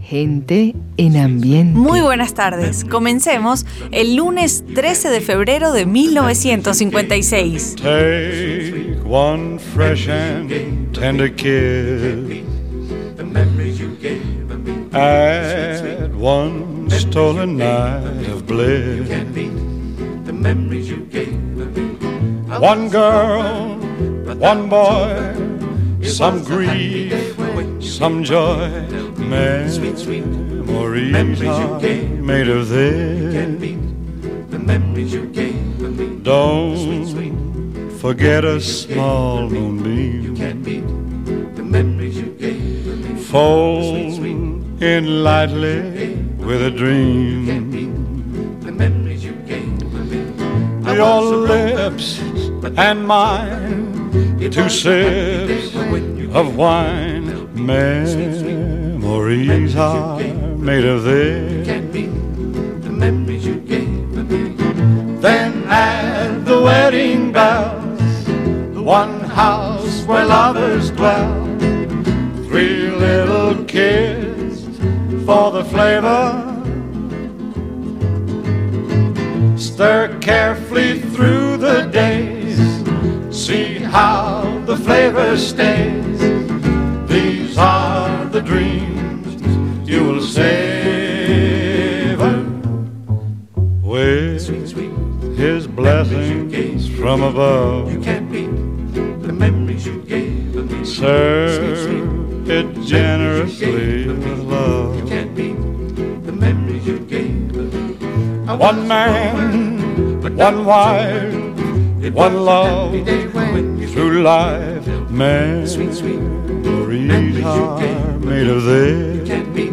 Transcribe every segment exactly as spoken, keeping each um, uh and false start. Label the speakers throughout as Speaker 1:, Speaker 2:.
Speaker 1: Gente en ambiente.
Speaker 2: Muy buenas tardes. Comencemos el lunes trece de febrero de mil novecientos cincuenta y seis.
Speaker 3: Take one fresh and tender kiss. Add one stolen night of bliss. One girl, one boy, some grief, some joy. Memories are made of this. Don't forget a small moonbeam. Fold in lightly with a dream. Your lips and mine, two sips of wine. Memories are made of this. Then add the wedding bells, one house where lovers dwell. Three little kids for the flavor. Stir carefully through the days. See how the flavor stays. These are the dreams you will savor with His blessings from above. Serve it generously with love. One man, one wife, one love through life. Memories are made of this.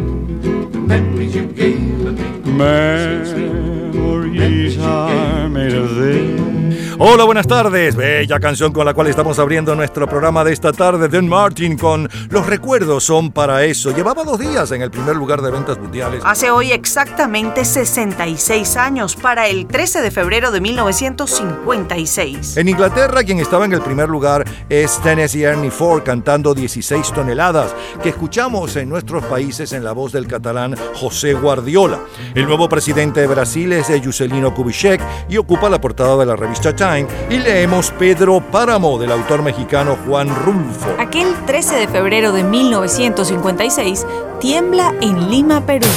Speaker 3: Memories are made of this.
Speaker 4: Hola, buenas tardes. Bella canción con la cual estamos abriendo nuestro programa de esta tarde. Dean Martin con Los recuerdos son para eso. Llevaba dos días en el primer lugar de ventas mundiales.
Speaker 2: Hace hoy exactamente sesenta y seis años, para el trece de febrero de mil novecientos cincuenta y seis.
Speaker 4: En Inglaterra, quien estaba en el primer lugar es Tennessee Ernie Ford cantando dieciséis toneladas, que escuchamos en nuestros países en la voz del catalán José Guardiola. El nuevo presidente de Brasil es Juscelino Kubitschek y ocupa la portada de la revista Time. Y leemos Pedro Páramo, del autor mexicano Juan Rulfo.
Speaker 2: Aquel trece de febrero de mil novecientos cincuenta y seis tiembla en Lima, Perú.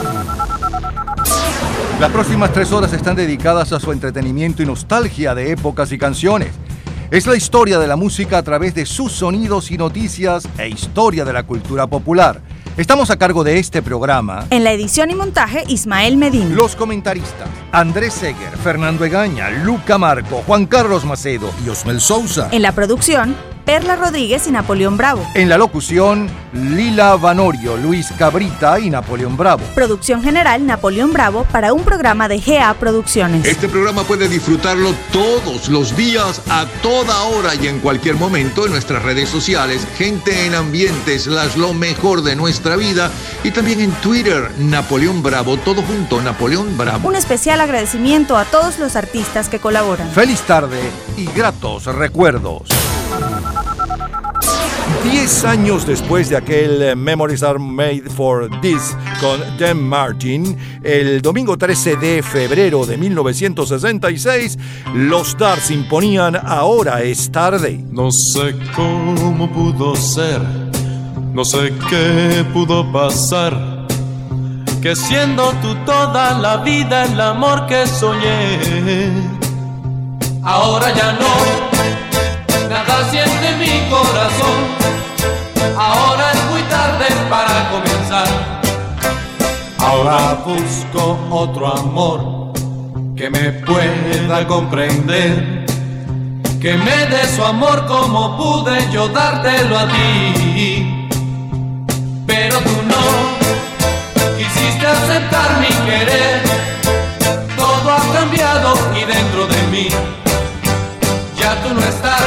Speaker 4: Las próximas tres horas están dedicadas a su entretenimiento y nostalgia de épocas y canciones. Es la historia de la música a través de sus sonidos y noticias e historia de la cultura popular. Estamos a cargo de este programa.
Speaker 2: En la edición y montaje, Ismael Medina.
Speaker 4: Los comentaristas: Andrés Seger, Fernando Egaña, Luca Marco, Juan Carlos Macedo y Osmel Sousa.
Speaker 2: En la producción, Perla Rodríguez y Napoleón Bravo.
Speaker 4: En la locución, Lila Vanorio, Luis Cabrita y Napoleón Bravo.
Speaker 2: Producción general, Napoleón Bravo, para un programa de G A Producciones.
Speaker 5: Este programa puede disfrutarlo todos los días, a toda hora y en cualquier momento en nuestras redes sociales, Gente en Ambiente, slash lo mejor de nuestra vida, y también en Twitter, Napoleón Bravo, todo junto, Napoleón Bravo.
Speaker 2: Un especial agradecimiento a todos los artistas que colaboran.
Speaker 4: Feliz tarde y gratos recuerdos. Diez años después de aquel Memories Are Made for This con Dean Martin, el domingo trece de febrero de mil novecientos sesenta y seis, los Doors imponían Ahora es tarde.
Speaker 6: No sé cómo pudo ser, no sé qué pudo pasar, que siendo tú toda la vida el amor que soñé, ahora ya no, nada siente mi corazón. Ahora es muy tarde para comenzar. Ahora busco otro amor que me pueda comprender, que me dé su amor como pude yo dártelo a ti. Pero tú no quisiste aceptar mi querer. Todo ha cambiado y dentro de mí ya tú no estás.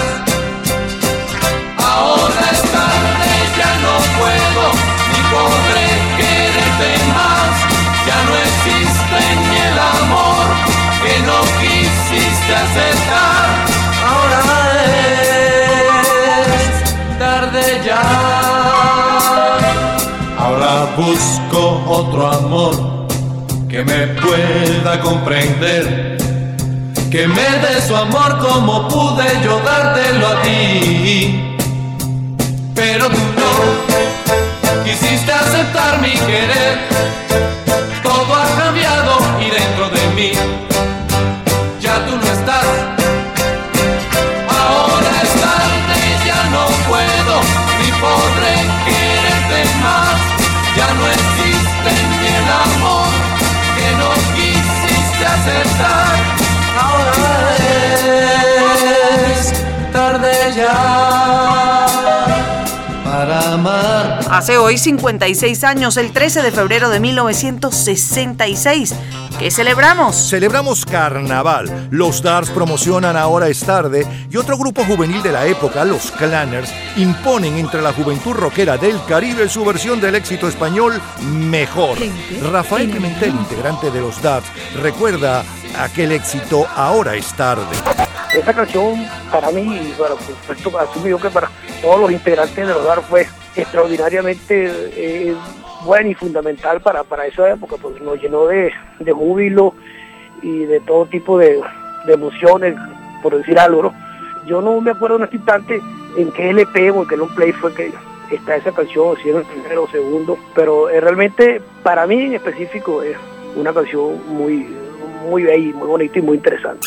Speaker 6: Ahora es tarde, ya no puedo ni podré quererte más. Ya no existe ni el amor que no quisiste aceptar. Ahora es tarde ya. Ahora busco otro amor que me pueda comprender, que me dé su amor como pude yo dártelo a ti. Pero tú no quisiste aceptar mi querer, todo ha cambiado y dentro de mí ya tú no estás. Ahora es tarde y ya no puedo ni podré quererte más. Ya no existe ni el amor que no quisiste aceptar. Ahora es tarde ya para amar.
Speaker 2: Hace hoy cincuenta y seis años, el trece de febrero de mil novecientos sesenta y seis. ¿Qué celebramos?
Speaker 4: Celebramos Carnaval. Los Darts promocionan Ahora es tarde y otro grupo juvenil de la época, los Clanners, imponen entre la juventud rockera del Caribe su versión del éxito español Mejor. Rafael Pimentel, integrante de los Darts, recuerda aquel éxito Ahora es tarde.
Speaker 7: Esa canción para mí, y bueno, por supuesto, asumo yo que para todos los integrantes de los Darts fue extraordinariamente eh, buena y fundamental para, para esa época, porque nos llenó de, de júbilo y de todo tipo de, de emociones, por decir algo, ¿no? Yo no me acuerdo en este instante en qué L P o en qué long play fue que está esa canción, si era el primero o segundo, pero eh, realmente para mí en específico es una canción muy, muy bella, muy bonita y muy interesante.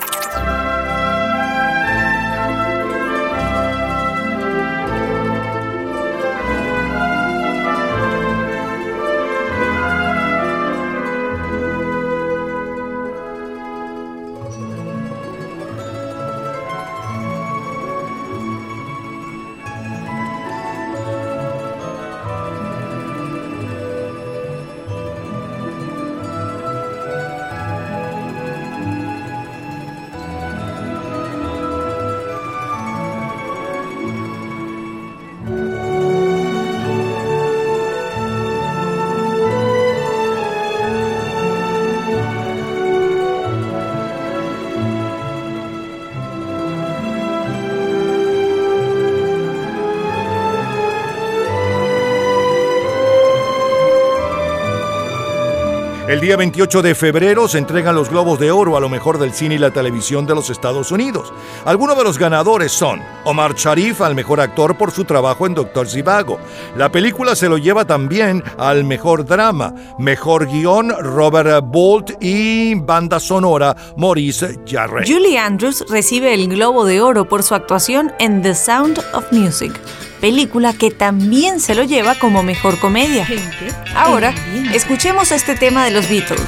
Speaker 4: El día veintiocho de febrero se entregan los Globos de Oro a lo mejor del cine y la televisión de los Estados Unidos. Algunos de los ganadores son Omar Sharif al mejor actor por su trabajo en Doctor Zhivago. La película se lo lleva también al mejor drama, mejor guión Robert Bolt y banda sonora Maurice Jarre.
Speaker 8: Julie Andrews recibe el Globo de Oro por su actuación en The Sound of Music, película que también se lo lleva como mejor comedia. Ahora, escuchemos este tema de los Beatles.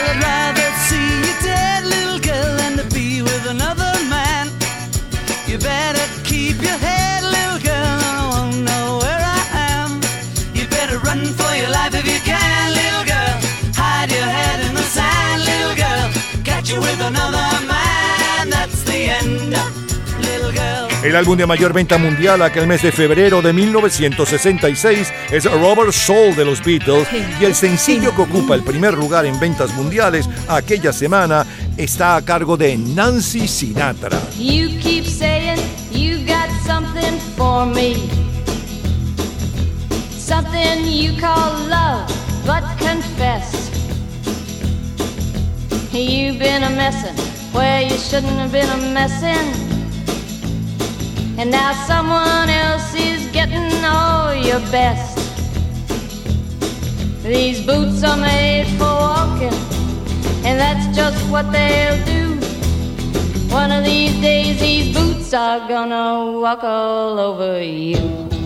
Speaker 4: El álbum de mayor venta mundial aquel mes de febrero de mil novecientos sesenta y seis es Rubber Soul de los Beatles, y el sencillo que ocupa el primer lugar en ventas mundiales aquella semana está a cargo de Nancy Sinatra.
Speaker 9: You keep saying you got something for me, something you call love, but confess you've been a messin' where you shouldn't have been a messin'. And now someone else is getting all your best. These boots are made for walking, and that's just what they'll do. One of these days these boots are gonna walk all over you.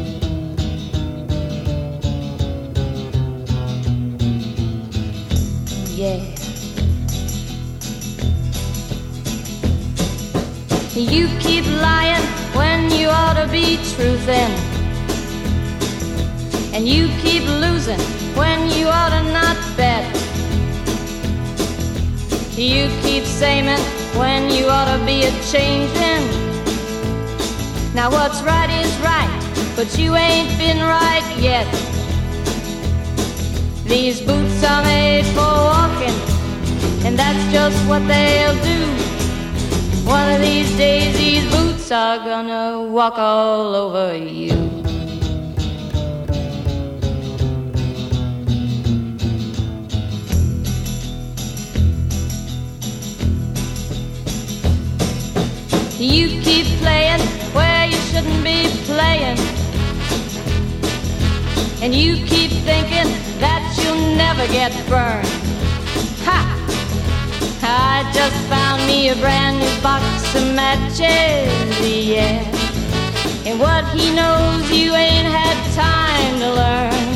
Speaker 9: Yeah. You keep lying when you ought to be truthin', and you keep losing when you ought to not bet. You keep saying when you ought to be a changin'. Now what's right is right, but you ain't been right yet. These boots are made for walking, and that's just what they'll do. One of these days these boots are gonna walk all over you. You keep playing where you shouldn't be playing, and you keep thinking that you'll never get burned. Ha! I just found me a brand new box of matches, yeah. And what he knows you ain't had time to learn.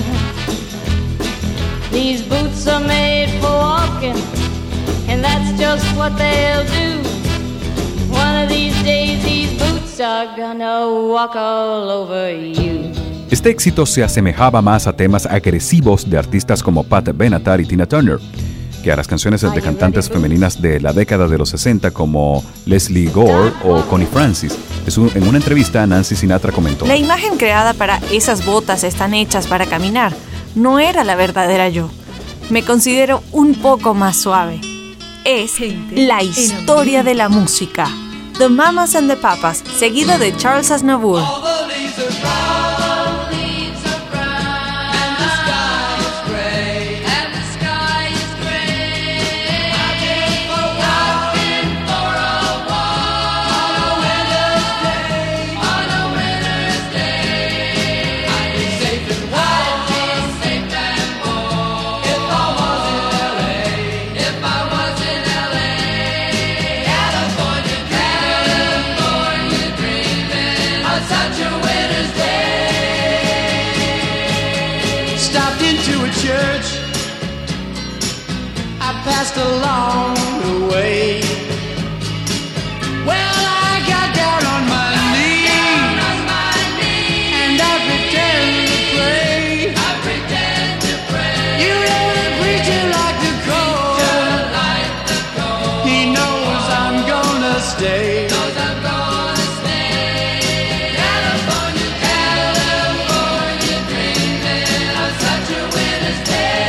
Speaker 9: These boots are made for walking, and that's just what they'll do. One of these days these boots are gonna walk all over you.
Speaker 10: Este éxito se asemejaba más a temas agresivos de artistas como Pat Benatar y Tina Turner que a las canciones de cantantes femeninas de la década de los sesenta como Leslie Gore o Connie Francis. En una entrevista, Nancy Sinatra comentó:
Speaker 8: la imagen creada para esas botas están hechas para caminar no era la verdadera yo. Me considero un poco más suave. Es la historia de la música. The Mamas and the Papas, seguido de Charles Aznavour.
Speaker 6: Passed along the way. Well, I got down on my knees, and I pretend to pray. I pretend to pray. You know the preacher like the cold. Like the cold. He knows I'm gonna stay. Knows I'm gonna stay. California, California, dreaming of such a winter's day.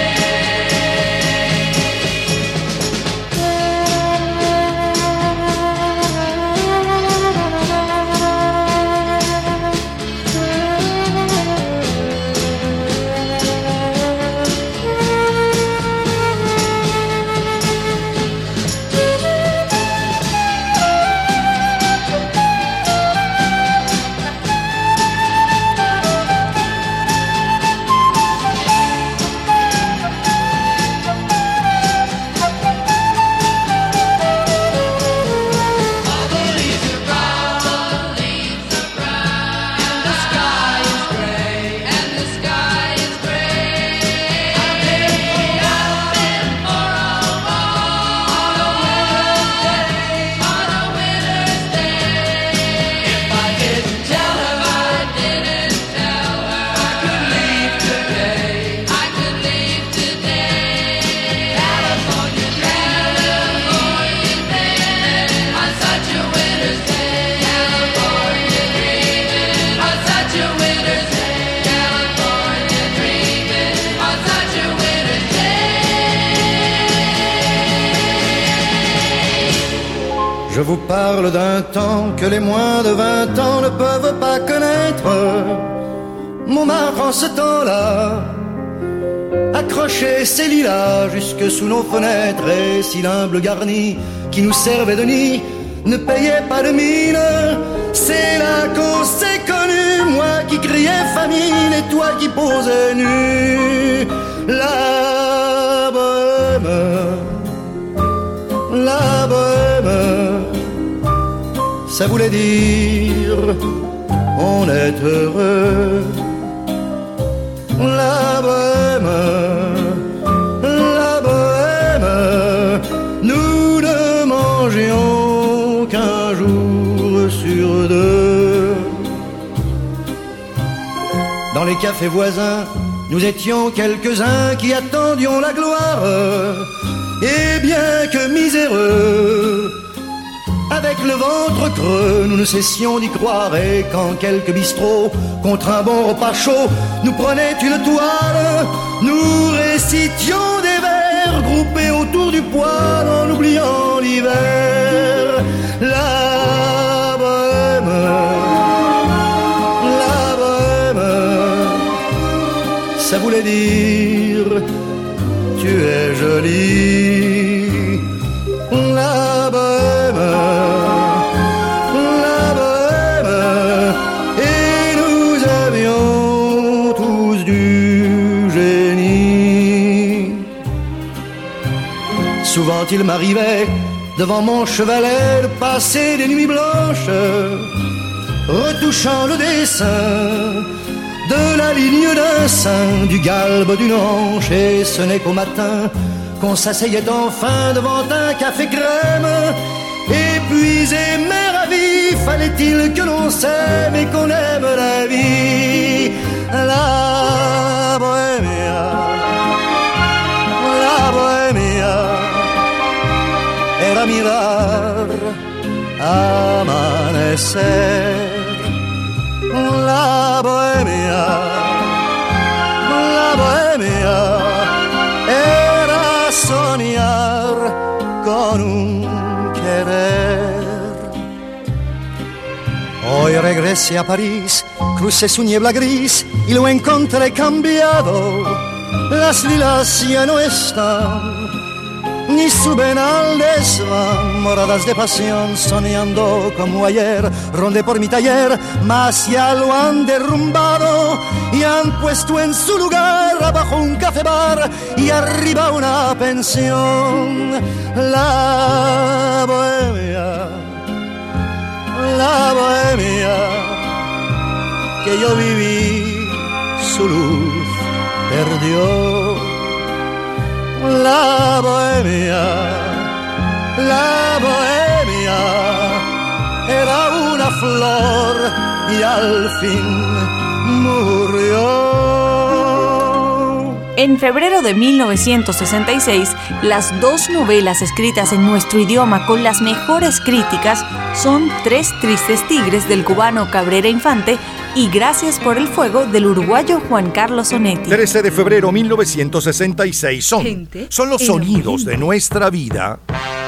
Speaker 11: Je vous parle d'un temps que les moins de vingt ans ne peuvent pas connaître. Montmartre en ce temps-là accrochait ses lilas jusque sous nos fenêtres, et si l'humble garni qui nous servait de nid ne payait pas de mine, c'est là qu'on s'est connus, moi qui criais famine et toi qui posais nu. La bohème, la bohème, ça voulait dire on est heureux. La bohème, la bohème, nous ne mangions qu'un jour sur deux. Dans les cafés voisins, nous étions quelques-uns qui attendions la gloire. Et bien que miséreux, avec le ventre creux, nous ne cessions d'y croire. Et quand quelques bistrots, contre un bon repas chaud, nous prenaient une toile, nous récitions des vers groupés autour du poêle en oubliant l'hiver. La bohème, la bohème, ça voulait dire tu es jolie. La bohème, quand il m'arrivait devant mon chevalet de passer des nuits blanches, retouchant le dessin de la ligne d'un sein, du galbe d'une hanche. Et ce n'est qu'au matin qu'on s'asseyait enfin devant un café crème. Épuisé mais ravi, fallait-il que l'on s'aime et qu'on aime la vie. La bohémia, la bohémia era mirar amanecer. La bohemia, la bohemia era soñar con un querer. Hoy regresé a París, crucé su niebla gris y lo encontré cambiado. Las lilas ya no están, ni suben al desván, moradas de pasión, soñando como ayer. Rondé por mi taller, mas ya lo han derrumbado y han puesto en su lugar abajo un café bar y arriba una pensión. La bohemia, la bohemia que yo viví, su luz perdió. La bohemia, la bohemia era una flor y al fin murió.
Speaker 8: En febrero de mil novecientos sesenta y seis, las dos novelas escritas en nuestro idioma con las mejores críticas son Tres tristes tigres del cubano Cabrera Infante y Gracias por el fuego del uruguayo Juan Carlos Onetti.
Speaker 4: trece de febrero de mil novecientos sesenta y seis son, son los sonidos de nuestra vida.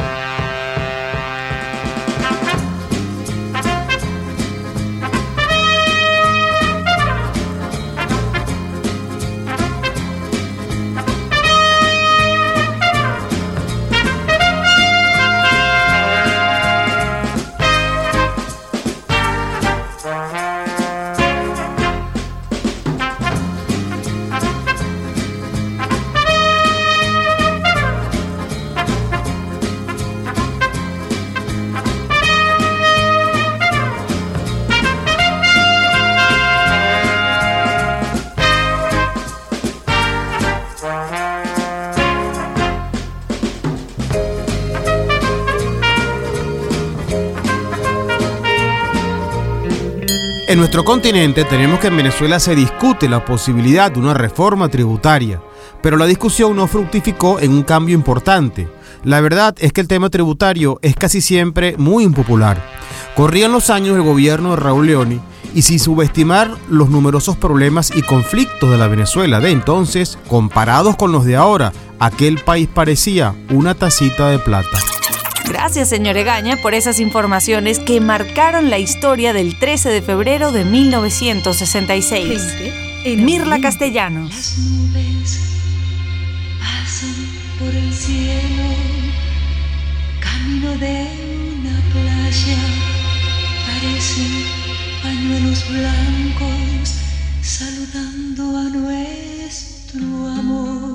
Speaker 12: En nuestro continente tenemos que en Venezuela se discute la posibilidad de una reforma tributaria, pero la discusión no fructificó en un cambio importante. La verdad es que el tema tributario es casi siempre muy impopular. Corrían los años del gobierno de Raúl Leoni y sin subestimar los numerosos problemas y conflictos de la Venezuela de entonces, comparados con los de ahora, aquel país parecía una tacita de plata.
Speaker 8: Gracias, señor Egaña, por esas informaciones que marcaron la historia del trece de febrero de mil novecientos sesenta y seis. Mirla Castellanos.
Speaker 13: Las nubes pasan por el cielo, camino de una playa, parecen pañuelos blancos saludando a nuestro amor.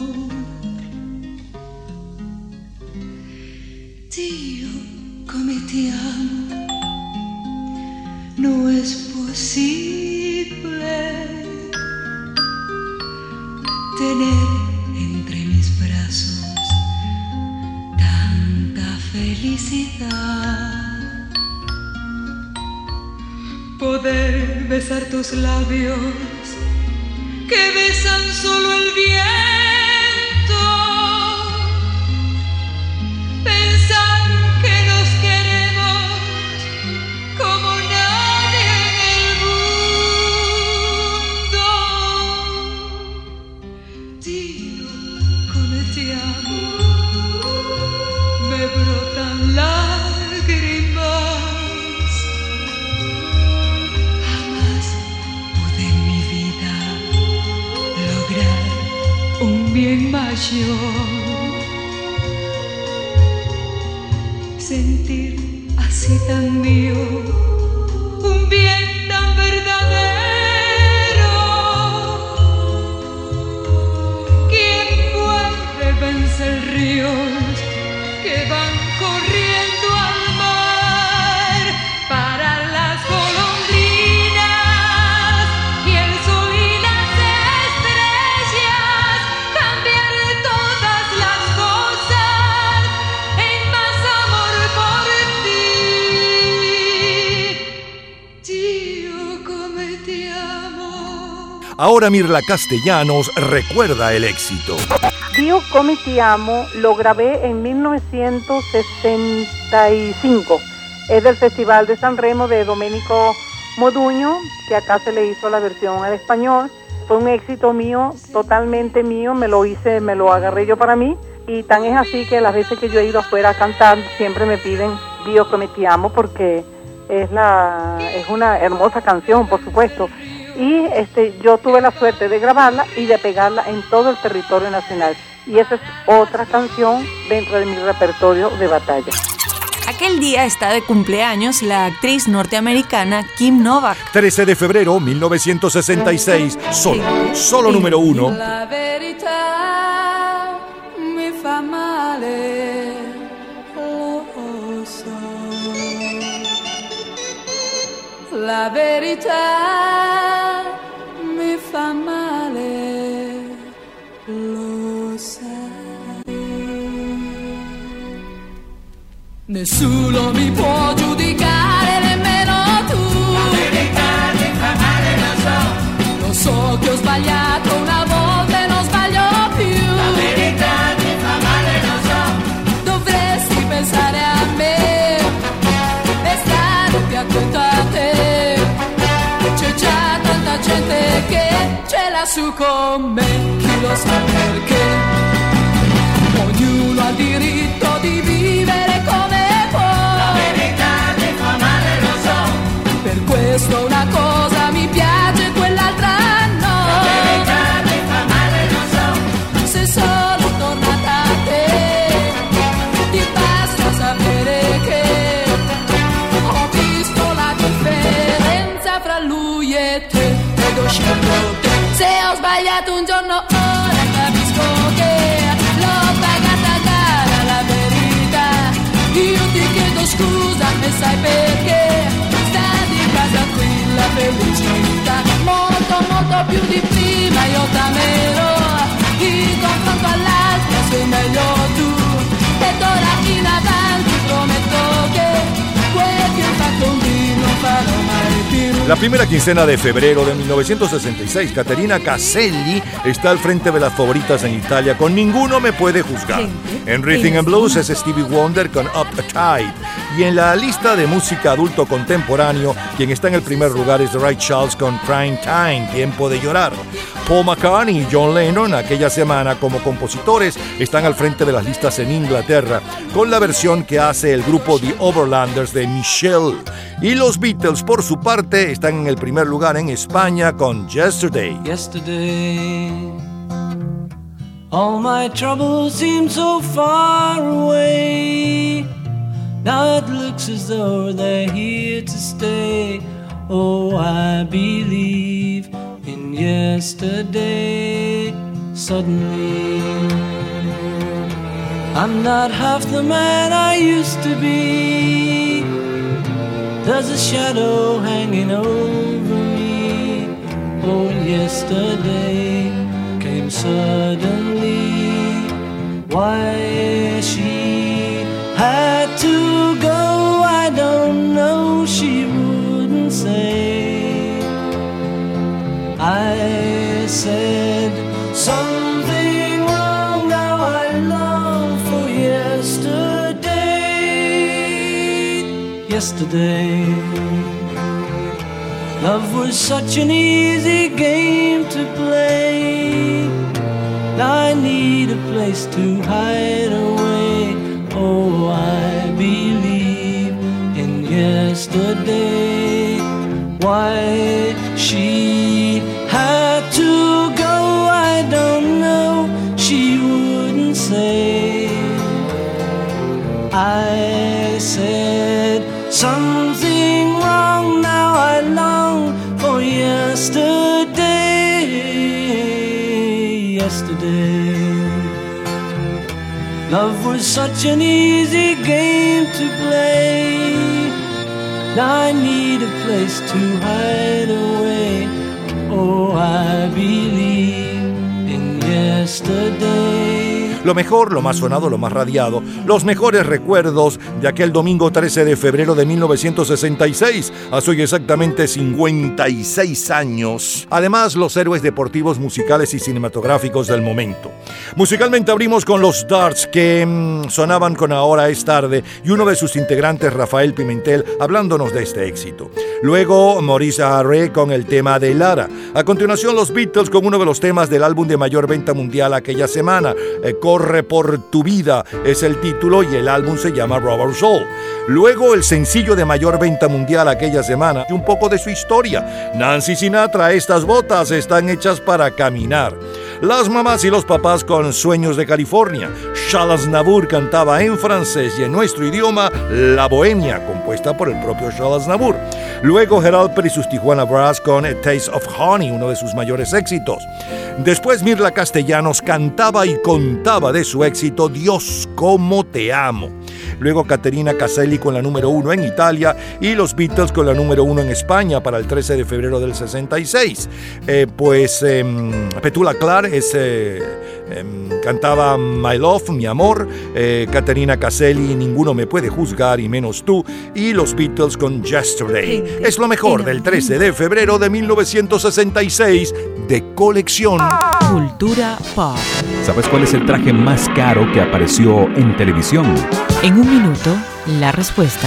Speaker 13: Dio come ti amo, no es posible tener entre mis brazos tanta felicidad. Poder besar tus labios que besan solo el viento. Pensar que nos queremos como nadie en el mundo. Dio come ti amo, me brotan lágrimas. Jamás pude en mi vida lograr un bien mayor. Sentir así tan mío, un bien tan verdadero. ¿Quién puede vencer ríos que
Speaker 4: Ahora Mirla Castellanos recuerda el éxito.
Speaker 14: Dio come ti amo lo grabé en mil novecientos sesenta y cinco. Es del Festival de San Remo de Domenico Modugno, que acá se le hizo la versión al español. Fue un éxito mío, totalmente mío, me lo hice, me lo agarré yo para mí. Y tan es así que las veces que yo he ido afuera a cantar, siempre me piden Dio come ti amo, porque es, la, es una hermosa canción, por supuesto. Y este, yo tuve la suerte de grabarla y de pegarla en todo el territorio nacional. Y esa es otra canción dentro de mi repertorio de batalla.
Speaker 8: Aquel día está de cumpleaños la actriz norteamericana Kim Novak.
Speaker 4: trece de febrero mil novecientos sesenta y seis, solo, solo número uno.
Speaker 13: La verità mi fa male, lo so. La verità mi fa male, lo sai. Nessuno mi può giudicare, nemmeno tu. La verità ti fa male, lo so. Lo so che ho sbagliato una volta e non sbaglio più. La verità ti fa male, lo so. Dovresti pensare a me e stare più attento a te. C'è già tanta gente che ce l'ha su con me, chi lo sa perché. Ognuno ha diritto di vivere come può. La verità ti fa male, lo so. Per questo una cosa mi piace, quell'altra no. La verità ti fa male, lo so. Se sono tornata a te, ti basta sapere che ho visto la differenza fra lui e te ed ho scelto te. Se ho sbagliato un giorno, ora capisco che l'ho pagata cara la verità. Io ti chiedo scusa e sai perché. Sta di casa qui la felicità. Molto molto più di prima io t'amerò. In confronto all'altra sei meglio tu. E d'ora in avanti prometto che quel che ho fatto un dì non farò mai più.
Speaker 4: La primera quincena de febrero de mil novecientos sesenta y seis, Caterina Caselli está al frente de las favoritas en Italia con Ninguno me puede juzgar. En Rhythm and Blues es Stevie Wonder con Up a Tide. Y en la lista de música adulto contemporáneo, quien está en el primer lugar es Ray Charles con Prime Time, Tiempo de llorar. Paul McCartney y John Lennon aquella semana como compositores están al frente de las listas en Inglaterra con la versión que hace el grupo The Overlanders de Michelle. Y los Beatles por su parte están en el primer lugar en España con Yesterday.
Speaker 6: Yesterday, all my troubles seem so far away. Now it looks as though they're here to stay. Oh, I believe in yesterday. Suddenly, I'm not half the man I used to be. There's a shadow hanging over me. Oh, yesterday came suddenly. Why she had to go, I don't know, she wouldn't say. I said something wrong, now I long for yesterday. Yesterday, love was such an easy game to play. Now I need a place to hide away. Oh, I believe in yesterday. Why she had to go, I don't know, she wouldn't say. I said something wrong, now I long for yesterday. Yesterday, love was such an easy game to play. Now I need a place to hide away. Oh, I believe in yesterday.
Speaker 4: Lo mejor, lo más sonado, lo más radiado, los mejores recuerdos de aquel domingo trece de febrero de mil novecientos sesenta y seis, hace hoy exactamente cincuenta y seis años. Además, los héroes deportivos, musicales y cinematográficos del momento. Musicalmente abrimos con los Darts, que mmm, sonaban con Ahora es tarde, y uno de sus integrantes, Rafael Pimentel, hablándonos de este éxito. Luego, Maurice Harre con el tema de Lara. A continuación, los Beatles con uno de los temas del álbum de mayor venta mundial aquella semana, eh, Corre por tu vida, es el título y el álbum se llama Rubber Soul. Luego, el sencillo de mayor venta mundial aquella semana y un poco de su historia. Nancy Sinatra, Estas botas están hechas para caminar. Las mamás y los papás con Sueños de California. Charles Aznavour cantaba en francés y en nuestro idioma La Bohemia, compuesta por el propio Charles Aznavour. Luego GeraldPer y sus Tijuana Brass con A Taste of Honey, uno de sus mayores éxitos. Después Mirla Castellanos cantaba y contaba de su éxito Dios, cómo te amo. Luego Caterina Caselli con la número uno en Italia y los Beatles con la número uno en España para el trece de febrero del sesenta y seis. Eh, pues eh, Petula Clark es, eh, eh, cantaba My Love, mi amor. Eh, Caterina Caselli, Ninguno me puede juzgar y menos tú. Y los Beatles con Yesterday. Es lo mejor del trece de febrero de mil novecientos sesenta y seis de colección.
Speaker 1: Cultura pop.
Speaker 10: ¿Sabes cuál es el traje más caro que apareció en televisión?
Speaker 1: En un minuto, la respuesta.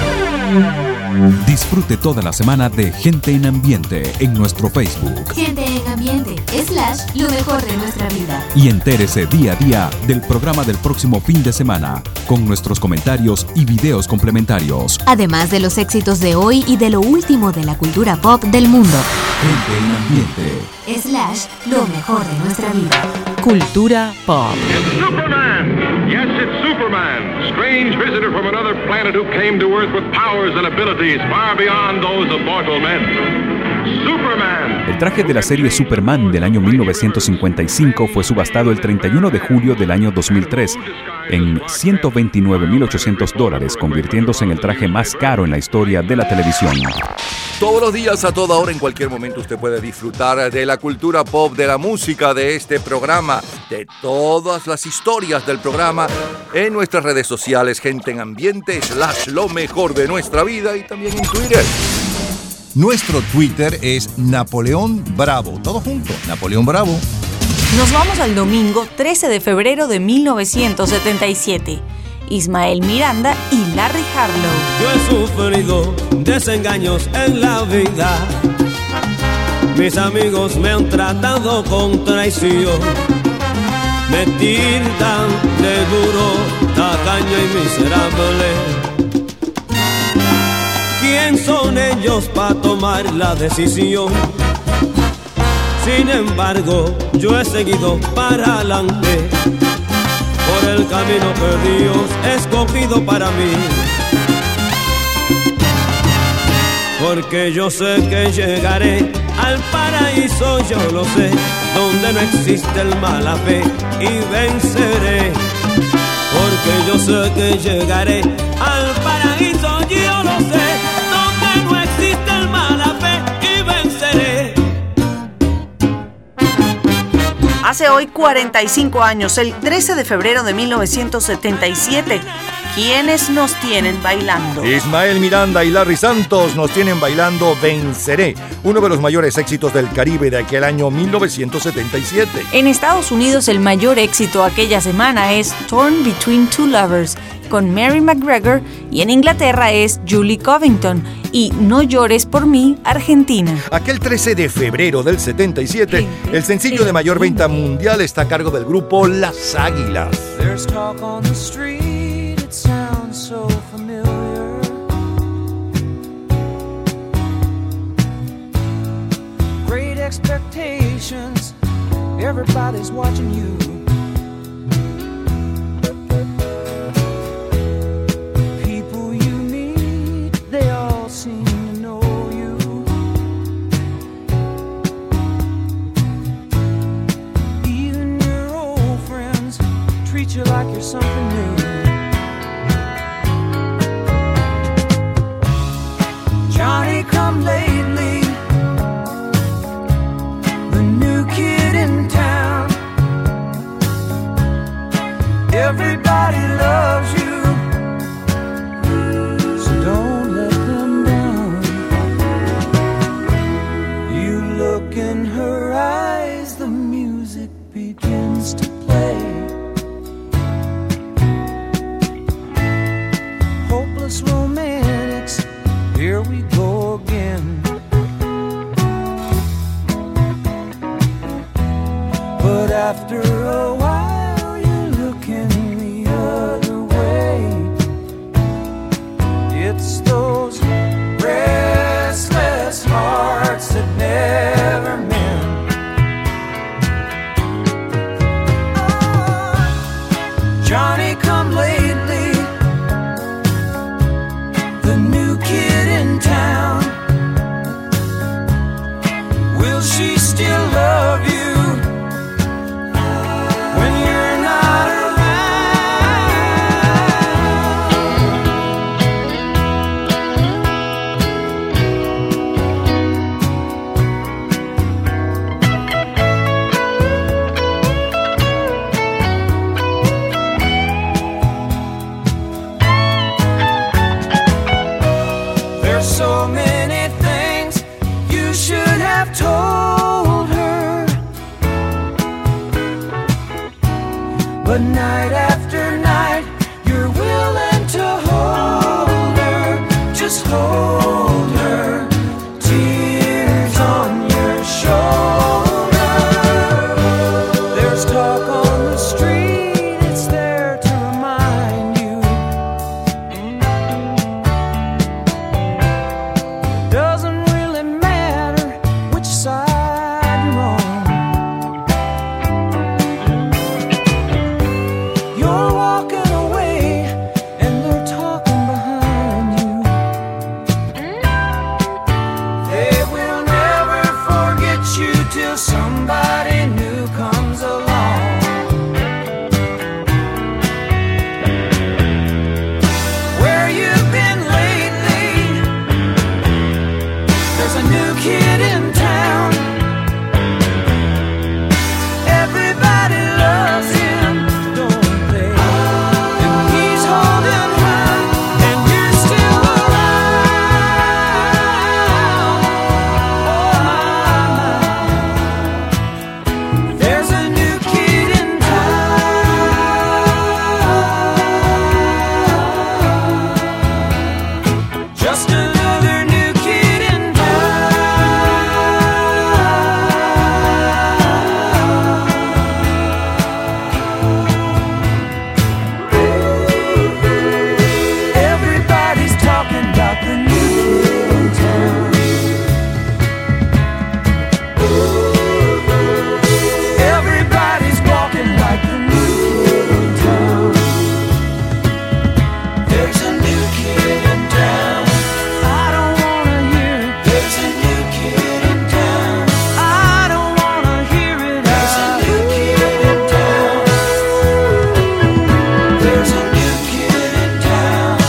Speaker 10: Disfrute toda la semana de Gente en Ambiente en nuestro Facebook.
Speaker 15: Gente en Ambiente, slash, lo mejor de nuestra vida.
Speaker 10: Y entérese día a día del programa del próximo fin de semana, con nuestros comentarios y videos complementarios.
Speaker 15: Además de los éxitos de hoy y de lo último de la cultura pop del mundo.
Speaker 10: Gente en Ambiente,
Speaker 15: slash, lo mejor de nuestra vida.
Speaker 1: Cultura pop.
Speaker 16: It's Superman! Yes, it's Superman, strange visitor from another planet who came to Earth with powers and abilities far beyond those of mortal men. Superman.
Speaker 10: El traje de la serie Superman del año mil novecientos cincuenta y cinco fue subastado el treinta y uno de julio del año dos mil tres en ciento veintinueve mil ochocientos dólares, convirtiéndose en el traje más caro en la historia de la televisión.
Speaker 4: Todos los días, a toda hora, en cualquier momento, usted puede disfrutar de la cultura pop, de la música, de este programa, de todas las historias del programa en nuestras redes sociales, Gente en Ambiente, slash lo mejor de nuestra vida, y también en Twitter. Nuestro Twitter es Napoleón Bravo. Todo junto, Napoleón Bravo.
Speaker 8: Nos vamos al domingo trece de febrero de mil novecientos setenta y siete. Ismael Miranda y Larry Harlow.
Speaker 17: Yo he sufrido desengaños en la vida. Mis amigos me han tratado con traición. Me tildan de duro, tacaño y miserable. ¿Quién son ellos para tomar la decisión? Sin embargo, yo he seguido para adelante por el camino que Dios ha escogido para mí. Porque yo sé que llegaré al paraíso, yo lo sé, donde no existe el mala fe, y venceré. Porque yo sé que llegaré al paraíso, yo lo sé, donde no existe el mala fe, y venceré.
Speaker 2: Hace hoy cuarenta y cinco años, el trece de febrero de mil novecientos setenta y siete, ¿quiénes nos tienen bailando?
Speaker 4: Ismael Miranda y Larry Santos nos tienen bailando Venceré, uno de los mayores éxitos del Caribe de aquel año mil novecientos setenta y siete.
Speaker 8: En Estados Unidos, el mayor éxito aquella semana es Torn Between Two Lovers, con Mary McGregor, y en Inglaterra es Julie Covington y No llores por mí, Argentina.
Speaker 4: Aquel trece de febrero del setenta y siete, el sencillo de mayor venta mundial está a cargo del grupo Las Águilas.
Speaker 18: There's talk on the street, it sounds so familiar. Great expectations, everybody's watching you. They all seem to know you. Even your old friends treat you like you're something new. Johnny come lately, the new kid in town. after a while you're looking the other way. It's those restless hearts that never mend. Oh, Johnny come lately, the new kid in town. Will she still love you? So many things you should have told her, but night after night you're willing to hold her, just hold her, tears on your shoulder. There's talk on the street, it's there to remind you. Doesn't really matter which side you're on. You're walking away and they're talking behind you. They will never forget you till somebody new comes along. Where you've been lately? There's a new kid in town. Everybody loves him, don't they? And he's holding her, and you're still around. Oh my, my. There's a new kid in town. Just another new kid in Everybody's talking about the new kid in town. Everybody's walking like the new kid in town. There's a new kid in town. I don't wanna hear it. There's a new kid in town. I don't wanna hear it. There's a new kid in town. There's a new kid in town.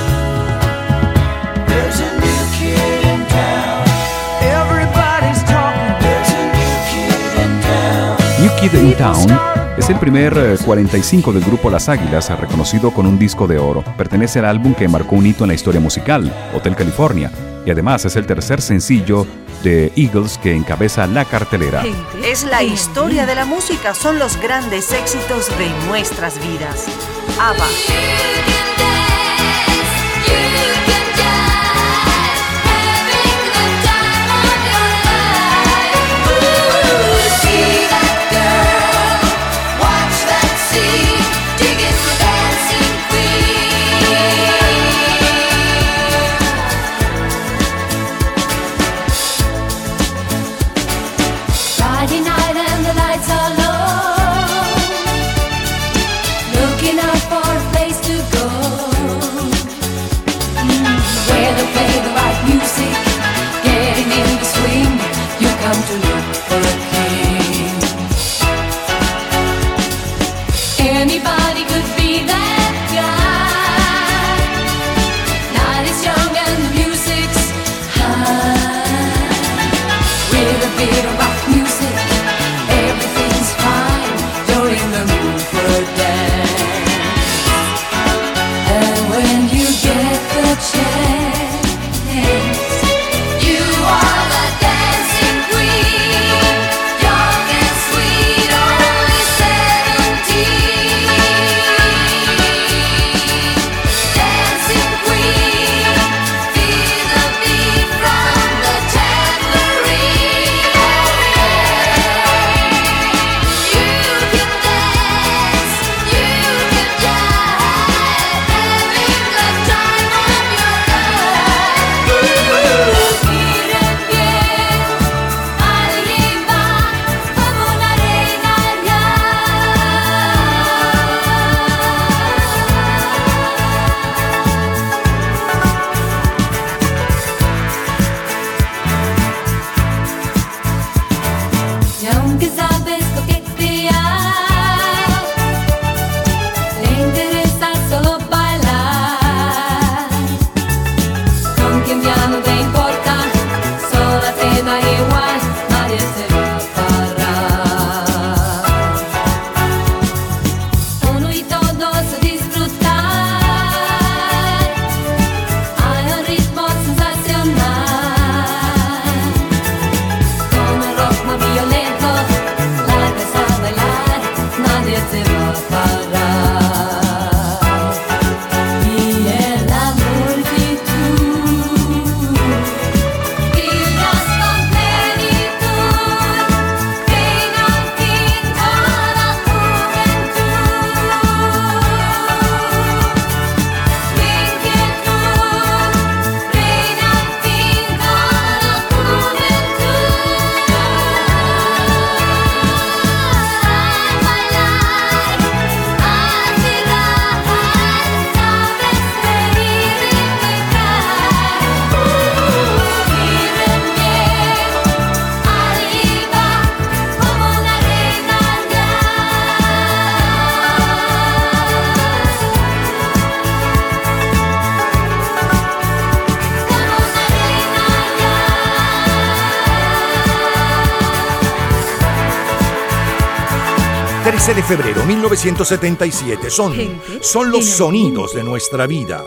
Speaker 18: There's a new kid in town. Everybody's talking. There's a new kid in town.
Speaker 10: New Kid in Town es el primer eh, cuarenta y cinco del grupo Las Águilas, reconocido con un disco de oro. Pertenece al álbum que marcó un hito en la historia musical, Hotel California, y además es el tercer sencillo de Eagles que encabeza la cartelera.
Speaker 2: Es la historia de la música, son los grandes éxitos de nuestras vidas. ABBA.
Speaker 9: Friday night and the lights are low, looking out for a place to go, mm, where they play the right music, getting in the swing. You come to look for a king. Anybody could be that guy. Night is young and the music's high. With a bit of rock music, everything's fine. You're in the mood for a dance. And when you get the chance, you are the dancing queen. Young and sweet, only seventeen. Dancing queen, feel the beat from the tambourine.
Speaker 4: trece de febrero mil novecientos setenta y siete. Son, son los sonidos de nuestra vida.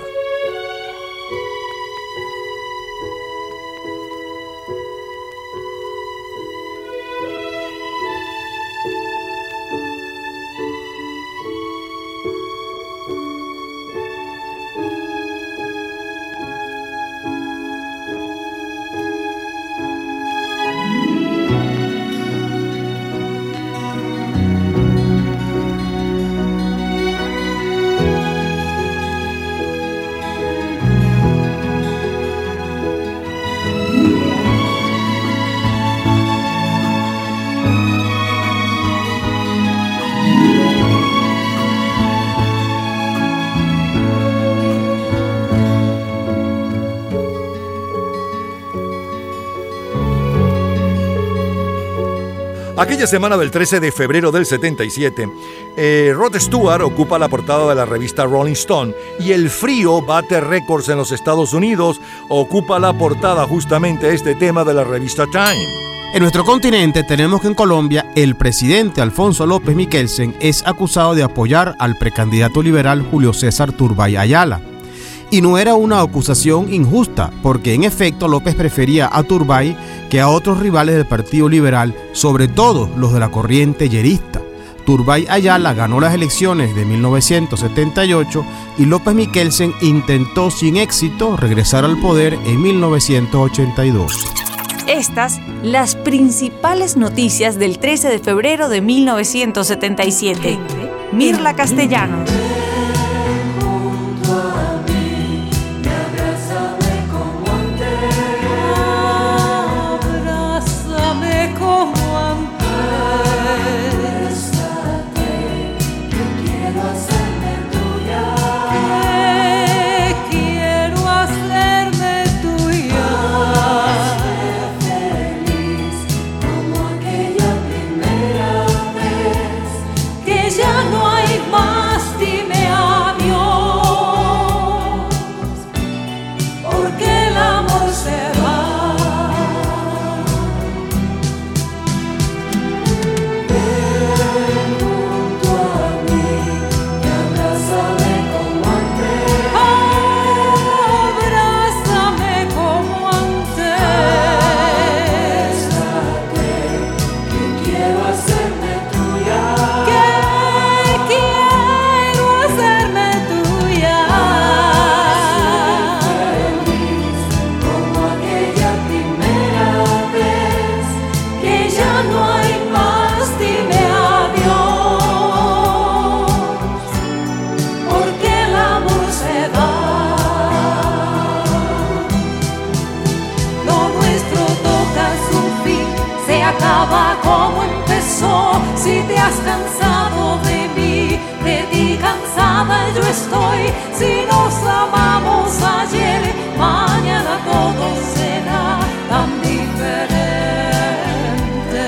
Speaker 4: Aquella semana del trece de febrero del setenta y siete, eh, Rod Stewart ocupa la portada de la revista Rolling Stone y el frío bate récords en los Estados Unidos, ocupa la portada justamente este tema de la revista Time.
Speaker 12: En nuestro continente tenemos que en Colombia el presidente Alfonso López Miquelsen es acusado de apoyar al precandidato liberal Julio César Turbay Ayala. Y no era una acusación injusta, porque en efecto López prefería a Turbay que a otros rivales del Partido Liberal, sobre todo los de la corriente yerista. Turbay Ayala ganó las elecciones de mil novecientos setenta y ocho y López Miquelsen intentó sin éxito regresar al poder en mil novecientos ochenta y dos.
Speaker 8: Estas, las principales noticias del trece de febrero de mil novecientos setenta y siete. Mirla Castellanos.
Speaker 13: Si te has cansado de mí, de ti cansada yo estoy. Si nos amamos ayer, mañana todo será tan diferente.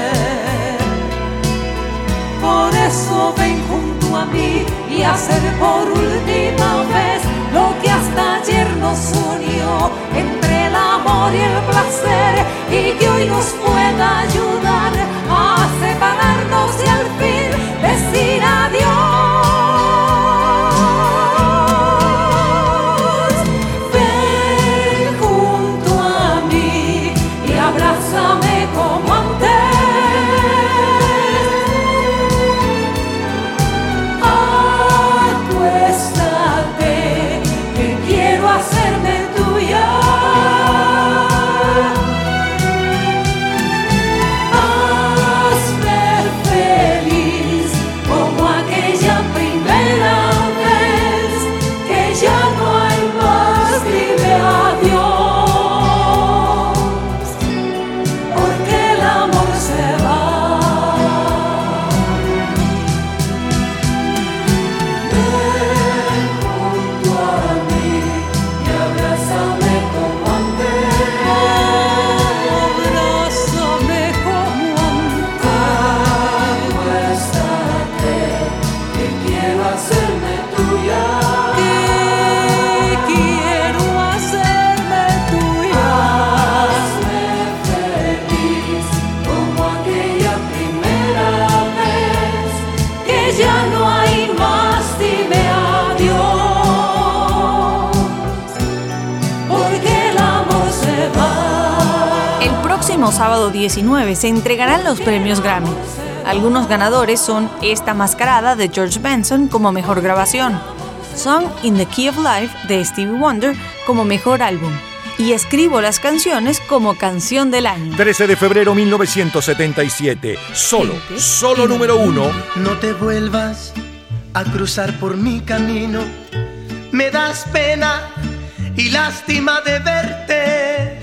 Speaker 13: Por eso ven junto a mí y hacer por última vez lo que hasta ayer nos unió entre el amor y el placer, y que hoy nos pueda ayudar a separarnos y al fin decir adiós. Ven junto a mí y abrázame como antes. Acuéstate, que quiero hacerme tuya.
Speaker 8: próximo sábado diecinueve se entregarán los premios Grammy. Algunos ganadores son Esta Mascarada de George Benson como mejor grabación, Song in the Key of Life de Stevie Wonder como mejor álbum y Escribo las canciones como canción del año.
Speaker 4: trece de febrero mil novecientos setenta y siete. Solo, solo número uno.
Speaker 19: No te vuelvas a cruzar por mi camino. Me das pena y lástima de verte.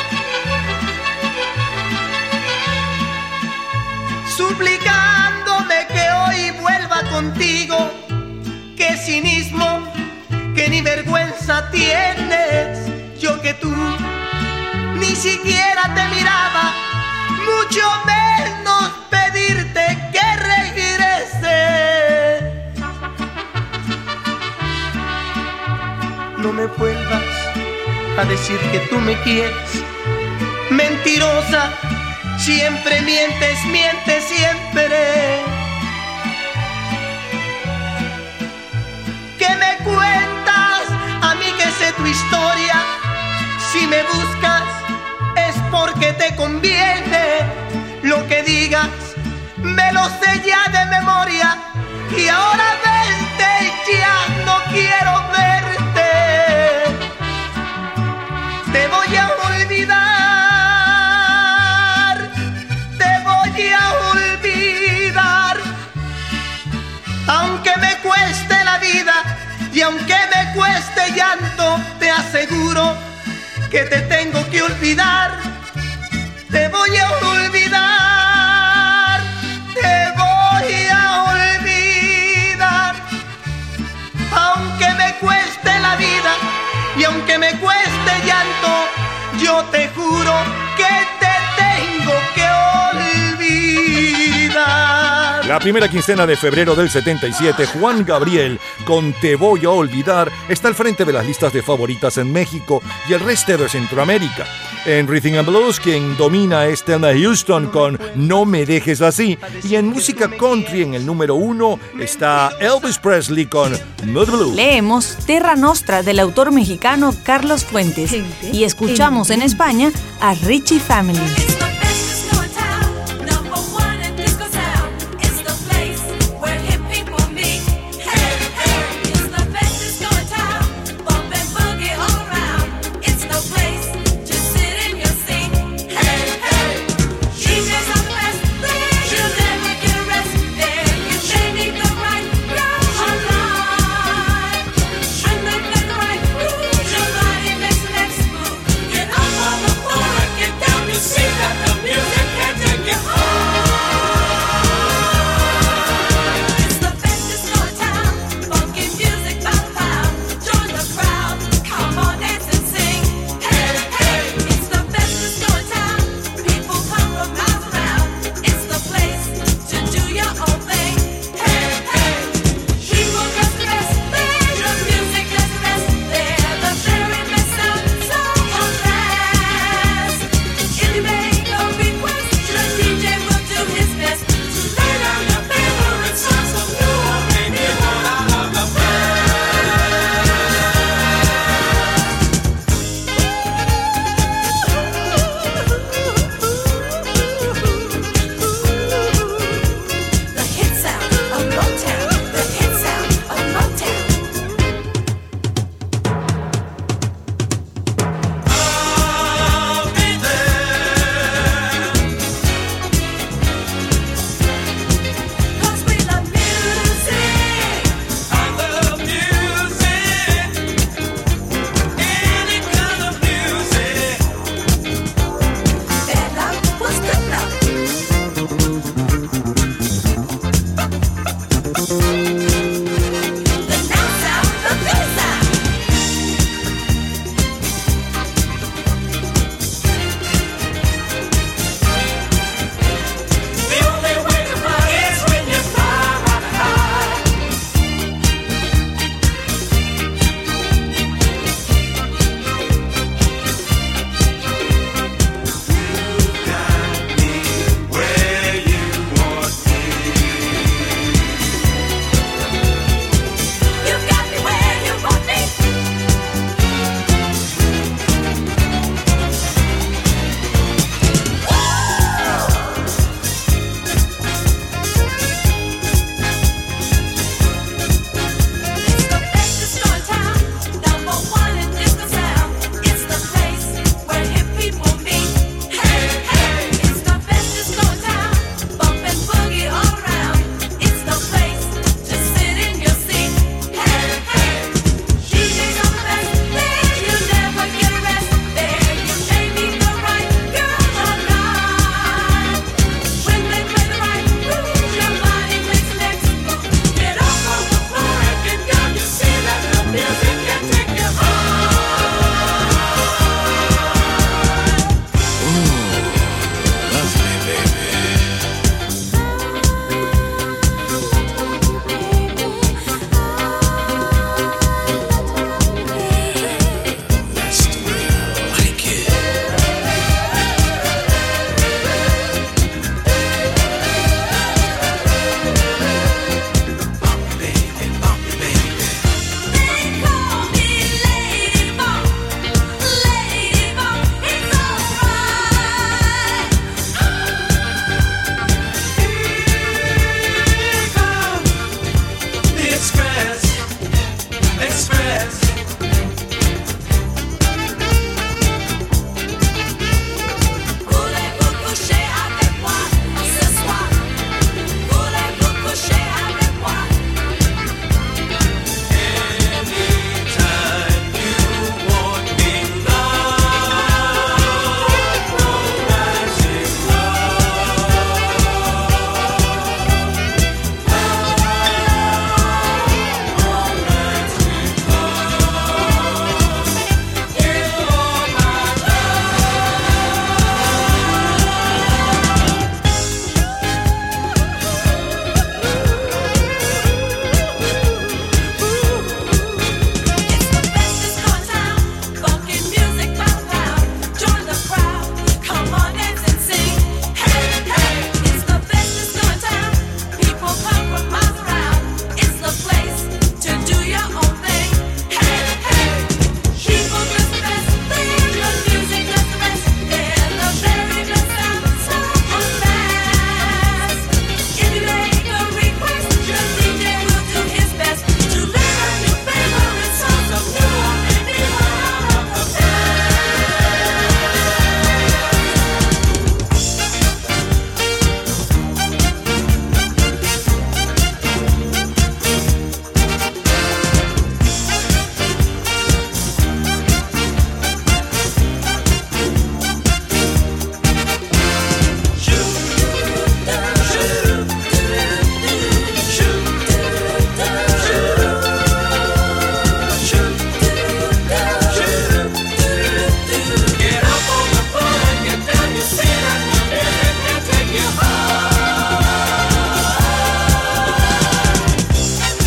Speaker 19: Suplicándome que hoy vuelva contigo. Qué cinismo, que ni vergüenza tienes. Yo que tú ni siquiera te miraba, mucho menos pedirte que regrese. No me vuelvas a decir que tú me quieres. Mentirosa, siempre mientes, mientes siempre. ¿Qué me cuentas a mí que sé tu historia? Si me buscas es porque te conviene. Lo que digas me lo sé ya de memoria. Y ahora vente, ya no quiero verte. Te voy a olvidar, te voy a olvidar. Aunque me cueste la vida y aunque me cueste llanto, te aseguro que te tengo que olvidar. Te voy a olvidar, te voy a olvidar. Aunque me cueste la vida y aunque me cueste llanto, yo te juro que te tengo que olvidar.
Speaker 4: La primera quincena de febrero del setenta y siete, Juan Gabriel con Te Voy a Olvidar está al frente de las listas de favoritas en México y el resto de Centroamérica. En Rhythm and Blues, quien domina es Thelma Houston con No Me Dejes Así. Y en música country, en el número uno, está Elvis Presley con Mood Blue.
Speaker 8: Leemos Terra Nostra del autor mexicano Carlos Fuentes y escuchamos en España a Richie Family.
Speaker 18: See that?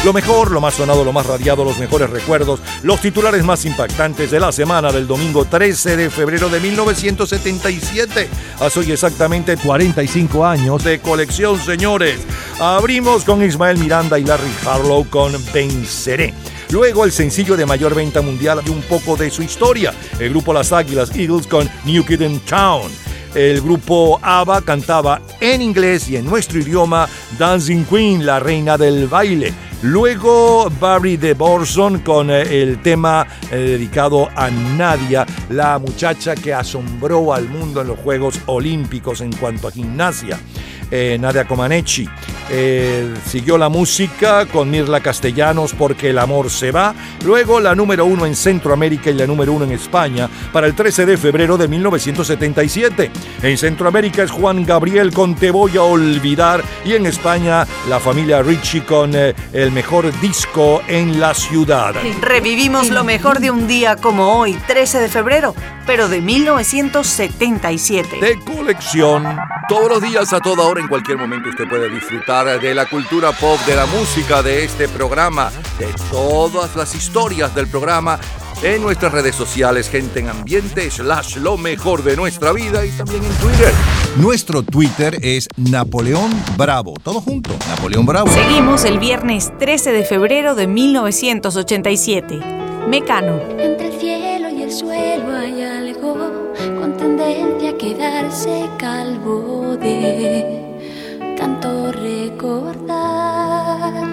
Speaker 4: Lo mejor, lo más sonado, lo más radiado, los mejores recuerdos, los titulares más impactantes de la semana del domingo trece de febrero de mil novecientos setenta y siete. Hace hoy exactamente cuarenta y cinco años de colección, señores. Abrimos con Ismael Miranda y Larry Harlow con Venceré. Luego el sencillo de mayor venta mundial y un poco de su historia. El grupo Las Águilas Eagles con New Kid in Town. El grupo ABBA cantaba en inglés y en nuestro idioma Dancing Queen, la reina del baile. Luego Barry de Borson con el tema eh, dedicado a Nadia, la muchacha que asombró al mundo en los Juegos Olímpicos en cuanto a gimnasia. Eh, Nadia Comaneci. Eh, siguió la música con Mirla Castellanos, Porque el amor se va. Luego la número uno en Centroamérica y la número uno en España para el trece de febrero de mil novecientos setenta y siete. En Centroamérica es Juan Gabriel con Te voy a olvidar, y en España la familia Richie con eh, El mejor disco en la ciudad.
Speaker 2: Revivimos lo mejor de un día como hoy, trece de febrero, pero de mil novecientos setenta y siete.
Speaker 4: De colección. Todos los días, a toda hora, en cualquier momento usted puede disfrutar de la cultura pop, de la música, de este programa, de todas las historias del programa en nuestras redes sociales, Gente en Ambiente, slash lo mejor de nuestra vida, y también en Twitter. Nuestro Twitter es Napoleón Bravo. Todo junto, Napoleón Bravo.
Speaker 8: Seguimos el viernes trece de febrero de mil novecientos ochenta y siete. Mecano.
Speaker 20: Entre el cielo y el suelo hay algo con tendencia a quedarse calvo de tanto recordar.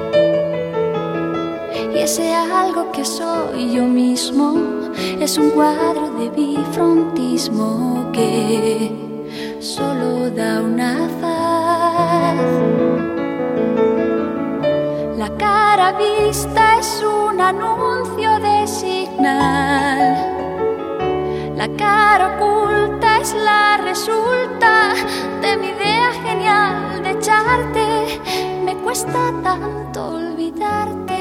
Speaker 20: Y ese algo que soy yo mismo es un cuadro de bifrontismo que solo da una faz. La cara vista es un anuncio de señal. La cara oculta es la resulta de mi idea genial de echarte. Me cuesta tanto olvidarte.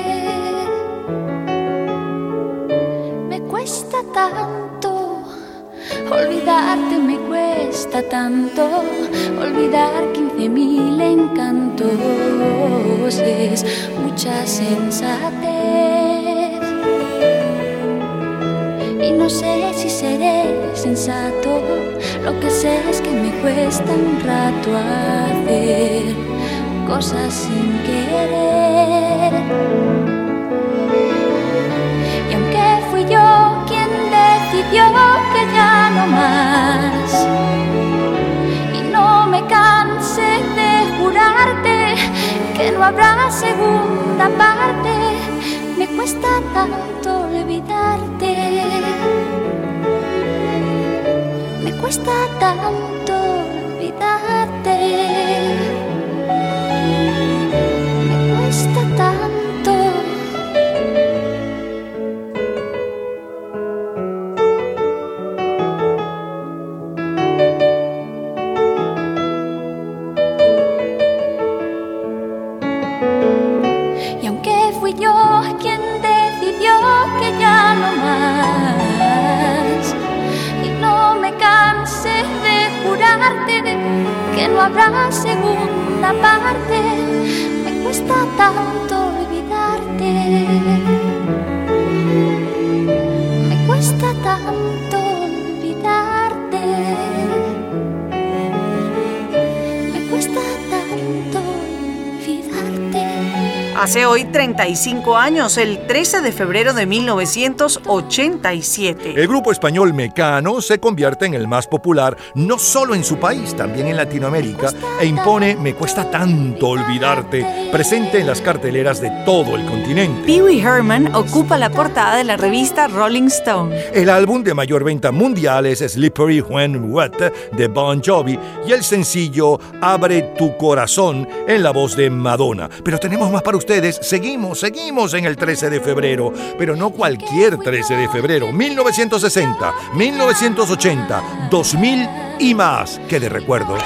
Speaker 20: Me cuesta tanto olvidarte, me cuesta tanto olvidar quince mil encantos. Es mucha sensatez. Y no sé si seré sensato, lo que sé es que me cuesta un rato hacer cosas sin querer. Y aunque fui yo quien decidió que ya no más, y no me cansé de jurarte que no habrá segunda parte, me cuesta tanto olvidarte. Me cuesta tanto olvidarte. Me cuesta tanto. Y aunque fui yo quien decidió que ya no más, y no me cansé de jurarte que no habrá segunda parte, me cuesta tanto olvidarte. Me cuesta tanto olvidarte. Me cuesta tanto olvidarte.
Speaker 2: Hace hoy treinta y cinco años, el trece de febrero de mil novecientos ochenta y siete.
Speaker 4: El grupo español Mecano se convierte en el más popular no solo en su país, también en Latinoamérica, e impone Me cuesta tanto olvidarte, presente en las carteleras de todo el continente.
Speaker 8: Pee Wee Herman ocupa la portada de la revista Rolling Stone.
Speaker 4: El álbum de mayor venta mundial es Slippery When Wet de Bon Jovi y el sencillo Abre tu corazón en la voz de Madonna. Pero tenemos más para ustedes. Seguimos, seguimos en el trece de febrero, pero no cualquier trece de febrero. mil novecientos sesenta, mil novecientos ochenta, dos mil y más que de recuerdos.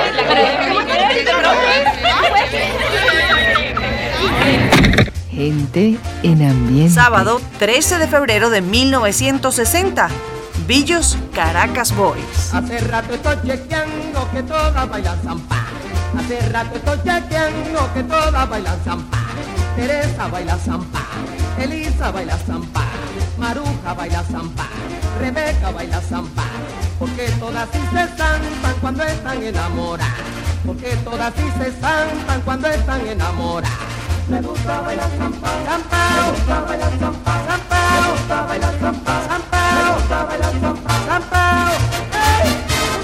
Speaker 1: Gente en Ambiente.
Speaker 2: Sábado trece de febrero de mil novecientos sesenta. Villos Caracas Boys.
Speaker 21: Hace rato estoy chequeando que todas bailan zampá. Hace rato estoy chequeando que todas bailan zampá. Teresa baila zampa, Elisa baila zampa, Maruja baila zampa, Rebeca baila zampa, porque todas sí se zampan cuando están enamoradas, porque todas sí se zampan cuando están enamoradas. Me gusta bailar zampa, zampa, me gusta bailar zampa, zampa, me gusta bailar zampa, zampa, me gusta bailar zampa, zampa. ¡Hey!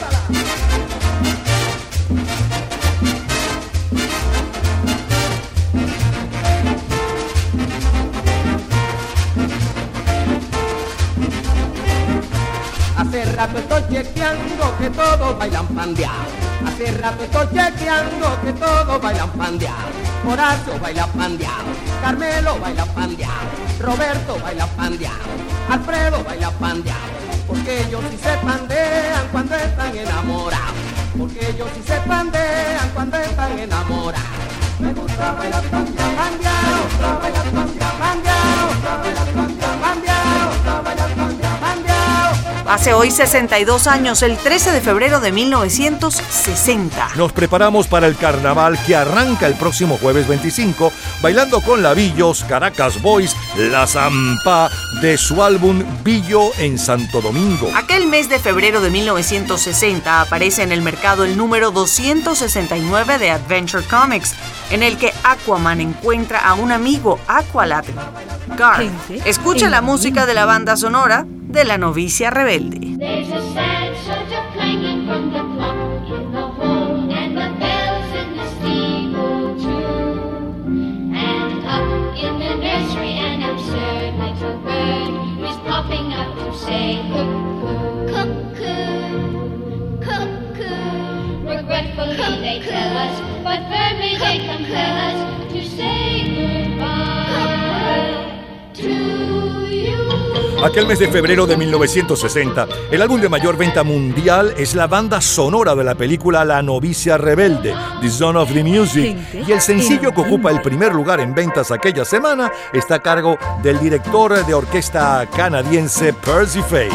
Speaker 21: Hace rato estoy chequeando que todos bailan pandeado. Hace rato estoy chequeando que todos bailan pandeado. Horacio baila pandeado, Carmelo baila pandeado, Roberto baila pandeado, Alfredo baila pandeado, porque ellos sí se pandean cuando están enamorados, porque ellos sí se pandean cuando están enamorados. Me gusta bailar pandeado, pandeado, me gusta bailar pandeado, pandeado, me gusta bailar pandeado, pandeado, me gusta bailar pandeado, pandeado.
Speaker 2: Hace hoy sesenta y dos años, el trece de febrero de mil novecientos sesenta.
Speaker 4: Nos preparamos para el carnaval que arranca el próximo jueves veinticinco, bailando con la Billos, Caracas Boys, La Zampa, de su álbum Billo en Santo Domingo.
Speaker 2: Aquel mes de febrero de mil novecientos sesenta aparece en el mercado el número doscientos sesenta y nueve de Adventure Comics, en el que Aquaman encuentra a un amigo, Aqualad Garth. Escucha la música de la banda sonora de La Novicia Rebelde.
Speaker 9: There's a sad sort of clanging from the clock in the hall, and the bells in the steeple too. And up in the nursery an absurd little bird is popping up to say cuckoo, cuckoo, cuckoo. Regretfully they tell us, but firmly they compel us to say goodbye to you.
Speaker 4: Aquel mes de febrero de mil novecientos sesenta, el álbum de mayor venta mundial es la banda sonora de la película La Novicia Rebelde, The Sound of the Music, y el sencillo que ocupa el primer lugar en ventas aquella semana está a cargo del director de orquesta canadiense Percy Faith.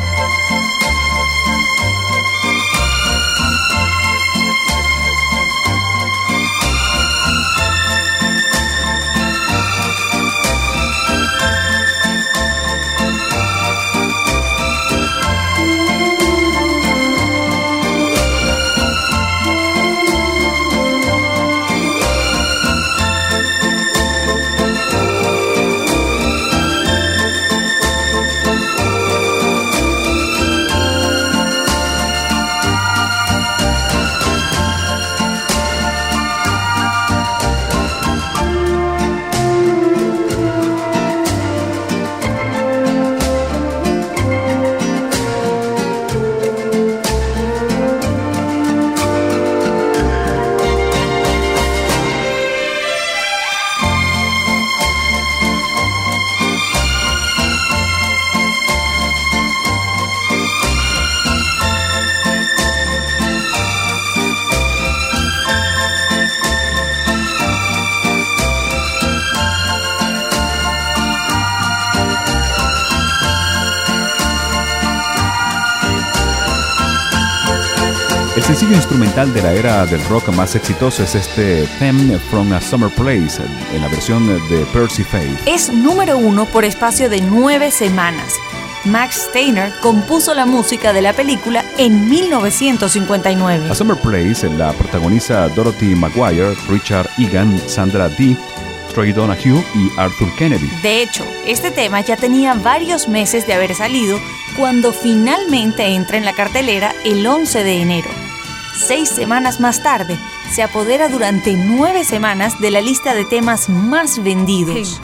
Speaker 10: El sencillo instrumental de la era del rock más exitoso es este Theme from a Summer Place, en la versión de Percy Faith.
Speaker 8: Es número uno por espacio de nueve semanas. Max Steiner compuso la música de la película en mil novecientos cincuenta y nueve.
Speaker 10: A Summer Place la protagoniza Dorothy Maguire, Richard Egan, Sandra Dee, Troy Donahue y Arthur Kennedy.
Speaker 8: De hecho, este tema ya tenía varios meses de haber salido cuando finalmente entra en la cartelera el once de enero. Seis semanas más tarde, se apodera durante nueve semanas de la lista de temas más vendidos.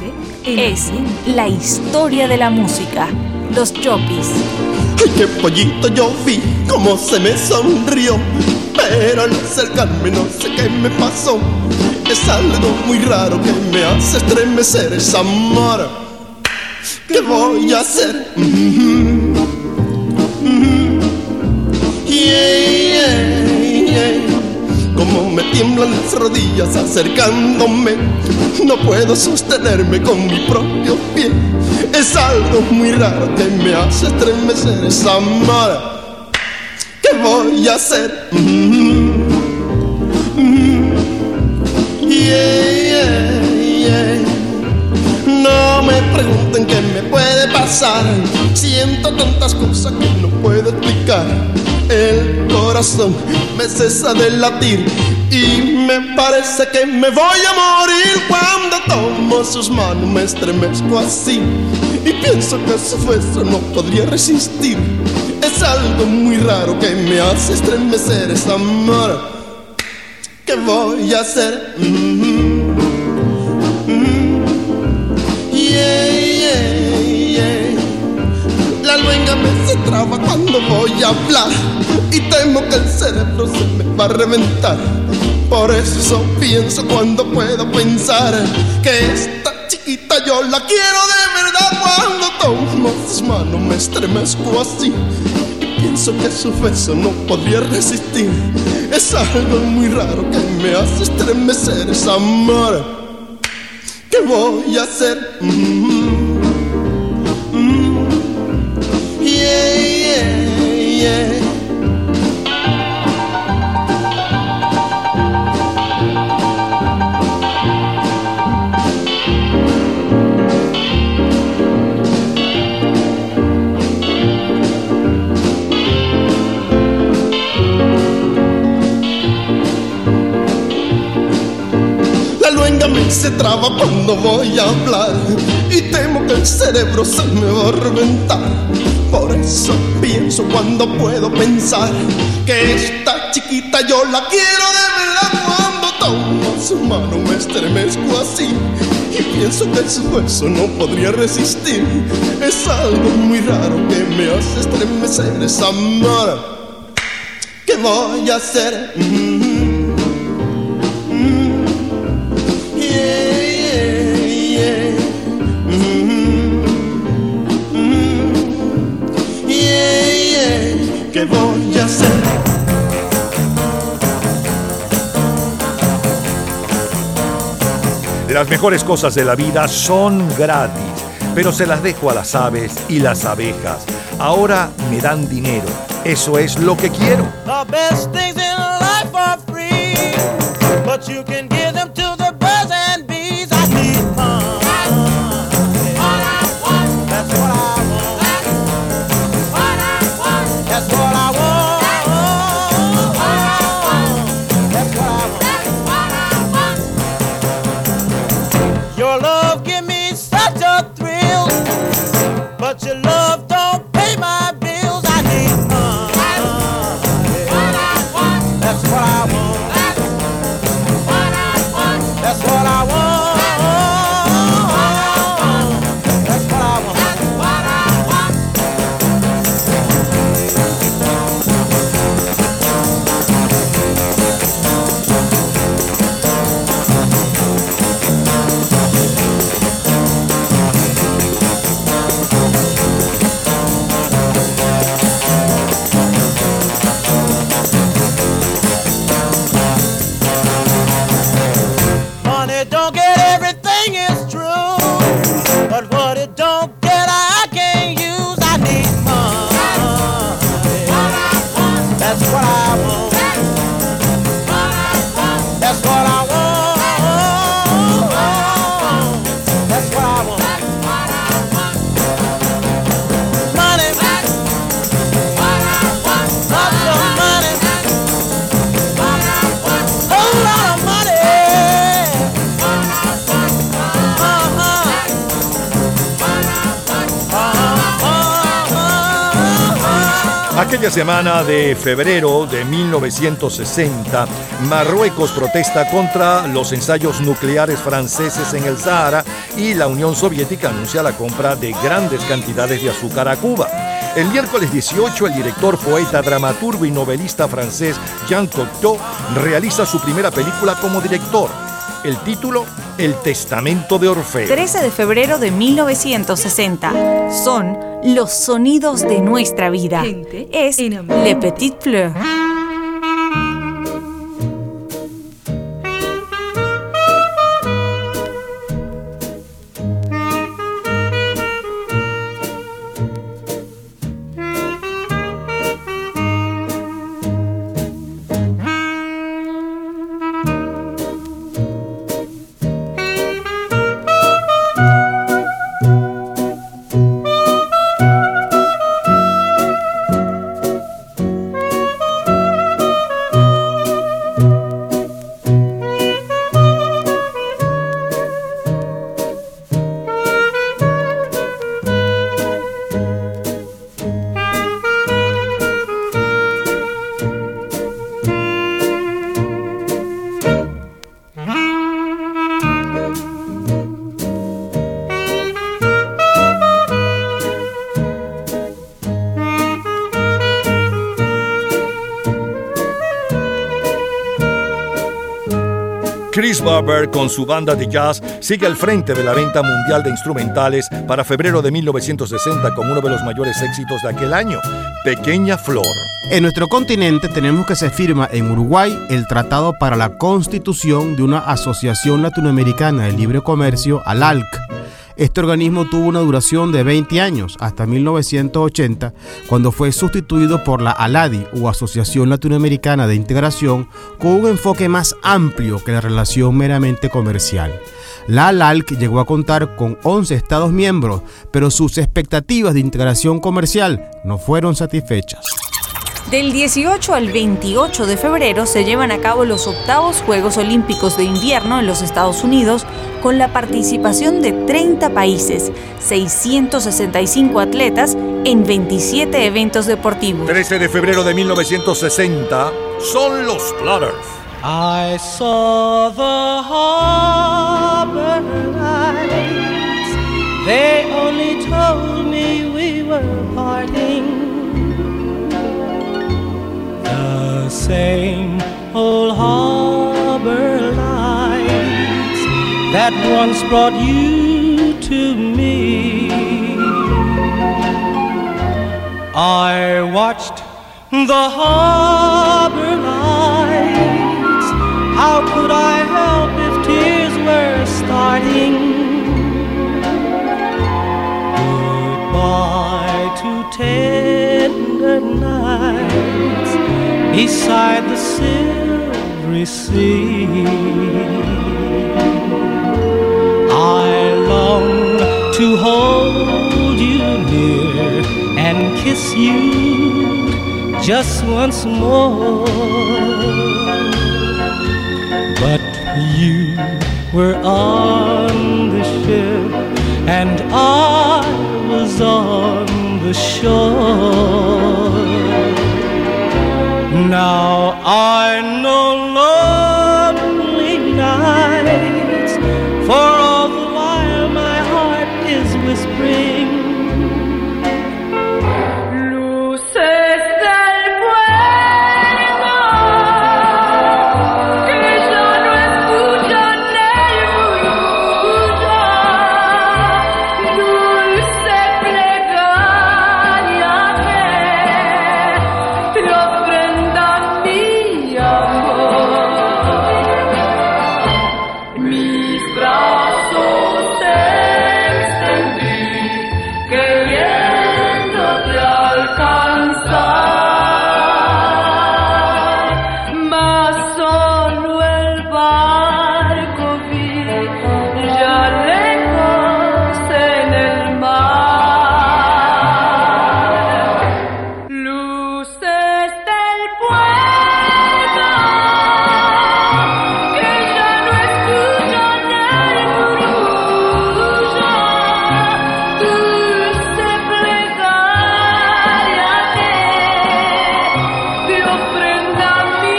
Speaker 8: Es la historia de la música. Los Choppies.
Speaker 3: ¡Ay, qué pollito yo vi! ¡Cómo se me sonrió! Pero al acercarme no sé qué me pasó. Es algo muy raro que me hace estremecer. Es amor. ¿Qué voy a hacer? Mm-hmm. Mm-hmm. Yeah, yeah, yeah. Como me tiemblan las rodillas acercándome. No puedo sostenerme con mi propio pie. Es algo muy raro que me hace estremecer. Es amor. ¿Qué voy a hacer? Mm-hmm. Mm-hmm. Yeah, yeah, yeah. hablar. Siento tantas cosas que no puedo explicar. El corazón me cesa de latir y me parece que me voy a morir. Cuando tomo sus manos me estremezco así y pienso que su beso no podría resistir. Es algo muy raro que me hace estremecer. Es amor. ¿Qué voy a hacer? Mm-hmm. Mm-hmm. Yeah, yeah, yeah. La luenga me se traba cuando voy a hablar y temo que el cerebro se me va a reventar. Por eso pienso cuando puedo pensar que esta chiquita yo la quiero de verdad. Cuando tomo sus manos me estremezco así y pienso que su beso no podría resistir. Es algo muy raro que me hace estremecer. Es amor. ¿Qué voy a hacer? Mm-hmm. Mm-hmm. Yeah, yeah, yeah. Se traba cuando voy a hablar y temo que el cerebro se me va a reventar. Por eso pienso cuando puedo pensar que esta chiquita yo la quiero de verdad. Cuando tomo su mano me estremezco así y pienso que su beso no podría resistir. Es algo muy raro que me hace estremecer. Es amor. ¿Qué voy a hacer? Mm-hmm. ¿Qué voy a hacer?
Speaker 4: Las mejores cosas de la vida son gratis, pero se las dejo a las aves y las abejas. Ahora me dan dinero. Eso es lo que quiero.
Speaker 18: The best things in life are free, but you can give them to the birds and bees. I need money. That's what I want. That's what I want. That's what I want. That's what I want. Your love give me such a thrill, but your love don't pay my bills. I need money. That's what I want. That's what I want. That's what I want. Money don't get everything, it's true, but what it don't get I can't use. I need money. That's what I want. That's what I want. That's what I want. Money. Lots of money. Whole lot of money.
Speaker 4: Aquella semana de febrero de mil novecientos sesenta, Marruecos protesta contra los ensayos nucleares franceses en el Sahara y la Unión Soviética anuncia la compra de grandes cantidades de azúcar a Cuba. El miércoles dieciocho, el director, poeta, dramaturgo y novelista francés Jean Cocteau realiza su primera película como director. El título, El Testamento de Orfeo.
Speaker 8: trece de febrero de mil novecientos sesenta. Son los sonidos de nuestra vida. Es Le Petit Fleur.
Speaker 4: Chris Barber, con su banda de jazz, sigue al frente de la venta mundial de instrumentales para febrero de mil novecientos sesenta con uno de los mayores éxitos de aquel año, Pequeña Flor.
Speaker 12: En nuestro continente tenemos que se firma en Uruguay el Tratado para la Constitución de una Asociación Latinoamericana de Libre Comercio, A L A L C. Este organismo tuvo una duración de veinte años, hasta mil novecientos ochenta, cuando fue sustituido por la ALADI, o Asociación Latinoamericana de Integración, con un enfoque más amplio que la relación meramente comercial. La A L A L C llegó a contar con once estados miembros, pero sus expectativas de integración comercial no fueron satisfechas.
Speaker 8: Del dieciocho al veintiocho de febrero se llevan a cabo los octavos Juegos Olímpicos de Invierno en los Estados Unidos, con la participación de treinta países, seiscientos sesenta y cinco atletas en veintisiete eventos deportivos.
Speaker 4: trece de febrero de mil novecientos sesenta son los Platters.
Speaker 5: I saw the harbor lights. They only told me we were parting. The same old harbor lights that once brought you to me. I watched the harbor lights. How could I help if tears were starting? Goodbye to tender nights beside the silvery sea. I long to hold you near and kiss you just once more. But you were on the ship and I was on the shore. Now I know lonely nights, for all the while my heart is whispering.
Speaker 13: Luces del pueblo que ya no escuchan el murmullo, dulce plegaria que te ofrenda mi amor. Mis brazos te extendí, queriéndote alcanzar, mas solo el barco vi, ya lejos en el mar. Luces del pueblo que ya no escuchan el murmullo, dulce plegaria que te ofrenda mi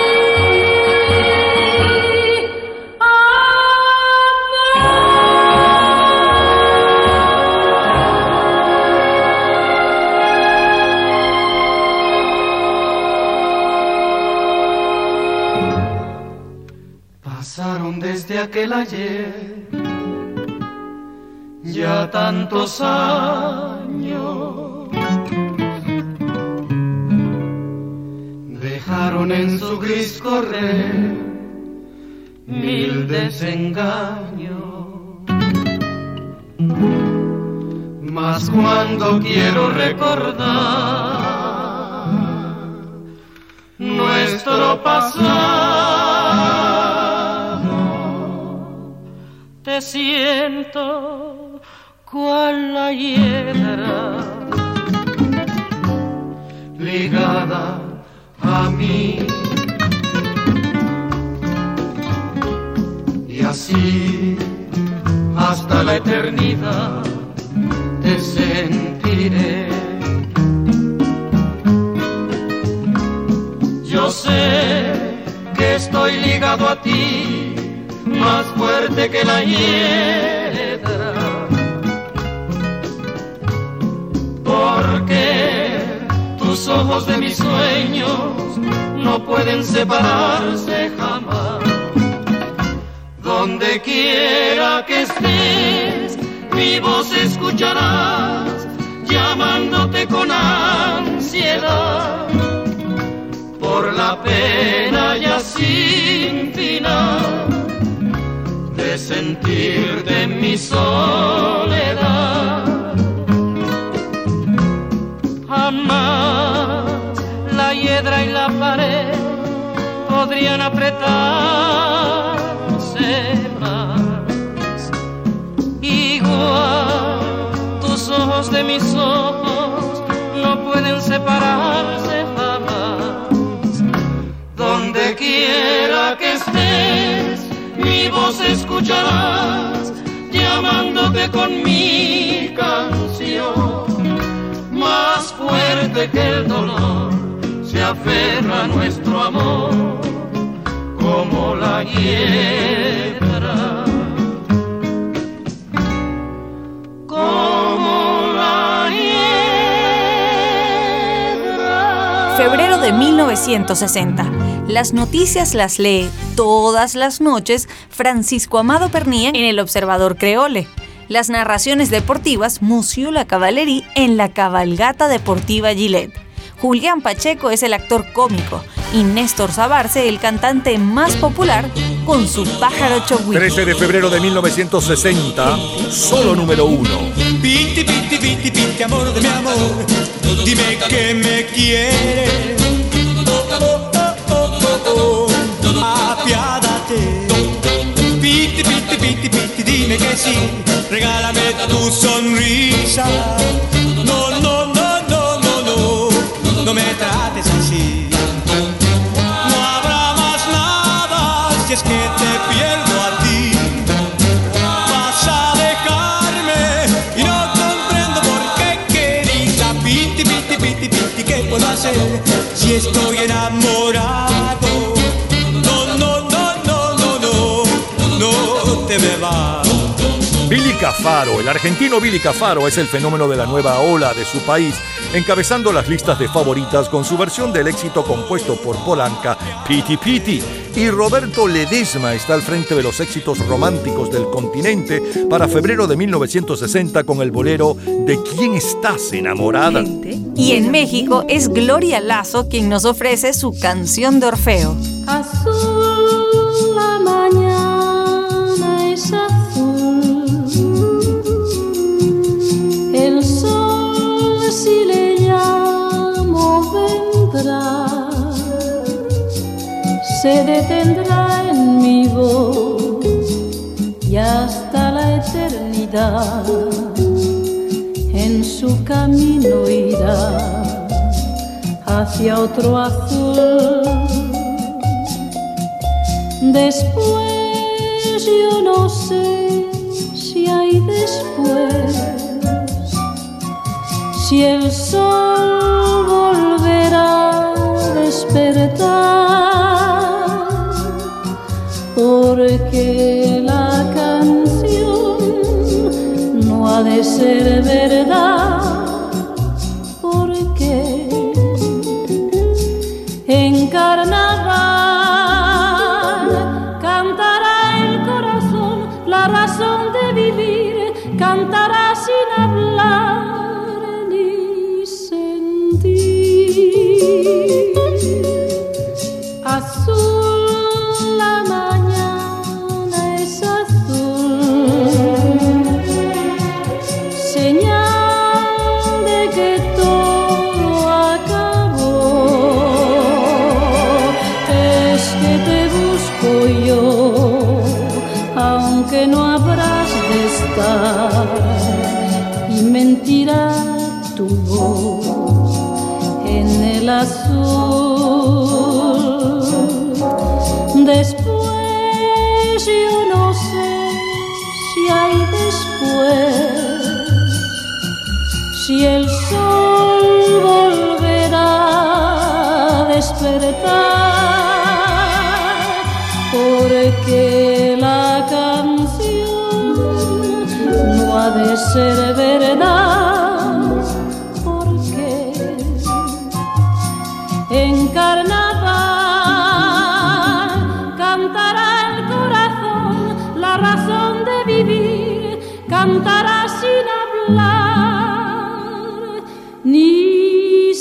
Speaker 6: Pasaron desde aquel ayer ya tantos años, dejaron en su gris correr mil desengaños. Mas cuando quiero recordar nuestro pasado, te siento cual la hiedra ligada a mí, y así hasta la eternidad te sentiré. Yo sé que estoy ligado a ti, más fuerte que la hiedra, porque tus ojos de mis sueños no pueden separarse jamás. Donde quiera que estés, mi voz escucharás, llamándote con ansiedad, por la pena ya sin final de sentirte en mi soledad. Jamás la hiedra y la pared podrían apretarse más. Igual tus ojos de mis ojos no pueden separarse jamás. Donde quiera que estés, mi voz escucharás, llamándote con mi canción. Más fuerte que el dolor se aferra a nuestro amor, como la hiedra, como la hiedra.
Speaker 8: Febrero de mil novecientos sesenta. Las noticias las lee todas las noches Francisco Amado Pernía en El Observador Creole. Las narraciones deportivas Monsieur la Cavalerie en la cabalgata deportiva Gillette. Julián Pacheco es el actor cómico y Néstor Sabarce el cantante más popular con su pájaro chogüí.
Speaker 4: trece de febrero de mil novecientos sesenta, solo número uno.
Speaker 18: Piti, piti, piti, piti, amor de mi amor, dime que me quieres. Oh, oh, oh, oh, oh, apiádate. Piti, piti, piti, piti, dime que sí, regálame tu sonrisa. No, no, no, no, no, no, no me trates así. No habrá más nada si es que te pierdo a ti. Vas a dejarme y no comprendo por qué, querida. Piti, piti, piti, piti, ¿qué puedo hacer si estoy enamorado? No, no, no, no, no, no, no te me vas.
Speaker 4: Billy Cafaro, el argentino Billy Cafaro es el fenómeno de la nueva ola de su país, encabezando las listas de favoritas con su versión del éxito compuesto por Polanca, Piti Piti. Y Roberto Ledesma está al frente de los éxitos románticos del continente para febrero de mil novecientos sesenta con el bolero ¿De quién estás enamorada?
Speaker 8: Y en México es Gloria Lazo quien nos ofrece su canción de Orfeo.
Speaker 13: Azul la mañana es azul, el sol si le llamo vendrá, se detendrá en mi voz y hasta la eternidad en su camino irá hacia otro azul. Después yo no sé si hay después, si el sol volverá a despertar, porque la canción no ha de ser verdad, porque en carnaval cantará el corazón la razón de vivir, cantará sin hablar ni sentir. Azul la mañana es azul, señal de que todo acabó. Es que te busco yo, aunque no habrás de estar, y mentirá tu voz en el azul. Después yo no sé si hay después, si el sol volverá a despertar, porque la canción no ha de ser verdad, porque en carnaval cantará el corazón la cantará sin hablar ni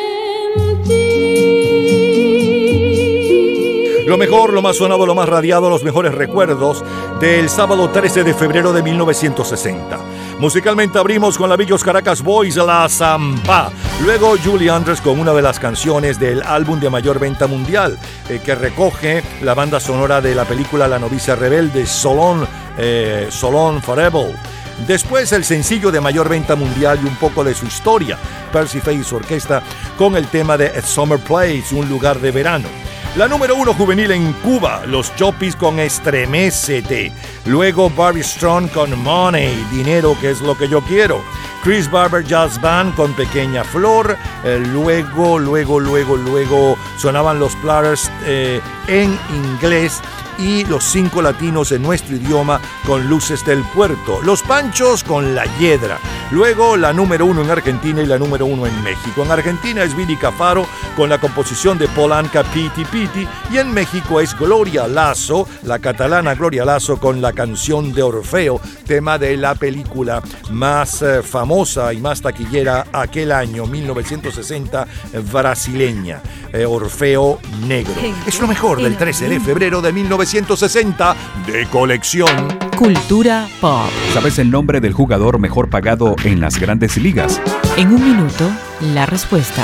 Speaker 13: sentir.
Speaker 4: Lo mejor, lo más sonado, lo más radiado, los mejores recuerdos del sábado trece de febrero de mil novecientos sesenta. Musicalmente abrimos con la Villos Caracas Boys, La Zamba. Luego Julie Andrews con una de las canciones del álbum de mayor venta mundial, eh, que recoge la banda sonora de la película La novicia rebelde, Solon, eh, Solon Forever. Después el sencillo de mayor venta mundial y un poco de su historia, Percy Faith y su orquesta, con el tema de A Summer Place, un lugar de verano. La número uno juvenil en Cuba, los Chopis con Estremécete. Luego Barbie Strong con Money, dinero que es lo que yo quiero. Chris Barber Jazz Band con Pequeña Flor. Eh, luego, luego, luego, luego sonaban los Platters eh, en inglés. Y los cinco latinos en nuestro idioma con Luces del Puerto. Los Panchos con La Hiedra. Luego la número uno en Argentina y la número uno en México. En Argentina es Billy Cafaro con la composición de Polanca Piti Piti. Y en México es Gloria Lasso, la catalana Gloria Lasso, con la canción de Orfeo, tema de la película más eh, famosa y más taquillera aquel año, mil novecientos sesenta, eh, brasileña. Eh, Orfeo Negro. Es lo mejor del trece de febrero de mil novecientos sesenta de colección.
Speaker 1: Cultura pop.
Speaker 10: ¿Sabes el nombre del jugador mejor pagado en las grandes ligas?
Speaker 1: En un minuto, la respuesta.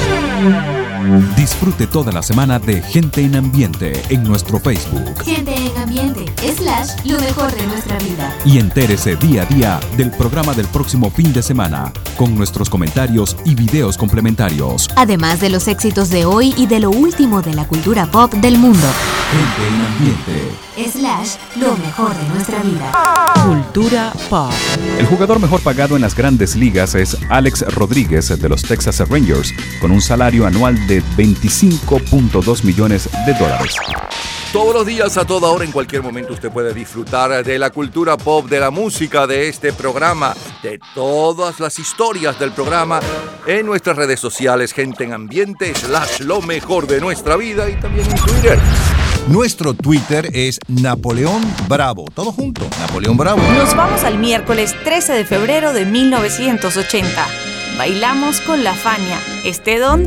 Speaker 7: Disfrute toda la semana de Gente en Ambiente en nuestro Facebook.
Speaker 15: Gente en Ambiente, slash, lo mejor de nuestra vida.
Speaker 7: Y entérese día a día del programa del próximo fin de semana, con nuestros comentarios y videos complementarios.
Speaker 15: Además de los éxitos de hoy y de lo último de la cultura pop del mundo.
Speaker 7: Gente en Ambiente,
Speaker 15: slash, lo mejor de nuestra vida.
Speaker 1: Cultura pop.
Speaker 10: El jugador mejor pagado en las grandes ligas es Alex Rodríguez de los Texas Rangers, con un salario anual de veinticinco punto dos millones de dólares.
Speaker 4: Todos los días, a toda hora, en cualquier momento, usted puede disfrutar de la cultura pop, de la música, de este programa, de todas las historias del programa en nuestras redes sociales, Gente en Ambiente, slash lo mejor de nuestra vida, y también en Twitter. Nuestro Twitter es Napoleón Bravo. Todo junto, Napoleón Bravo.
Speaker 8: Nos vamos al miércoles trece de febrero de mil novecientos ochenta. Bailamos con la Fania. ¿Esté dónde?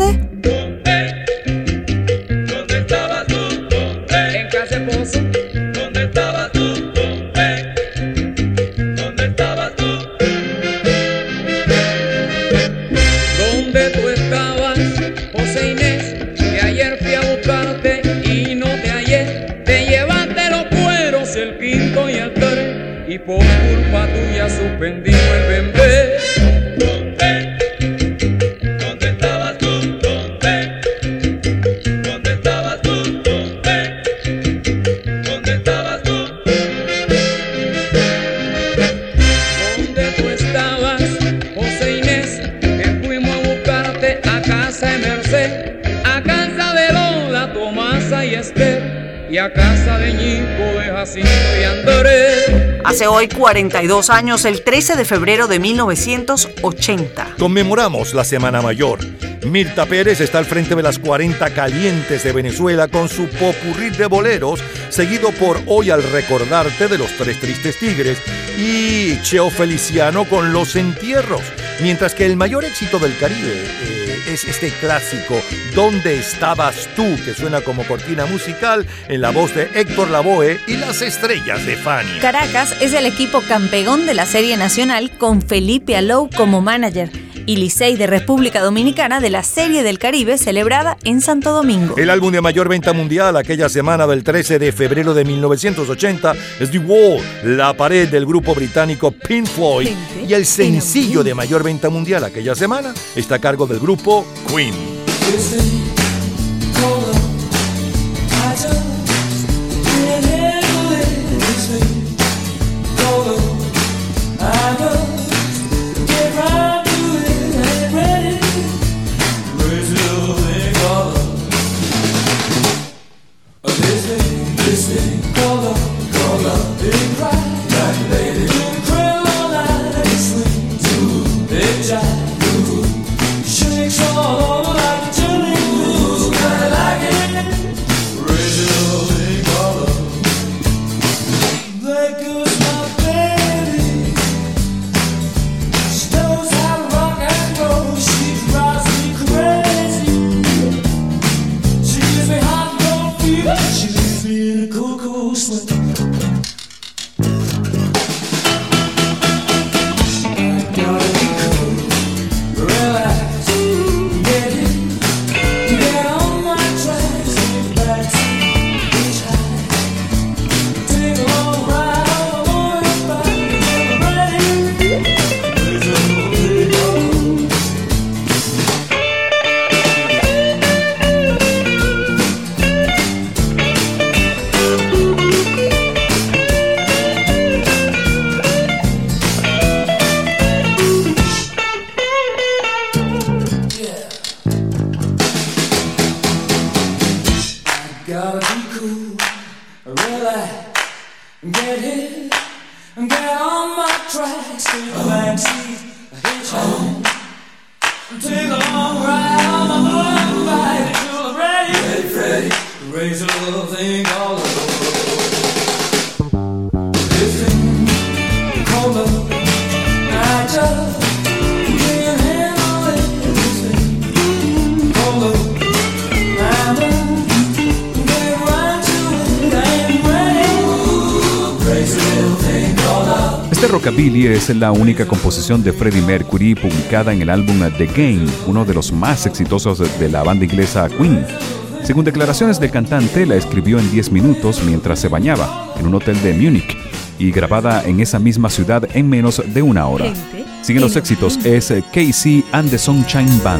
Speaker 18: ¿Dónde estabas tú? En Casa Pozo. ¿Dónde estabas tú? ¿Dónde estabas tú? ¿Dónde tú estabas, José Inés? Que ayer fui a buscarte y no te hallé. Te llevaste los cueros, el quinto y el tres, y por culpa tuya suspendimos el bembé. Y a casa de Ñico, de Jacinto y Andrés.
Speaker 2: Hace hoy cuarenta y dos años, el trece de febrero de mil novecientos ochenta.
Speaker 4: Conmemoramos la Semana Mayor. Mirta Pérez está al frente de las cuarenta calientes de Venezuela con su popurrí de boleros, seguido por Hoy al recordarte de los Tres Tristes Tigres y Cheo Feliciano con Los Entierros. Mientras que el mayor éxito del Caribe eh, es este clásico ¿Dónde estabas tú?, que suena como cortina musical en la voz de Héctor Lavoe y las estrellas de Fania.
Speaker 8: Caracas es el equipo campeón de la Serie Nacional con Felipe Alou como manager y Licey de República Dominicana de la Serie del Caribe celebrada en Santo Domingo.
Speaker 4: El álbum de mayor venta mundial aquella semana del trece de febrero de mil novecientos ochenta es The Wall, La Pared, del grupo británico Pink Floyd, y el sencillo de mayor venta mundial aquella semana está a cargo del grupo Queen.
Speaker 18: Shakes all over like a jelly. hear the cuckoo swing. Gotta be cool, relax, get in, get on my tracks, backseat, hitchhike, take a long ride on the morning bike, get ready, raise a little big road. Gotta be cool, relax, get hit, get on my tracks, take a backseat, hitchhike, take a long ride on my motorbike until I'm ready, ready, ready, raise a little thing called love. This thing called love, I just can't handle it. This thing called love, I'm done.
Speaker 10: Este rockabilly es la única composición de Freddie Mercury publicada en el álbum The Game, uno de los más exitosos de la banda inglesa Queen. Según declaraciones del cantante, la escribió en diez minutos mientras se bañaba en un hotel de Múnich y grabada en esa misma ciudad en menos de una hora. Siguen los éxitos, es Casey and the Sunshine Band.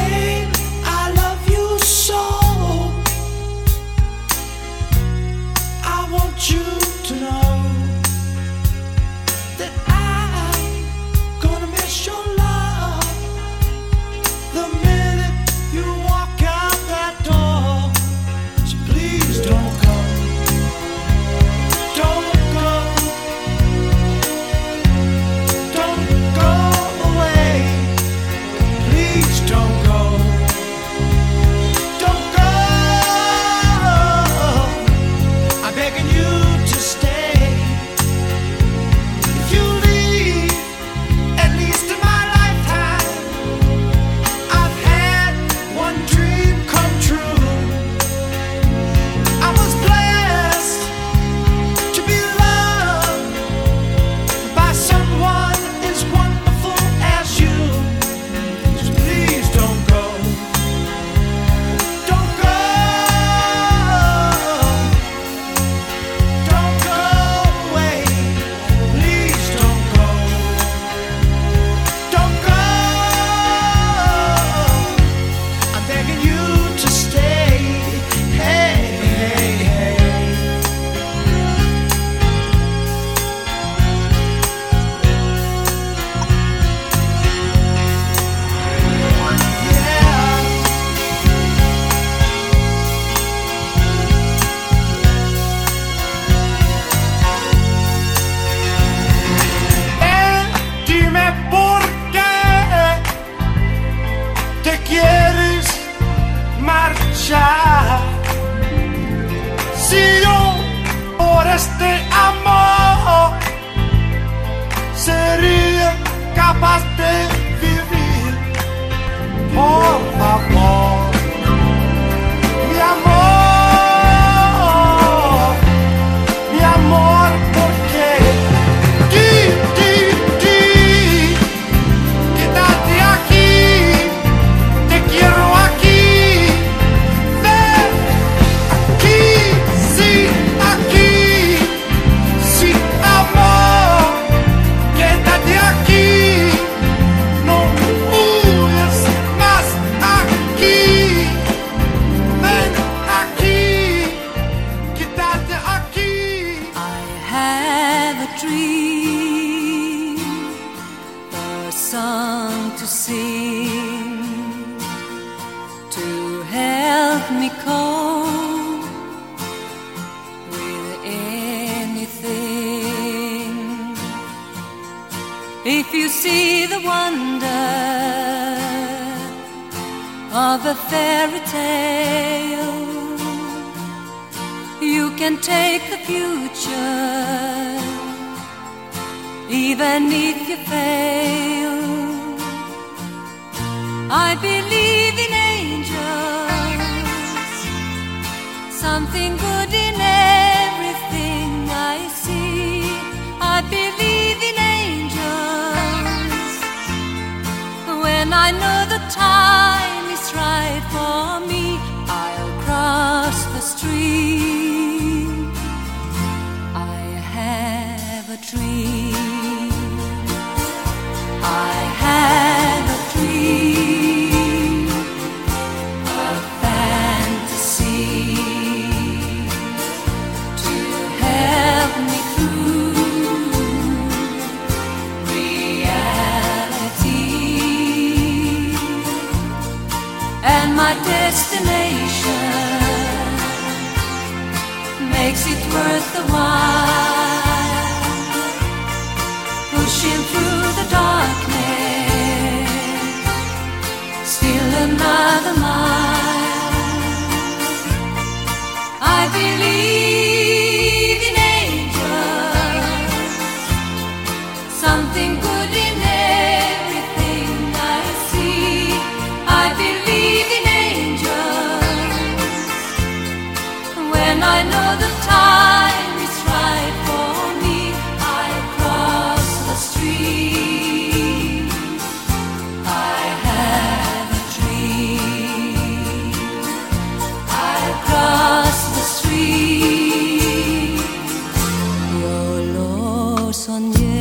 Speaker 11: If you see the wonder of a fairy tale, you can take the future, even if you fail. I believe in angels, something good in it. makes it worth the while. Pushing through the darkness, still another mile. I believe in angels, something good in everything I see. I believe in angels when I know the time is right for me. I cross the street, I have a dream. I cross the street, yo lo soñé.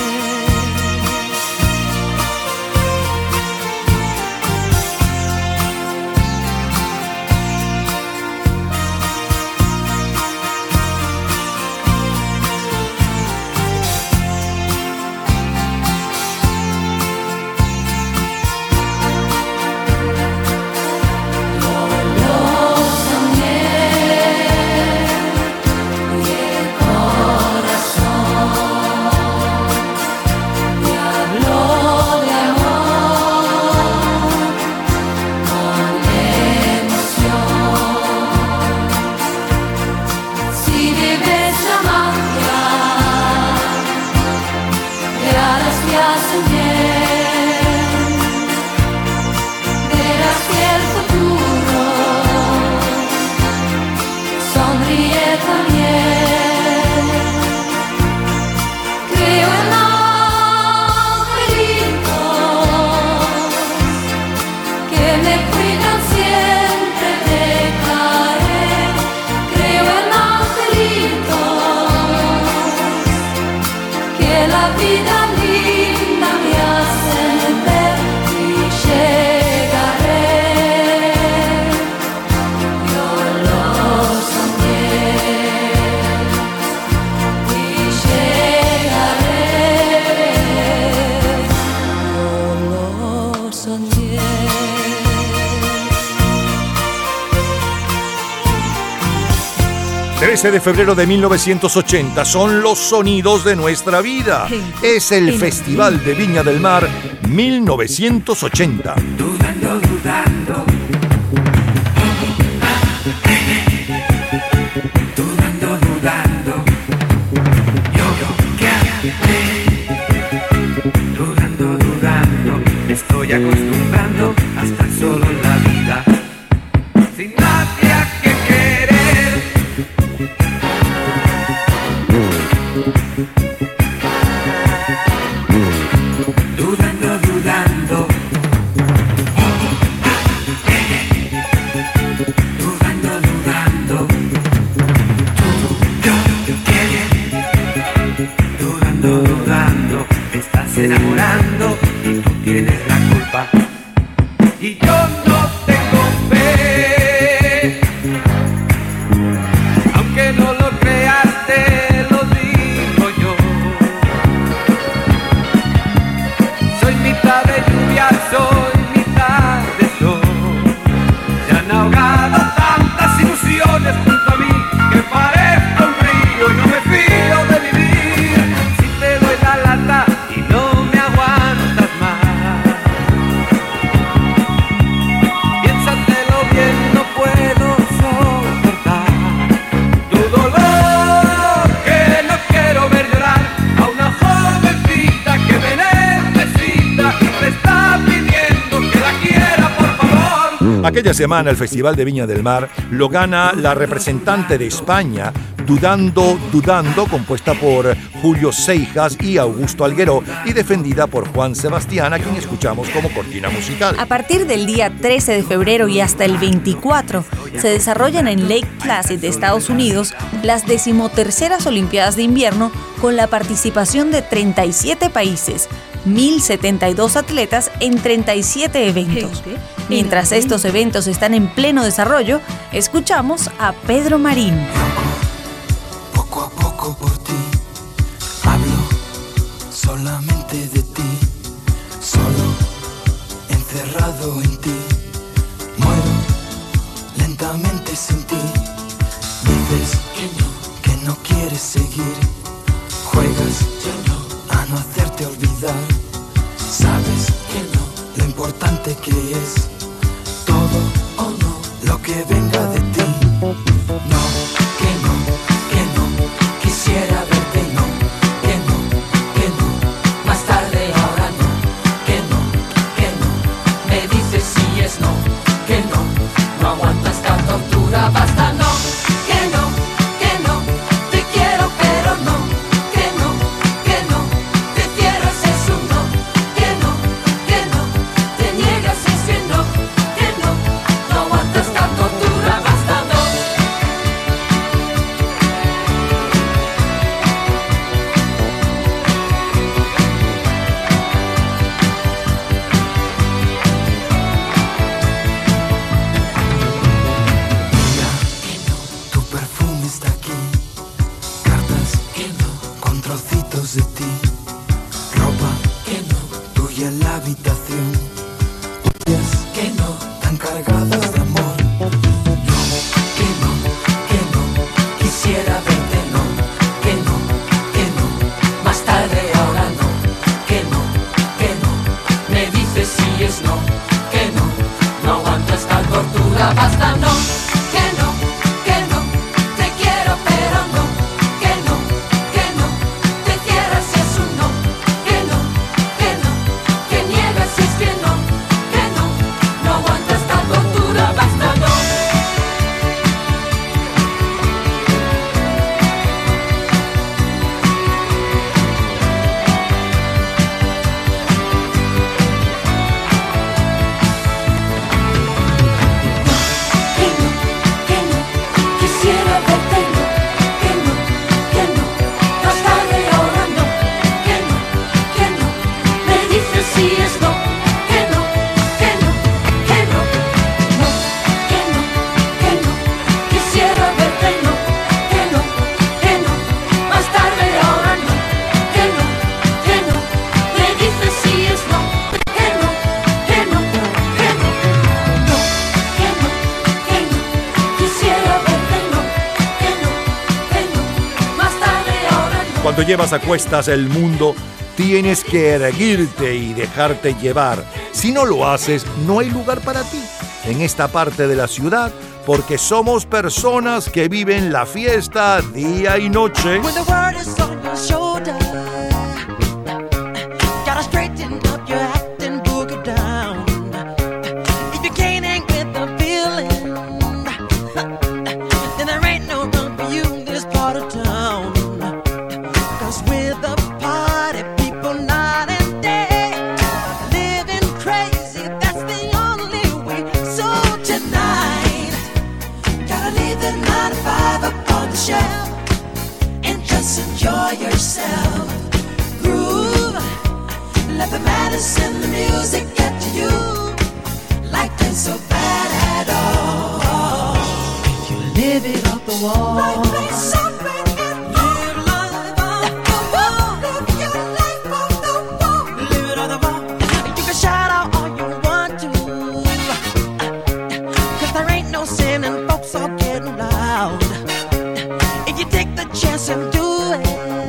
Speaker 4: trece de febrero de mil novecientos ochenta son los sonidos de nuestra vida. Es el Festival de Viña del Mar mil novecientos ochenta.
Speaker 18: Dudando, dudando. Dudando, dudando. Yo, ¿qué haré? Dudando, dudando. Me estoy acostumbrando a estar solo en la vida. Sin nadie a quien querer. Dudando, dudando. Dudando, dudando. Tú, yo, ¿qué? Dudando, dudando. Te estás enamorando y tú tienes la culpa. Y yo no tengo fe. Aunque no lo creas, te lo digo yo. Soy mitad de lluvia, soy mitad de sol. Se han ahogado tantas ilusiones junto a mí que parezco un río y no me fío de vivir. Si te doy la lata y no me aguantas más, piénsatelo bien, no puedo soportar tu dolor, que no quiero ver llorar a una jovencita que me necesita y me está pidiendo que la quiera, por favor.
Speaker 4: Aquella semana el Festival de Viña del Mar lo gana la representante de España, Dudando, Dudando, compuesta por Julio Seijas y Augusto Algueró y defendida por Juan Sebastián, a quien escuchamos como cortina musical.
Speaker 8: A partir del día trece de febrero y hasta el veinticuatro se desarrollan en Lake Placid de Estados Unidos las decimoterceras Olimpiadas de Invierno con la participación de treinta y siete países, mil setenta y dos atletas en treinta y siete eventos. Mientras estos eventos están en pleno desarrollo, escuchamos a Pedro Marín.
Speaker 18: Poco a poco por ti, hablo solamente de ti, solo encerrado en ti, muero lentamente sin ti, dices que no.
Speaker 4: Cuando llevas a cuestas el mundo, tienes que erguirte y dejarte llevar. Si no lo haces, no hay lugar para ti en esta parte de la ciudad, porque somos personas que viven la fiesta día y noche.
Speaker 18: When the world is on your shoulder, gotta straighten up your act and boogie down. If you can't hang with the feeling, then there ain't no room for you in this part of town. Cause we're the party people night and day, living crazy, that's the only way. So tonight, gotta leave the nine to five up on the shelf and just enjoy yourself. Groove, let the madness and the music get to you. Life ain't so bad at all. You live it off the wall. Life ain't so bad at all. Live life off the wall. Live your life off the wall. Live it off the wall. You can shout out all you want to, cause there ain't no sin and folks are getting loud. If you take the chance and do it,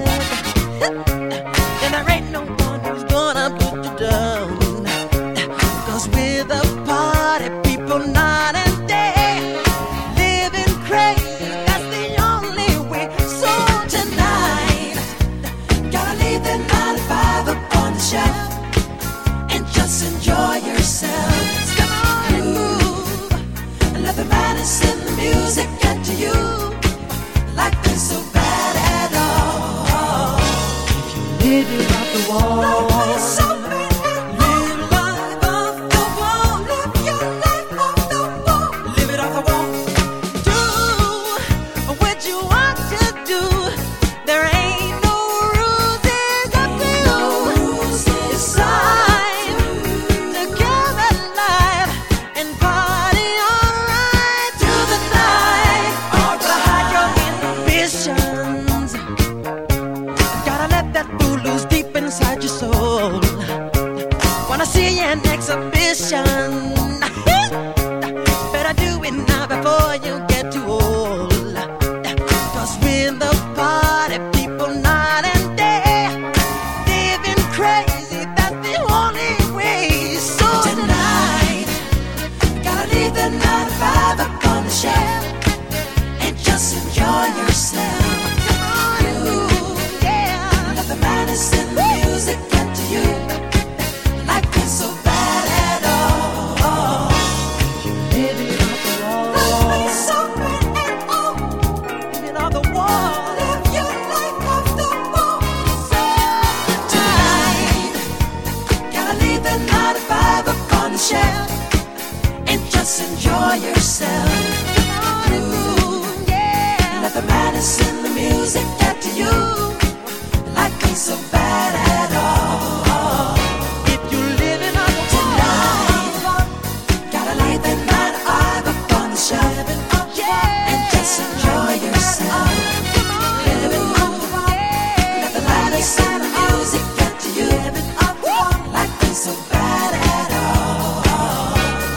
Speaker 18: then there ain't no one who's gonna put you down. Cause we're the party people night and day, living crazy, that's the only way. So tonight, gotta leave the nine to five up on the shelf and just enjoy yourself. Come on, move, and let the madness and the music get to you. Life ain't so bad at all. If you live it off the wall. Life ain't so bad at all. Live life off the wall. Live your life off the wall. Live it off the wall. Do what you want to do. There ain't no rules, it's up to you. It's time to come alive and party alright through the night. Or to hide your ambitions. Gotta let that fool loose deep inside your soul. Wanna see an exhibition? Better do it now before you get too old. Cause we're the party people night and day, living crazy, that's the only way. So tonight, gotta leave the nine to five up on the shelf and just enjoy yourself. Come on, you, yeah. Let the madness and the music get to you. Life ain't so bad at all. You live it off the wall. Life ain't so bad at all. Live it off the wall. Live your life off the wall. So tonight, gotta leave the nine to five up on the shelf and just enjoy yourself. Groove, yeah. Let the madness and the music get to you. Life ain't so bad at all. If you're living on the tonight, gotta leave the nine to five up on the shelf and just enjoy yourself. Living on the wall. Let the madness and the music get to you. Life ain't so bad at all.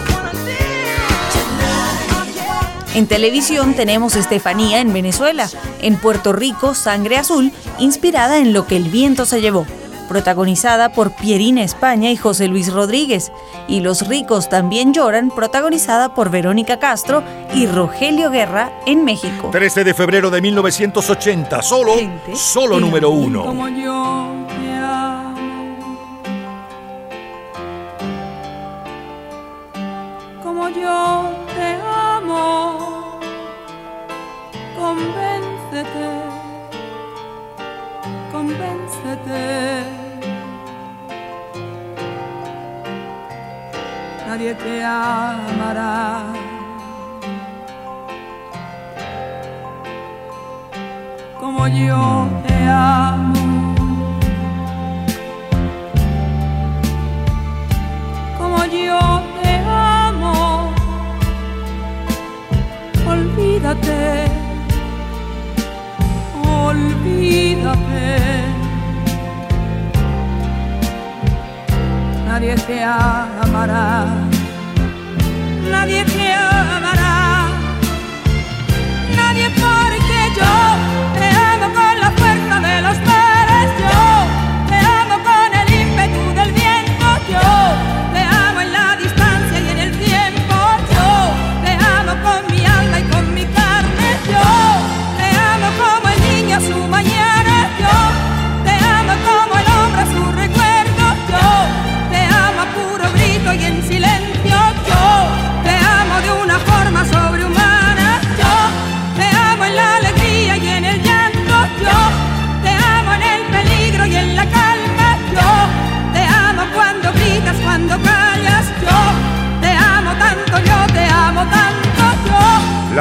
Speaker 18: Tonight.
Speaker 8: En televisión tenemos Estefanía en Venezuela, en Puerto Rico Sangre Azul, inspirada en Lo que el viento se llevó, protagonizada por Pierina España y José Luis Rodríguez, y Los ricos también lloran, protagonizada por Verónica Castro y Rogelio Guerra en México.
Speaker 4: trece de febrero de mil novecientos ochenta, solo, solo número uno.
Speaker 13: Como yo te amo, como yo te amo, convéncete, convéncete. Nadie te amará como yo te amo, como yo te amo. Olvídate, olvídate. Nadie te amará, nadie te amará, nadie, porque yo te amo con la fuerza de los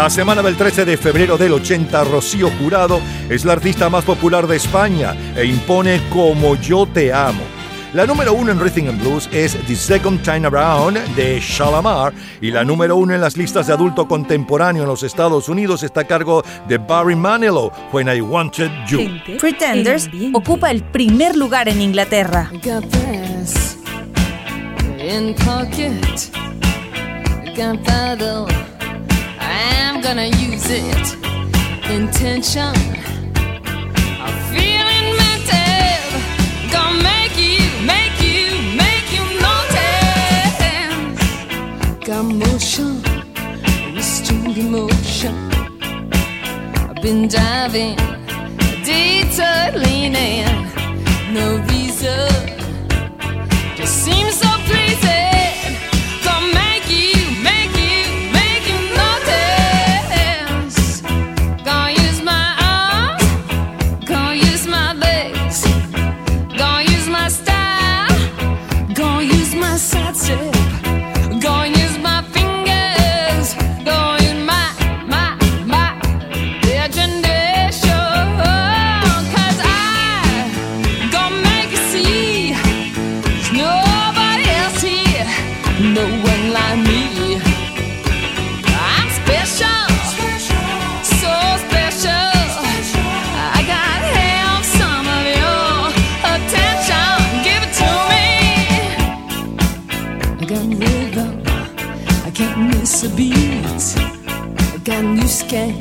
Speaker 4: La semana del trece de febrero del ochenta, Rocío Jurado es la artista más popular de España e impone Como yo te amo. La número uno en Rhythm and Blues es The Second Time Around de Shalamar y la número uno en las listas de adulto contemporáneo en los Estados Unidos está a cargo de Barry Manilow, When I Wanted You.
Speaker 8: Pretenders ocupa el primer lugar en Inglaterra.
Speaker 13: Got this in pocket, got that oh, I'm gonna use it. Intention, I'm feeling mental, gonna make you, make you, make you notice. Got motion, restrained emotion. I've been diving, detour leaning, no reason. Just seems so pleasing. Gonna make you, make you, make you notice. Gonna use my arms, gonna use my legs, gonna use my style, gonna use my side step, gonna use my fingers, gonna use my, my, my imagination. 'Cause I gonna make you see. Nobody else here, no one like me. I'm special, so special. I gotta have some of your attention. Give it to me. I got rhythm, I can't miss a beat. I got new skank,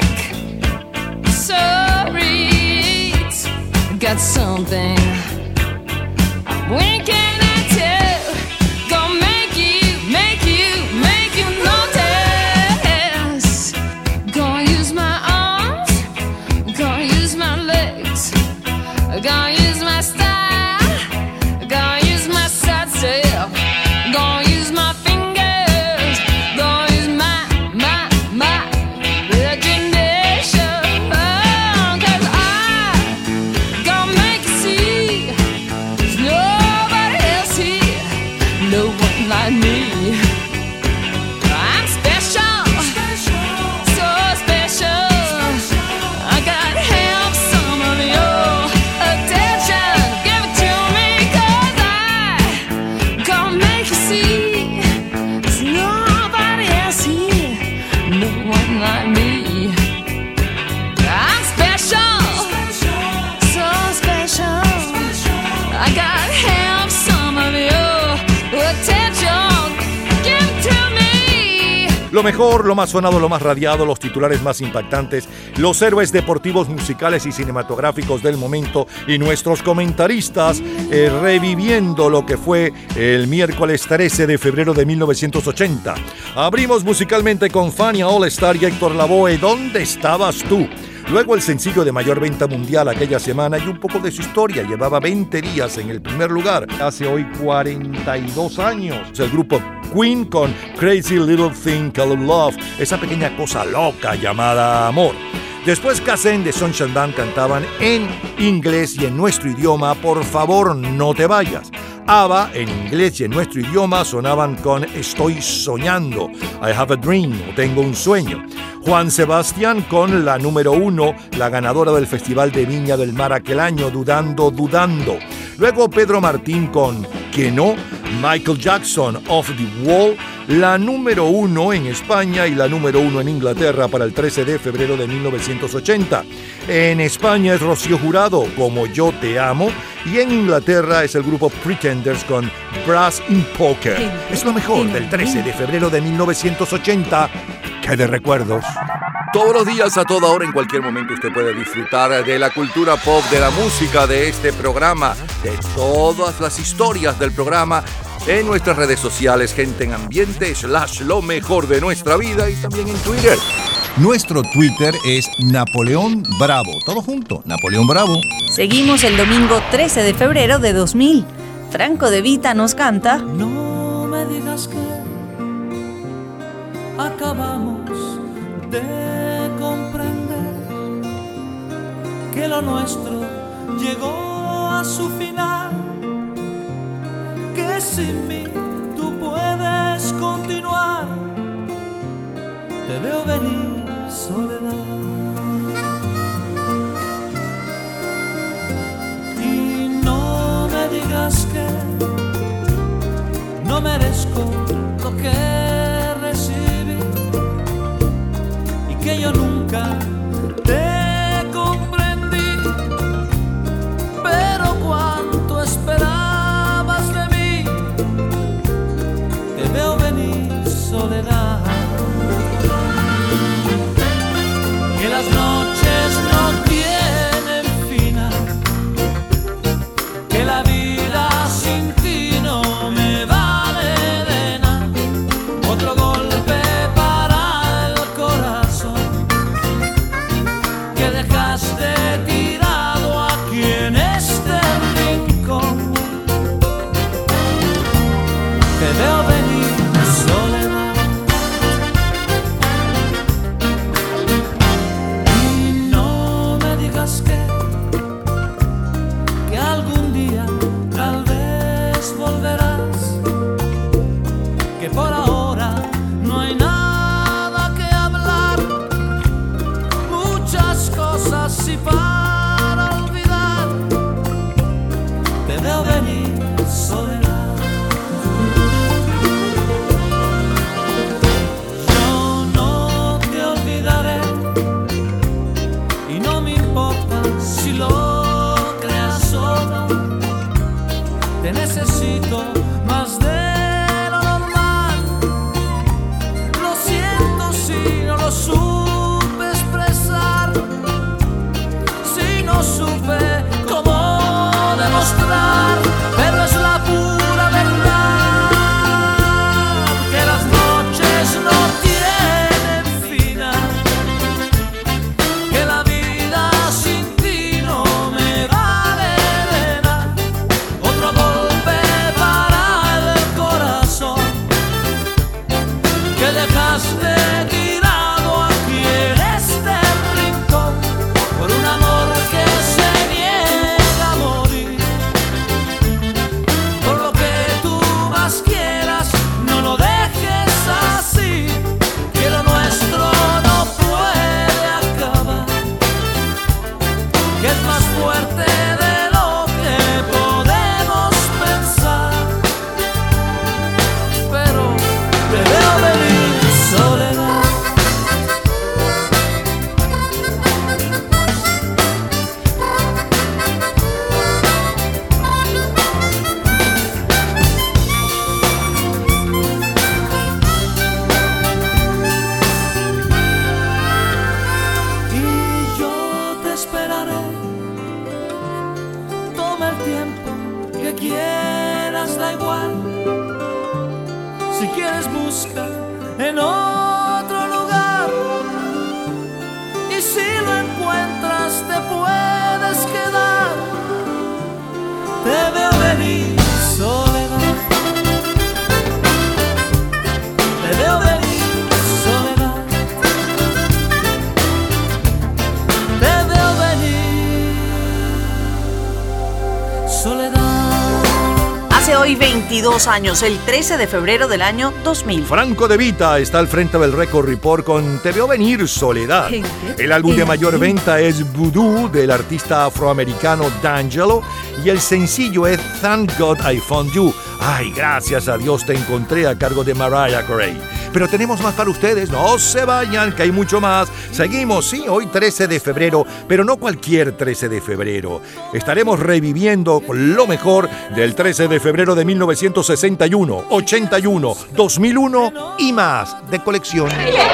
Speaker 13: so reach. I got something winking. Gonna use my style, gonna use my side step, gonna use my fingers, gonna use my, my, my imagination. Oh, 'cause I gonna make you see. There's nobody else here, no one like me. I'm special, so special. I gotta have some of your attention, give it to me, 'cause I gonna make you see. There's nobody else here, no one like me. I'm special, so special. I gotta have some of your attention, give it to me.
Speaker 4: Lo mejor, lo más sonado, lo más radiado, los titulares más impactantes, los héroes deportivos, musicales y cinematográficos del momento y nuestros comentaristas eh, reviviendo lo que fue el miércoles trece de febrero de mil novecientos ochenta. Abrimos musicalmente con Fania All Star y Héctor Lavoe, ¿Dónde estabas tú? Luego el sencillo de mayor venta mundial aquella semana y un poco de su historia. Llevaba veinte días en el primer lugar, hace hoy cuarenta y dos años. El grupo Queen con Crazy Little Thing Called Love, esa pequeña cosa loca llamada amor. Después Kazen de Sunshine Band cantaban en inglés y en nuestro idioma Por favor no te vayas. ABBA en inglés y en nuestro idioma sonaban con Estoy soñando, I have a dream, o Tengo un sueño. Juan Sebastián con la número uno, la ganadora del Festival de Viña del Mar aquel año, Dudando, Dudando. Luego Pedro Martín con Que no, Michael Jackson, Off the Wall, la número uno en España y la número uno en Inglaterra para el trece de febrero de mil novecientos ochenta. En España es Rocío Jurado, Como yo te amo, y en Inglaterra es el grupo Pretenders con Brass in Poker. Es lo mejor del trece de febrero de mil novecientos ochenta. ¡Qué de recuerdos! Todos los días, a toda hora, en cualquier momento, usted puede disfrutar de la cultura pop, de la música, de este programa, de todas las historias del programa en nuestras redes sociales, Gente en Ambiente, slash lo mejor de nuestra vida, y también en Twitter. Nuestro Twitter es Napoleón Bravo. Todo junto, Napoleón Bravo.
Speaker 8: Seguimos el domingo trece de febrero de dos mil. Franco De Vita nos canta
Speaker 14: No me digas que acabamos de comprender que lo nuestro llegó a su final, que sin mí tú puedes continuar. Te veo venir soledad. Y no me digas que no merezco lo que recibí y que yo nunca te comprendí, pero cuánto esperabas de mí, te veo venir, soledad. Que las noches no tienen final, que la vida sin ti no me vale de nada. Otro golpe para el corazón que dejaste tirado aquí en este rincón. Te veo venir, soledad. Que, que algún día tal vez volverás, que por ahora no hay nada que hablar, muchas cosas y para olvidar, te veo venir, soledad. Yo no te olvidaré y no me importa si lo creas o no, te necesito más de lo normal. Lo siento si no lo supe expresar, si no supe cómo demostrar, pero es la pura verdad que las noches no tienen final, que la vida sin ti no me vale de nada. Otro golpe para el corazón que dejaste tirado aquí en este rincón, por un amor que se niega a morir. Por lo que tú más quieras, no lo dejes así, que lo nuestro no puede acabar, que es más fuerte de lo que podemos pensar. Pero te veo venir, soledad. Y yo te esperaré. Toma el tiempo que quieras, da igual. Si quieres busca en otro lugar, y si lo encuentras te puedes quedar. Te veo venir, soledad. Te veo venir, soledad. Te veo venir, soledad.
Speaker 2: Hace hoy veintidós años, el trece de febrero del año dos mil.
Speaker 4: Franco De Vita está al frente del Record Report con Te veo venir, soledad. El álbum de mayor venta es Voodoo del artista afroamericano D'Angelo y el sencillo es Thank God I Found You. Ay, gracias a Dios te encontré, a cargo de Mariah Carey. Pero tenemos más para ustedes, no se vayan, que hay mucho más. Seguimos, sí, hoy trece de febrero, pero no cualquier trece de febrero. Estaremos reviviendo lo mejor del trece de febrero de mil novecientos sesenta y uno, ochenta y uno, dos mil uno y más de colección.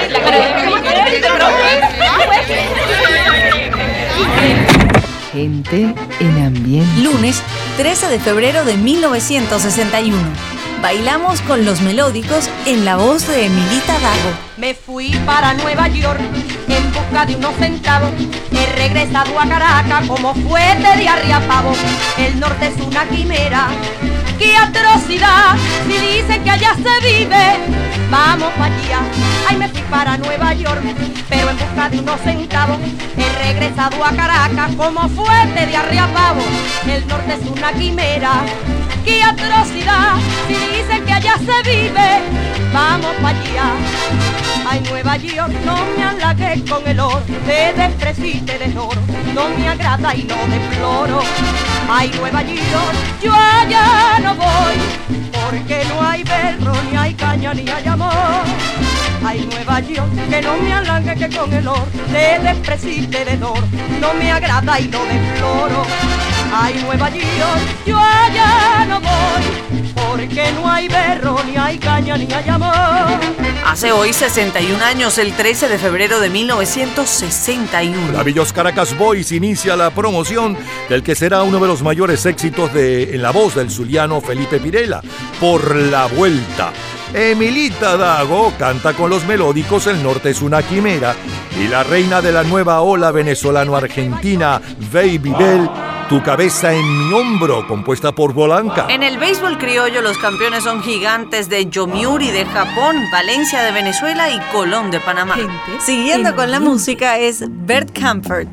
Speaker 1: Gente en ambiente.
Speaker 8: Lunes trece de febrero de mil novecientos sesenta y uno. Bailamos con los melódicos en la voz de Emilita Dago.
Speaker 16: Me fui para Nueva York en busca de unos centavos. He regresado a Caracas como fuerte de arriapavo. El norte es una quimera, qué atrocidad. Si dicen que allá se vive, vamos para allá. Ay, me fui para Nueva York, pero en busca de unos centavos. He regresado a Caracas como fuerte de arriapavo. El norte es una quimera, ¡Qué atrocidad! Si dicen que allá se vive, vamos para allá. Ay, Nueva York, no me halagues con el oro, te despreciste de oro, no me agrada y lo deploro. Ay, Nueva York, yo allá no voy, porque no hay berro, ni hay caña, ni hay amor. Ay, Nueva York, que no me halague que con el oro, te despreciste de oro, no me agrada y lo deploro. Ay, Nueva York, yo allá no voy, porque no hay berro, ni hay caña, ni hay amor.
Speaker 2: Hace hoy sesenta y un años, el trece de febrero de mil novecientos sesenta y uno.
Speaker 4: La Villos Caracas Boys inicia la promoción del que será uno de los mayores éxitos de, en la voz del zuliano Felipe Pirela, Por la Vuelta. Emilita Dago canta con los melódicos El Norte es una quimera y la reina de la nueva ola venezolano-argentina, Baby Bell, Tu cabeza en mi hombro, compuesta por Bolanca.
Speaker 2: En el béisbol criollo, los campeones son Gigantes de Yomiuri de Japón, Valencia de Venezuela y Colón de Panamá. Siguiendo con la música es Bert Kaempfert.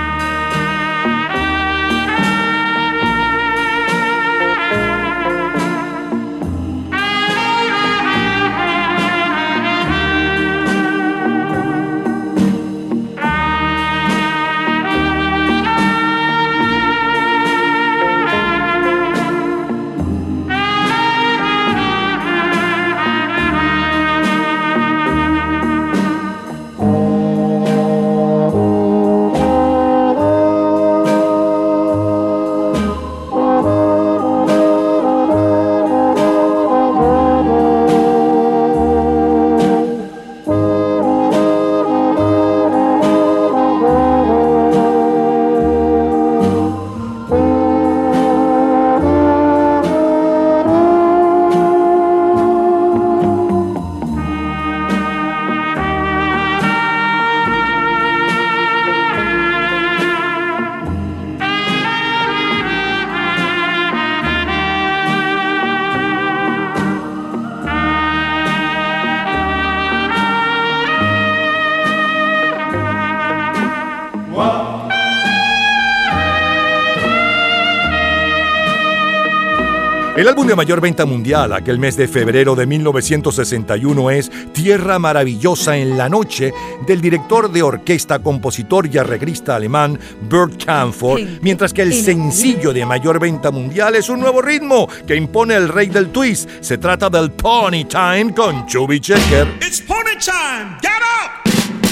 Speaker 4: El álbum de mayor venta mundial aquel mes de febrero de mil novecientos sesenta y uno es Tierra Maravillosa en la Noche, del director de orquesta, compositor y arreglista alemán Bert Kaempfert, mientras que el sencillo de mayor venta mundial es un nuevo ritmo que impone el rey del twist. Se trata del Pony Time con Chubby Checker.
Speaker 18: It's pony time, get up!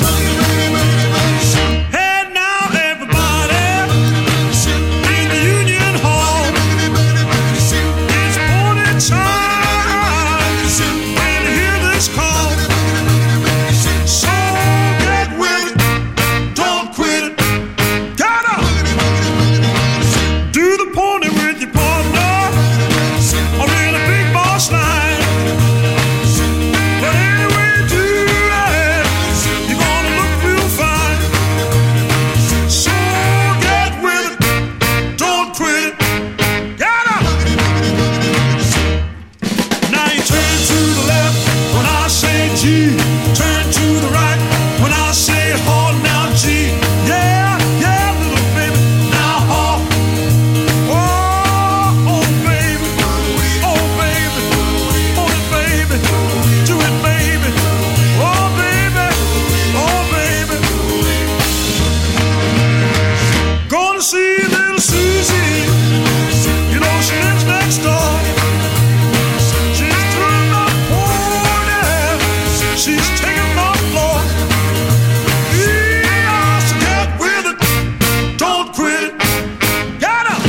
Speaker 18: Hey now everybody in the Union Hall. It's pony time when you hear this call. So get with it, don't quit it, get up! Do the pony with your partner or in a big boss line. But anyway you do it, you're gonna look real fine. So get with it, don't quit it, get up! Now you turn to the left when I say G, turn to the right when I say haw. Now G, yeah, yeah, little baby, now haw. Oh, oh baby, oh baby, oh baby, do it baby, oh baby, oh baby. Gonna see little Susie, you know she lives next door. She's doing my pony, she's taking my floor. Yeah, so get with it, don't quit it, get up!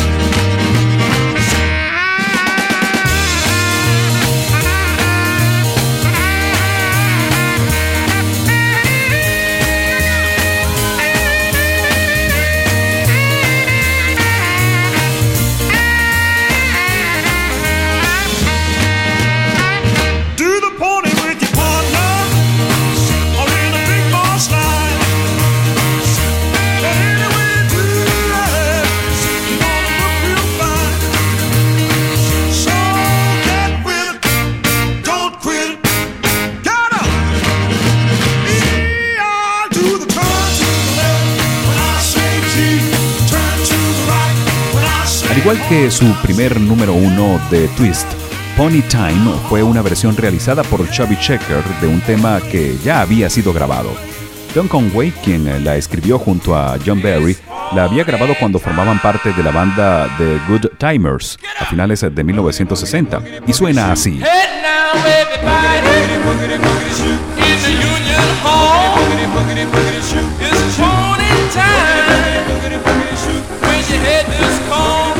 Speaker 10: Al igual que su primer número uno de Twist, Pony Time fue una versión realizada por Chubby Checker de un tema que ya había sido grabado. Don Conway, quien la escribió junto a John Barry, la había grabado cuando formaban parte de la banda The Good Timers a finales de mil novecientos sesenta y suena así.
Speaker 14: Head now, everybody, in the Union Hall. It's pony time. When you head this call,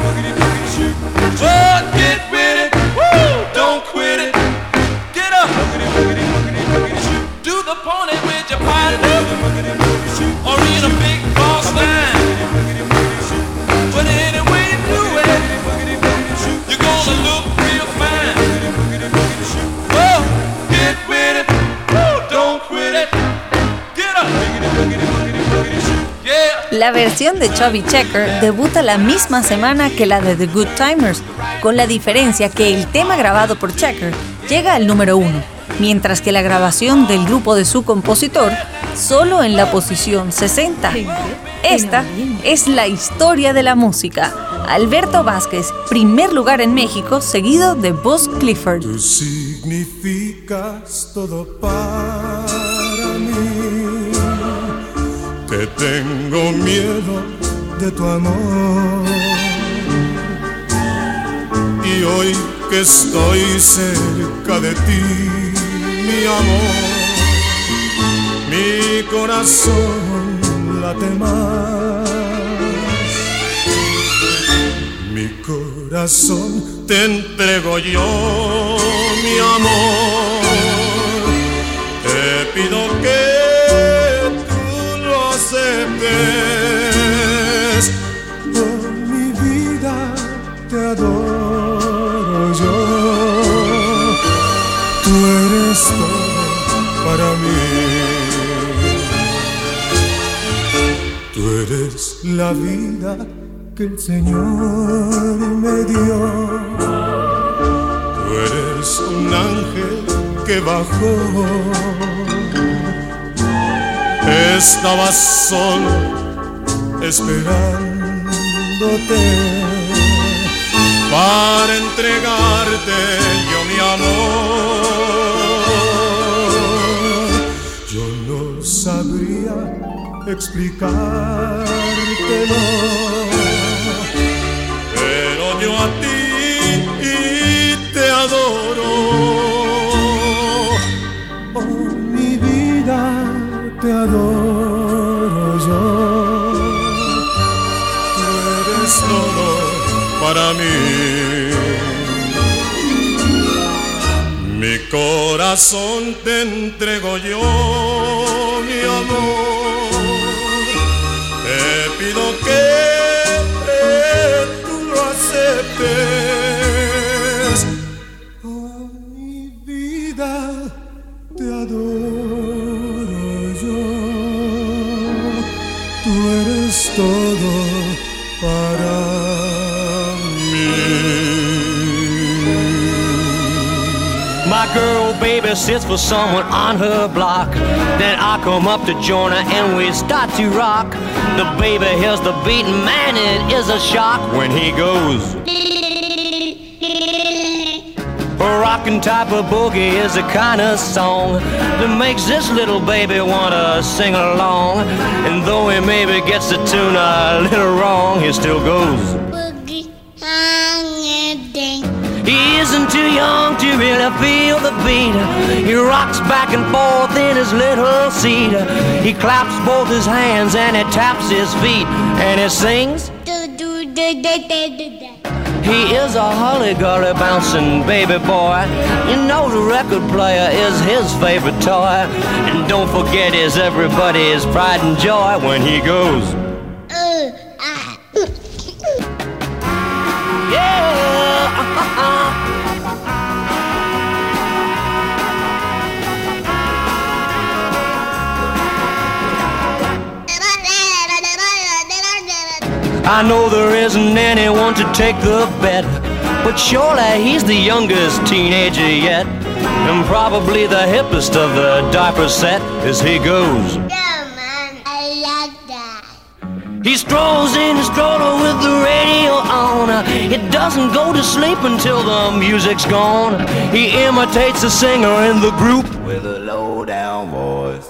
Speaker 14: just get with it. Woo! Don't quit it. Get up. Do the pony with your partner, or in a big boss line. But anyway you do it, you're gonna look real fine. Oh, get with it. Woo! Don't quit it. Get up. Yeah.
Speaker 8: La versión de Chubby Checker debuta la misma semana que la de The Good Timers, con la diferencia que el tema grabado por Checker llega al número uno, mientras que la grabación del grupo de su compositor solo en la posición sesenta. Esta es la historia de la música. Alberto Vázquez, primer lugar en México, seguido de Buzz Clifford.
Speaker 3: Tú significas todo para mí. Te tengo miedo de tu amor. Y hoy que estoy cerca de ti, mi amor, mi corazón late más. Mi corazón te entrego yo, mi amor. Te pido que tú lo aceptes. Por mi vida te adoro yo. Tú eres todo para mí. Tú eres la vida que el Señor me dio. Tú eres un ángel que bajó. Estaba solo esperándote para entregarte yo mi amor. Yo no sabría explicártelo, pero yo a ti te adoro. Oh, mi vida, te adoro yo. Tú eres todo para mí. Mi corazón te entrego yo, mi amor. Te pido que tú lo aceptes. Oh, mi vida, te adoro yo. Tú eres todo para mí.
Speaker 5: My girl baby sits for someone on her block. Then I come up to join her and we start to rock. The baby hears the beat, man, it is a shock when he goes. A rockin' type of boogie is the kind of song that makes this little baby wanna sing along. And though he maybe gets the tune a little wrong, he still goes. He isn't too young to really feel the beat. He rocks back and forth in his little seat. He claps both his hands and he taps his feet. And he sings. He is a holly-golly bouncing baby boy. You know the record player is his favorite toy. And don't forget he's everybody's pride and joy when he goes. I know there isn't anyone to take the bet, but surely he's the youngest teenager yet, and probably the hippest of the diaper set as he goes. He strolls in his stroller with the radio on. doesn't go to sleep until the music's gone. He imitates a singer in the group with a low down voice.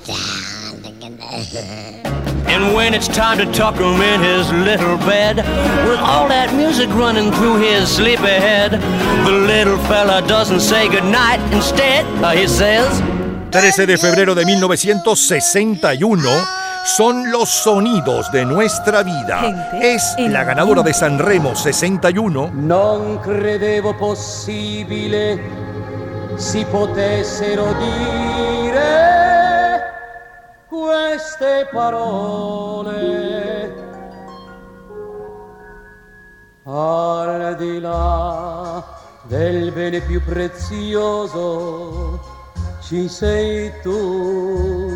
Speaker 5: And when it's time to tuck him in his little bed, with all that music running through his sleepy head, the little fella doesn't say goodnight. Instead, uh, he says...
Speaker 4: trece de febrero de mil novecientos sesenta y uno son los sonidos de nuestra vida. Es la ganadora de Sanremo sesenta y uno.
Speaker 21: Non credevo possibile si potessero dire queste parole. Al di là del bene più prezioso ci sei tu.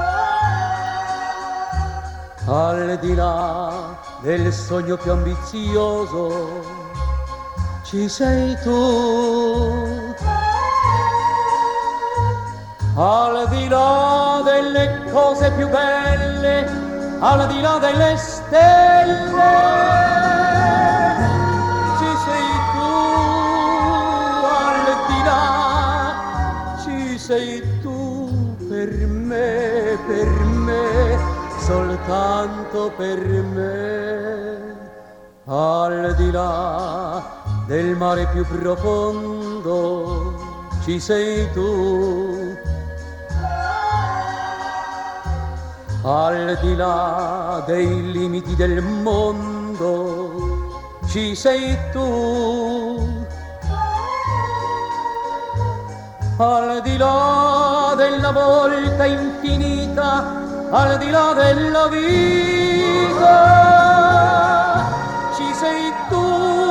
Speaker 21: Al di là del sogno più ambizioso ci sei tu. Al di là delle cose più belle, al di là delle stelle, ci sei tu. Al di là ci sei tu per me, per me, soltanto per me. Al di là del mare più profondo ci sei tu. Al di là dei limiti del mondo ci sei tu. Al di là della volta infinita, al di là della vita ci sei tu.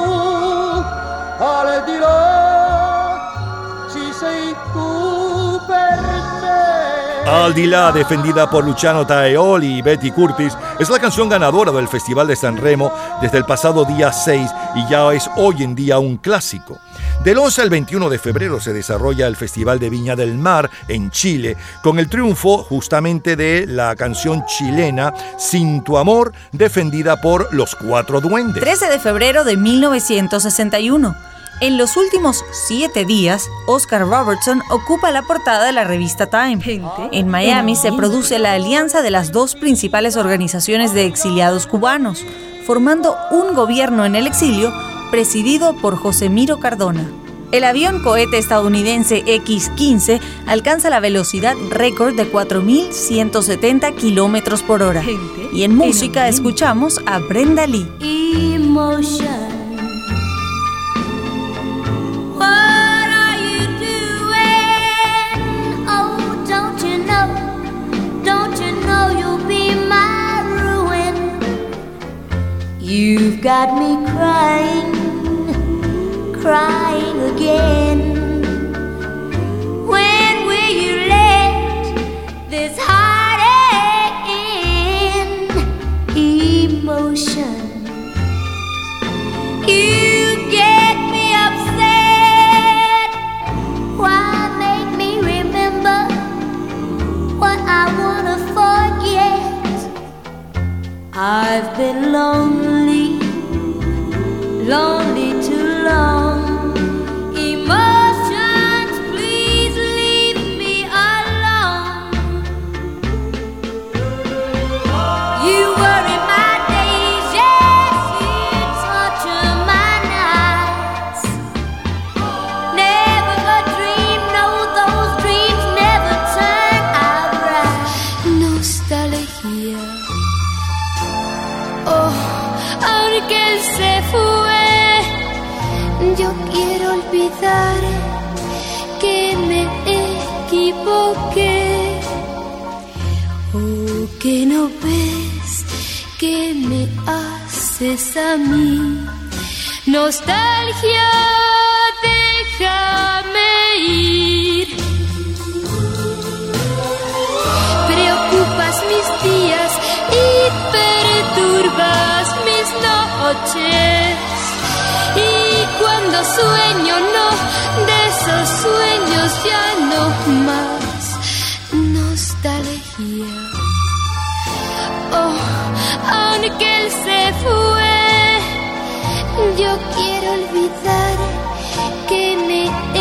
Speaker 21: Al di là ci sei tu per me.
Speaker 4: Al di là, defendida por Luciano Taeoli y Betty Curtis, es la canción ganadora del Festival de Sanremo desde el pasado día seis y ya es hoy en día un clásico. Del once al veintiuno de febrero se desarrolla el Festival de Viña del Mar en Chile, con el triunfo justamente de la canción chilena Sin tu amor, defendida por Los Cuatro Duendes.
Speaker 8: trece de febrero de mil novecientos sesenta y uno. En los últimos siete días, Oscar Robertson ocupa la portada de la revista Time. En Miami se produce la alianza de las dos principales organizaciones de exiliados cubanos, formando un gobierno en el exilio presidido por José Miro Cardona. El avión cohete estadounidense equis quince alcanza la velocidad récord de cuatro mil ciento setenta kilómetros por hora. Y en música escuchamos a Brenda Lee.
Speaker 20: Emotion. What are you doing? Oh, don't you know? Don't you know you'll be my ruin? You've got me crying, crying again. When will you let this heartache in? Emotion. You get me upset. Why make me remember what I wanna forget? I've been lonely, lonely too long. Emotions, please leave me alone. You worry my days, yes, you torture my nights. Never a dream, no, those dreams never turn out right. Nostalgia. Oh, aunque él se fue, yo quiero olvidar que me equivoqué. Oh, que no ves que me haces a mí. Nostalgia, déjame ir. Preocupas mis días y perturbas mis noches. Y cuando sueño, no, de esos sueños ya no más. Nostalgia. Oh, aunque él se fue, Yo quiero olvidar que me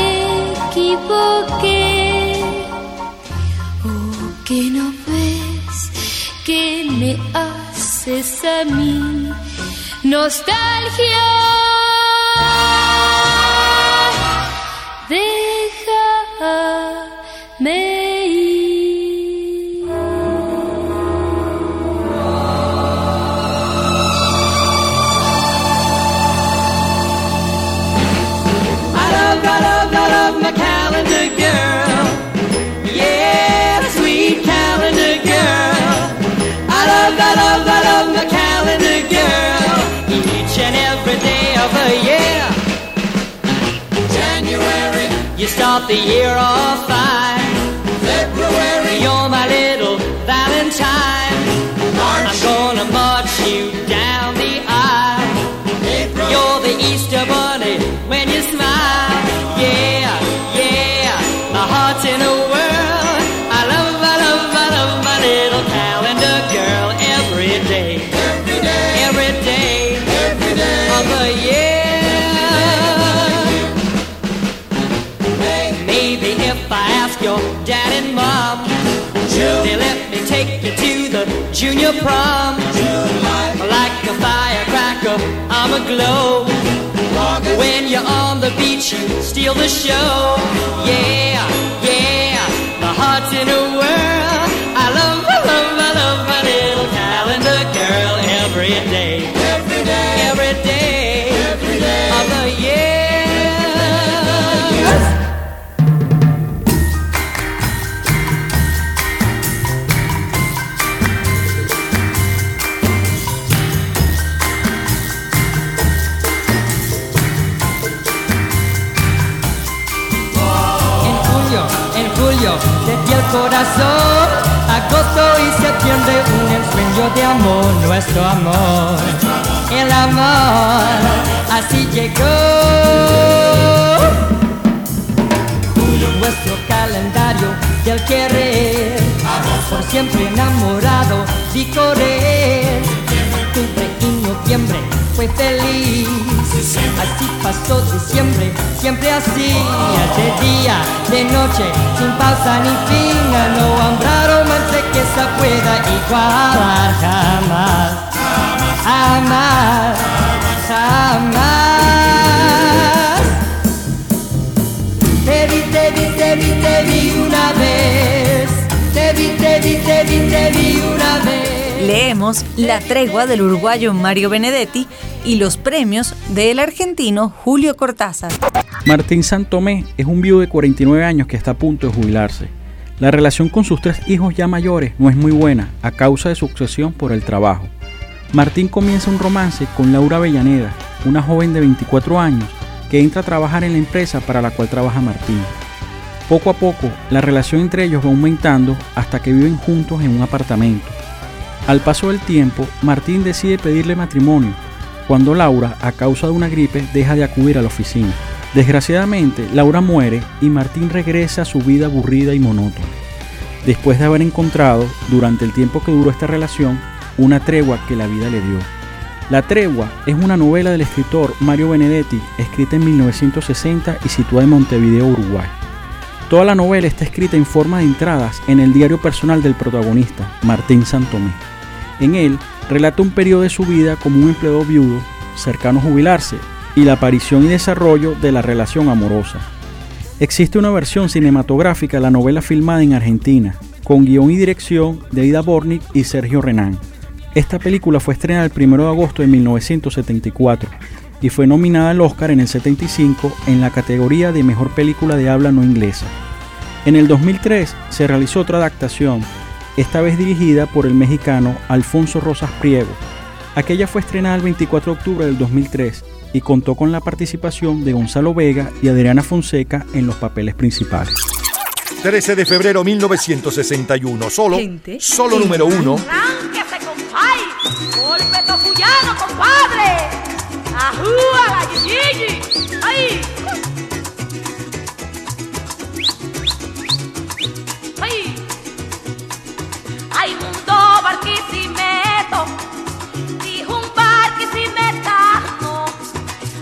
Speaker 20: equivoqué. Oh, que no ves que me haces a mí nostalgia. Déjame ir.
Speaker 14: I love, I love, I love my calendar girl. Yeah, sweet calendar girl. I love, I love, I love my calendar girl. Each and every day of the year. January, you start the year off fine. February, you're my little Valentine. March, I'm gonna march you down the aisle. April, you're the Easter bunny when you smile. Yeah, yeah, my heart's in a whirl. I love, I love, I love my little calendar girl every day. Every day, every day, every day of the year. Maybe if I ask your dad and mom, they let me take you to the junior prom. Like a firecracker, I'm aglow. When you're on the beach, you steal the show. Yeah, yeah, my heart's in a whirl. I love, I love, I love my little calendar girl every day. Every day, every day, every day of the year. Te di el corazón, agosto y septiembre, un ensueño de amor, nuestro amor, el amor, así llegó. Nuestro calendario del querer, por siempre enamorado, vi correr. Octubre y noviembre fue feliz, así pasó diciembre, siempre así, de día, de noche, sin pausa ni fin. No habrá romance que se pueda igualar jamás, jamás, jamás. Te vi, te vi, te vi, te vi una vez, te vi, te vi, te vi, te vi una vez.
Speaker 8: Leemos La tregua del uruguayo Mario Benedetti y los premios del argentino Julio Cortázar.
Speaker 17: Martín Santomé es un viudo de cuarenta y nueve años que está a punto de jubilarse. La relación con sus tres hijos ya mayores no es muy buena a causa de su obsesión por el trabajo. Martín comienza un romance con Laura Avellaneda, una joven de veinticuatro años que entra a trabajar en la empresa para la cual trabaja Martín. Poco a poco, la relación entre ellos va aumentando hasta que viven juntos en un apartamento. Al paso del tiempo, Martín decide pedirle matrimonio, cuando Laura, a causa de una gripe, deja de acudir a la oficina. Desgraciadamente, Laura muere y Martín regresa a su vida aburrida y monótona, después de haber encontrado, durante el tiempo que duró esta relación, una tregua que la vida le dio. La tregua es una novela del escritor Mario Benedetti, escrita en mil novecientos sesenta y situada en Montevideo, Uruguay. Toda la novela está escrita en forma de entradas en el diario personal del protagonista, Martín Santomé. En él, relata un periodo de su vida como un empleado viudo, cercano a jubilarse, y la aparición y desarrollo de la relación amorosa. Existe una versión cinematográfica de la novela filmada en Argentina, con guión y dirección de Ida Bornik y Sergio Renán. Esta película fue estrenada el primero de agosto de mil novecientos setenta y cuatro y fue nominada al Oscar en el setenta y cinco en la categoría de Mejor Película de Habla No Inglesa. En el dos mil tres se realizó otra adaptación, esta vez dirigida por el mexicano Alfonso Rosas Priego. Aquella fue estrenada el veinticuatro de octubre del dos mil tres y contó con la participación de Gonzalo Vega y Adriana Fonseca en los papeles principales.
Speaker 4: trece de febrero de mil novecientos sesenta y uno, solo,
Speaker 8: Gente.
Speaker 4: solo número uno.
Speaker 16: ¡Ránquese, compay! ¡Golpe tofuyano, compadre! ¡Ajúa, la yiyiji! ¡Ay! ¡Ay! ¡Ay, mundo barquisimeto! Dijo un barquisimetano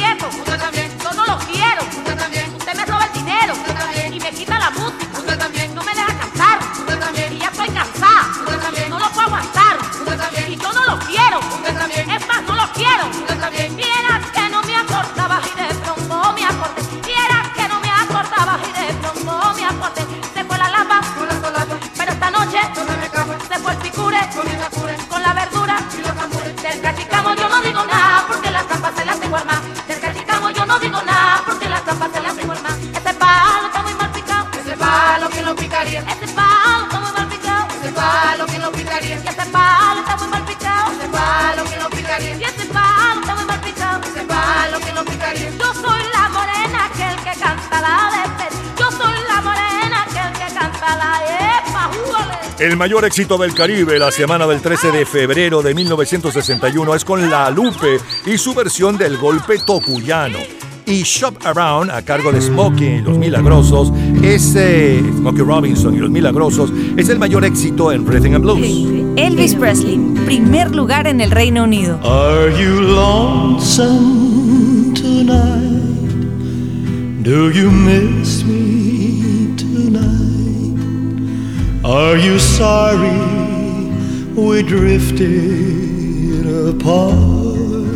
Speaker 16: aprieto. Usted también. Yo no lo quiero. Usted también. Usted me roba el dinero. Usted también. Y me quita la música. Usted también. No me deja cantar. Usted también. Y ya estoy cansada. Usted también. No lo puedo aguantar. Usted también. Y yo no lo quiero. Usted también. Es más, no lo quiero. Usted también. Viera que no me acordaba y de pronto me acordé. Viera que no me acordaba y de pronto me acordé. Se fue la lapa. Pero esta noche se fue el picure. Con la verdura. Del cachicamo yo no digo nada porque las trampas se las tengo armadas. Del cachicamo yo no digo nada porque las trampas se las tengo armadas. Ese palo está muy mal picado. Ese palo que lo picaría. Ese palo está muy mal picado. Ese palo que lo picaría. Y ese palo está muy mal picado. Ese palo que lo picaría. Y ese palo está muy mal picado. Ese palo que lo picaría. Yo soy la morena que el que canta la de pez. Yo soy la morena que el que canta la epa. ¡Júale!
Speaker 4: El mayor éxito del Caribe, la semana del trece de febrero de mil novecientos sesenta y uno, es con La Lupe y su versión del golpe tocuyano. Y Shop Around, a cargo de Smokey y Los Milagrosos, es, eh, Smokey Robinson y Los Milagrosos, es el mayor éxito en Rhythm and Blues.
Speaker 8: Elvis Presley, primer lugar en el Reino Unido.
Speaker 18: Are you lonesome tonight? Do you miss me tonight? Are you sorry we drifted apart?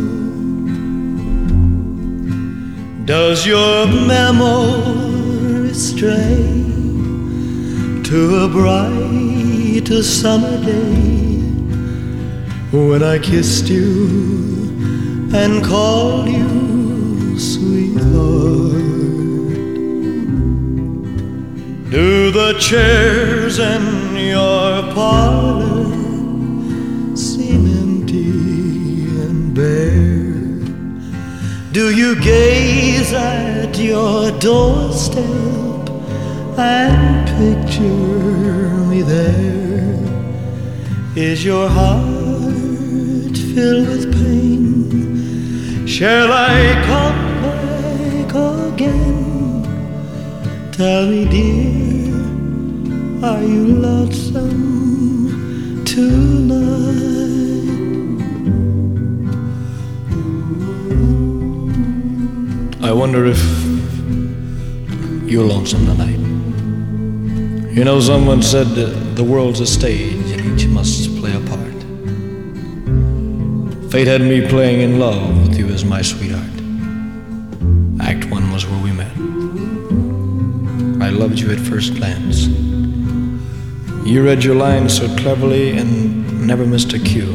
Speaker 18: Does your memory stray to a bright summer day when I kissed you and called you sweetheart? Do the chairs in your parlor seem empty and bare? Do you gaze at your doorstep and picture me there? Is your heart filled with pain? Shall I come back again? Tell me, dear, are you lonesome tonight? I wonder if you're lonesome tonight. You know, someone said that the world's a stage and each must play a part. Fate had me playing in love with you as my sweetheart. Act one was where we met. I loved you at first glance. You read your lines so cleverly and never missed a cue.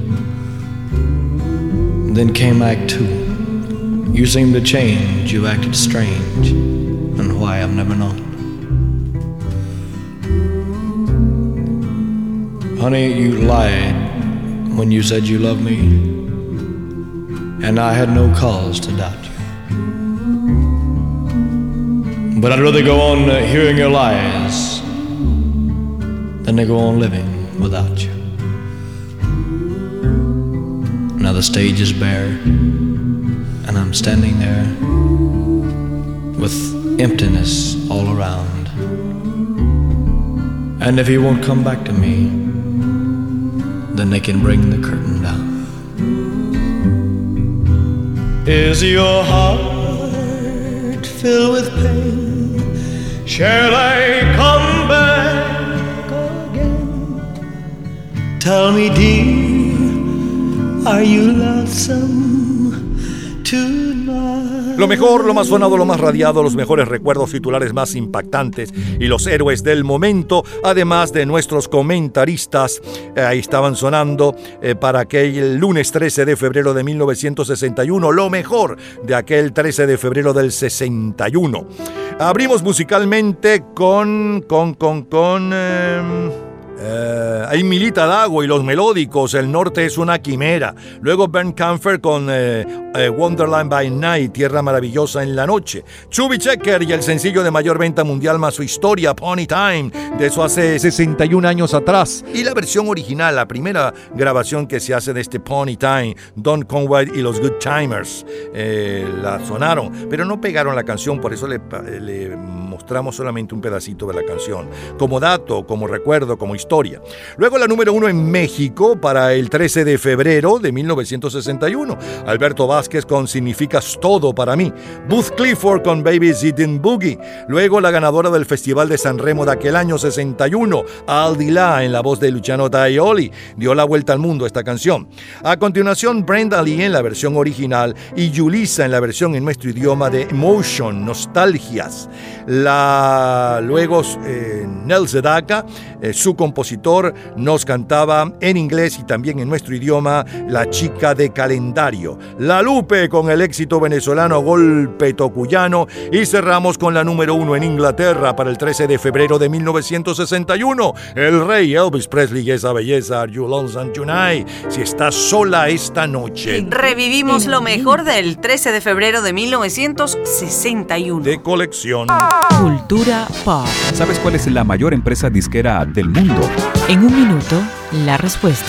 Speaker 18: Then came Act two. You seemed to change, you acted strange, and why I've never known. Honey, you lied when you said you loved me, and I had no cause to doubt you. But I'd rather go on uh, hearing your lies than to go on living without you. Now the stage is bare, and I'm standing there with emptiness all around. And if he won't come back to me, then they can bring the curtain down. Is your heart filled with pain? Shall I come back again? Tell me, dear, are you lonesome tonight?
Speaker 4: Lo mejor, lo más sonado, lo más radiado, los mejores recuerdos, titulares más impactantes y los héroes del momento, además de nuestros comentaristas, eh, ahí estaban sonando eh, para aquel lunes trece de febrero de mil novecientos sesenta y uno, lo mejor de aquel trece de febrero del sesenta y uno. Abrimos musicalmente con, con, con, con... Eh, Eh, hay Milita Dago y los melódicos, El Norte es una quimera. Luego Ben Camfer con eh, eh, Wonderland by Night, Tierra Maravillosa en la Noche. Chubby Checker y el sencillo de mayor venta mundial más su historia, Pony Time, de eso hace sesenta y un años atrás. Y la versión original, la primera grabación que se hace de este Pony Time, Don Conway y los Good Timers eh, la sonaron, pero no pegaron la canción, por eso le, le mostramos solamente un pedacito de la canción, como dato, como recuerdo, como historia. Luego la número uno en México para el trece de febrero de mil novecientos sesenta y uno. Alberto Vázquez con Significas Todo para mí. Booth Clifford con Baby Zidane Boogie. Luego la ganadora del Festival de San Remo de aquel año sesenta y uno, Aldila, en la voz de Luciano Tajoli, dio la vuelta al mundo esta canción. A continuación, Brenda Lee en la versión original y Yulisa en la versión en nuestro idioma de Emotion, Nostalgias. La... Luego eh, Nel Sedaka, eh, su compositor, nos cantaba en inglés y también en nuestro idioma La Chica de Calendario. La Lupe con el éxito venezolano Golpe Tocuyano, y cerramos con la número uno en Inglaterra para el trece de febrero de mil novecientos sesenta y uno. El rey Elvis Presley, esa belleza, Are You Lonesome Tonight? Si estás sola esta noche.
Speaker 2: Revivimos lo mejor del trece de febrero de mil novecientos sesenta y uno.
Speaker 4: De colección.
Speaker 1: Cultura pop.
Speaker 10: ¿Sabes cuál es la mayor empresa disquera del mundo?
Speaker 1: En un minuto, la respuesta.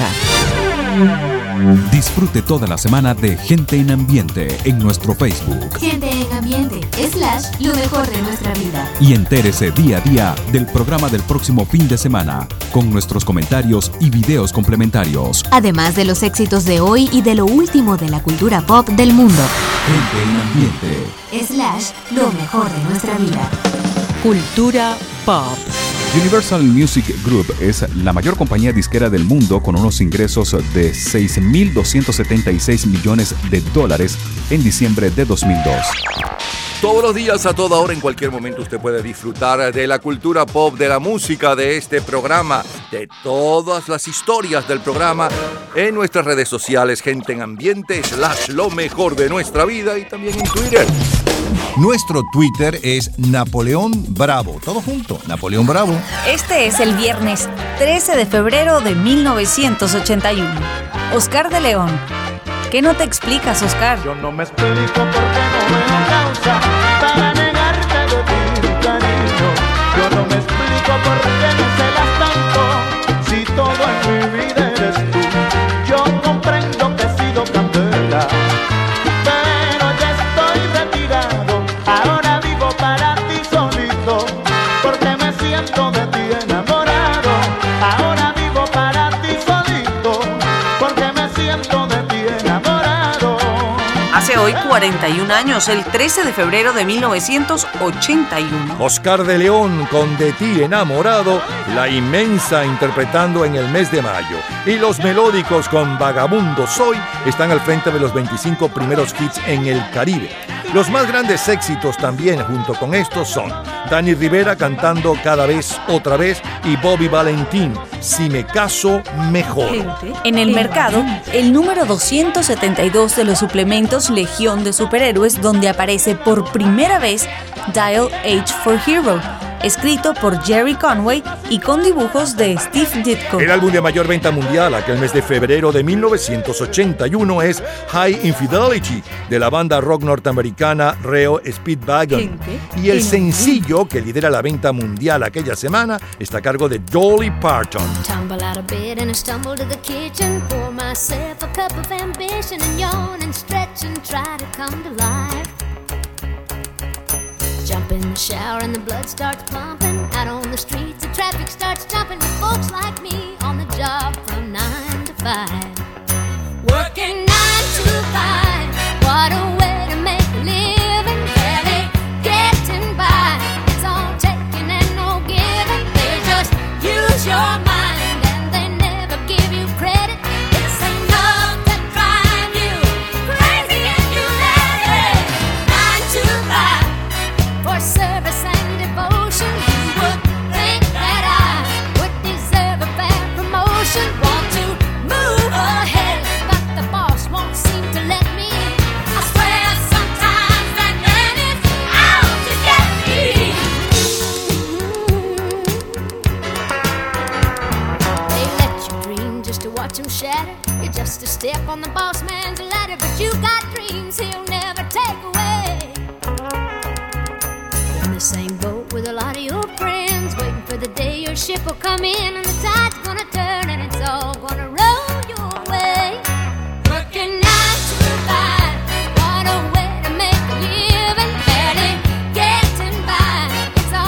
Speaker 7: Disfrute toda la semana de Gente en Ambiente en nuestro Facebook.
Speaker 15: Gente en Ambiente, slash, lo mejor de nuestra vida.
Speaker 7: Y entérese día a día del programa del próximo fin de semana, con nuestros comentarios y videos complementarios.
Speaker 15: Además de los éxitos de hoy y de lo último de la cultura pop del mundo.
Speaker 7: Gente en Ambiente,
Speaker 15: slash, lo mejor de nuestra vida.
Speaker 1: Cultura pop.
Speaker 10: Universal Music Group es la mayor compañía disquera del mundo con unos ingresos de seis mil doscientos setenta y seis millones de dólares en diciembre de dos mil dos.
Speaker 4: Todos los días, a toda hora, en cualquier momento, usted puede disfrutar de la cultura pop, de la música, de este programa, de todas las historias del programa en nuestras redes sociales, Gente en Ambiente, slash lo mejor de nuestra vida, y también en Twitter. Nuestro Twitter es Napoleón Bravo. Todo junto, Napoleón Bravo.
Speaker 8: Este es el viernes trece de febrero de mil novecientos ochenta y uno. Oscar de León. ¿Qué no te explicas, Oscar?
Speaker 18: Yo no me explico por qué no veo causa para negarte de ti, cariño. Yo no me explico por qué no celas tanto si todo en mi vida eres tú. Yo comprendo que he sido candela, pero ya estoy retirado. Ahora vivo para ti solito, porque me siento de ti enamorado. Ahora vivo para ti solito, porque me siento de ti enamorado.
Speaker 2: Hace hoy cuarenta y un años, el trece de febrero de mil novecientos ochenta y uno.
Speaker 4: Oscar de León con De Ti Enamorado, La Inmensa interpretando en el mes de mayo, y Los Melódicos con Vagabundo Soy están al frente de los veinticinco primeros hits en el Caribe. Los más grandes éxitos también junto con estos son Dani Rivera cantando Cada Vez Otra Vez y Bobby Valentín, Si Me Caso Mejor.
Speaker 8: En el mercado, el número doscientos setenta y dos de los suplementos Legión de Superhéroes, donde aparece por primera vez Dial H for Hero, escrito por Jerry Conway y con dibujos de Steve Ditko.
Speaker 4: El álbum de mayor venta mundial aquel mes de febrero de mil novecientos ochenta y uno es High Infidelity de la banda rock norteamericana Reo Speedwagon. Y el sencillo que lidera la venta mundial aquella semana está a cargo de Dolly Parton.
Speaker 11: Tumble out of bed and I stumble to the kitchen, pour myself a cup of ambition and yawn and stretch and try to come to life. Jump in the shower and the blood starts pumping. Out on the streets the traffic starts jumping with folks like me on the job from nine to five. Working nine to five, what a way to make a living. Barely getting by, it's all taking and no giving. They just use your mind and they never give you credit. It's enough to drive you crazy and you let it. Nine to five, for service and devotion, you would think that I would deserve a fair promotion. Want to move ahead, but the boss won't seem to let me. I swear sometimes that man is out to get me. They let you dream just to watch him shatter. You're just a step on the boss man's ladder, but you got dreams he'll never take away. In the same boat with a lot of your friends, waiting for the day your ship will come in and the tide's gonna turn and it's all gonna roll your way. Working nine to five, what a way to make a living. Barely getting by, it's all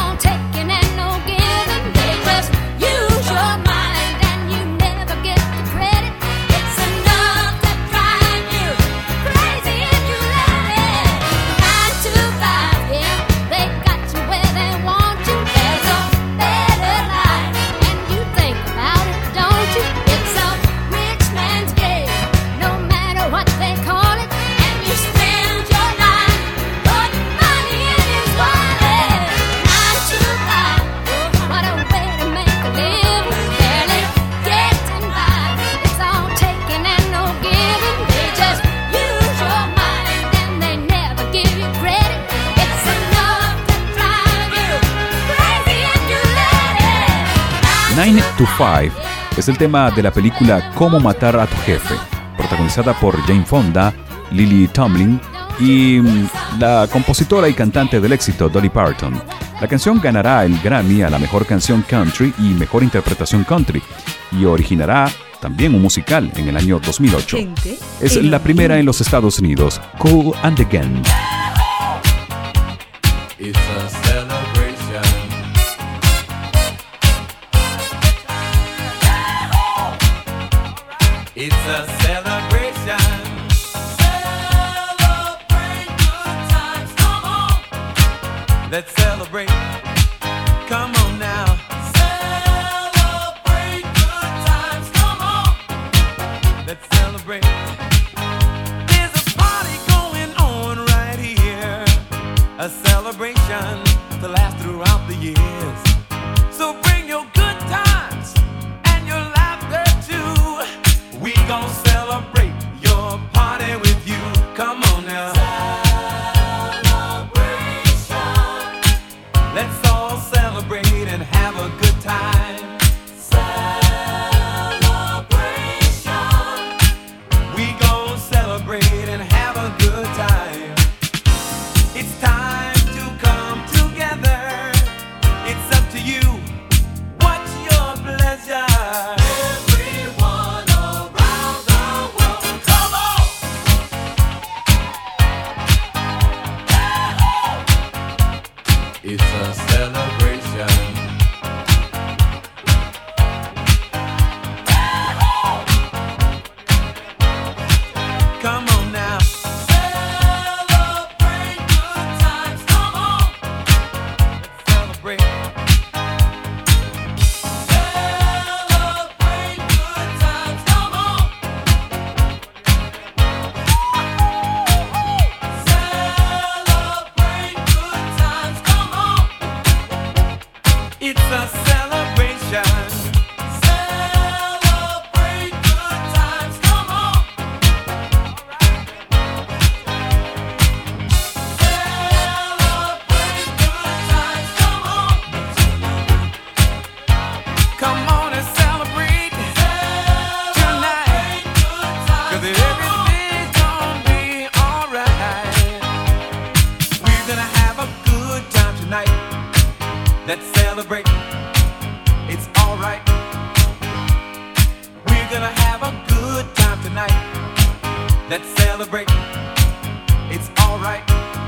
Speaker 10: Nine to Five es el tema de la película Cómo matar a tu jefe, protagonizada por Jane Fonda, Lily Tomlin y la compositora y cantante del éxito Dolly Parton. La canción ganará el Grammy a la mejor canción country y mejor interpretación country y originará también un musical en el año dos mil ocho. Es la primera en los Estados Unidos, Cool and the Gang.
Speaker 6: It's a celebration. It's a celebration. Celebrate good times, come on. Let's celebrate. Come on now. Celebrate good times, come on. Let's celebrate. There's a party going on right here. A celebration to last throughout the years. So bring your good times and your laughter too. We gon' celebrate your party with you. Come on now. Celebration. Let's all celebrate and have a good time. Celebration. We gon' celebrate and have a good time. It's time to come together. It's up to you. What's your pleasure? Everyone around the world, come on. It's a celebration. Come on now. Celebrate good times, come on. Let's celebrate. Celebrate good times, come on. Celebrate good times, come on. It's a celebration. Celebrate good times, come on. Come on and celebrate tonight, 'cause everything's gonna be alright. We're gonna have a good time tonight. Let's celebrate. It's alright. We're gonna have a good time tonight. Let's celebrate. It's alright.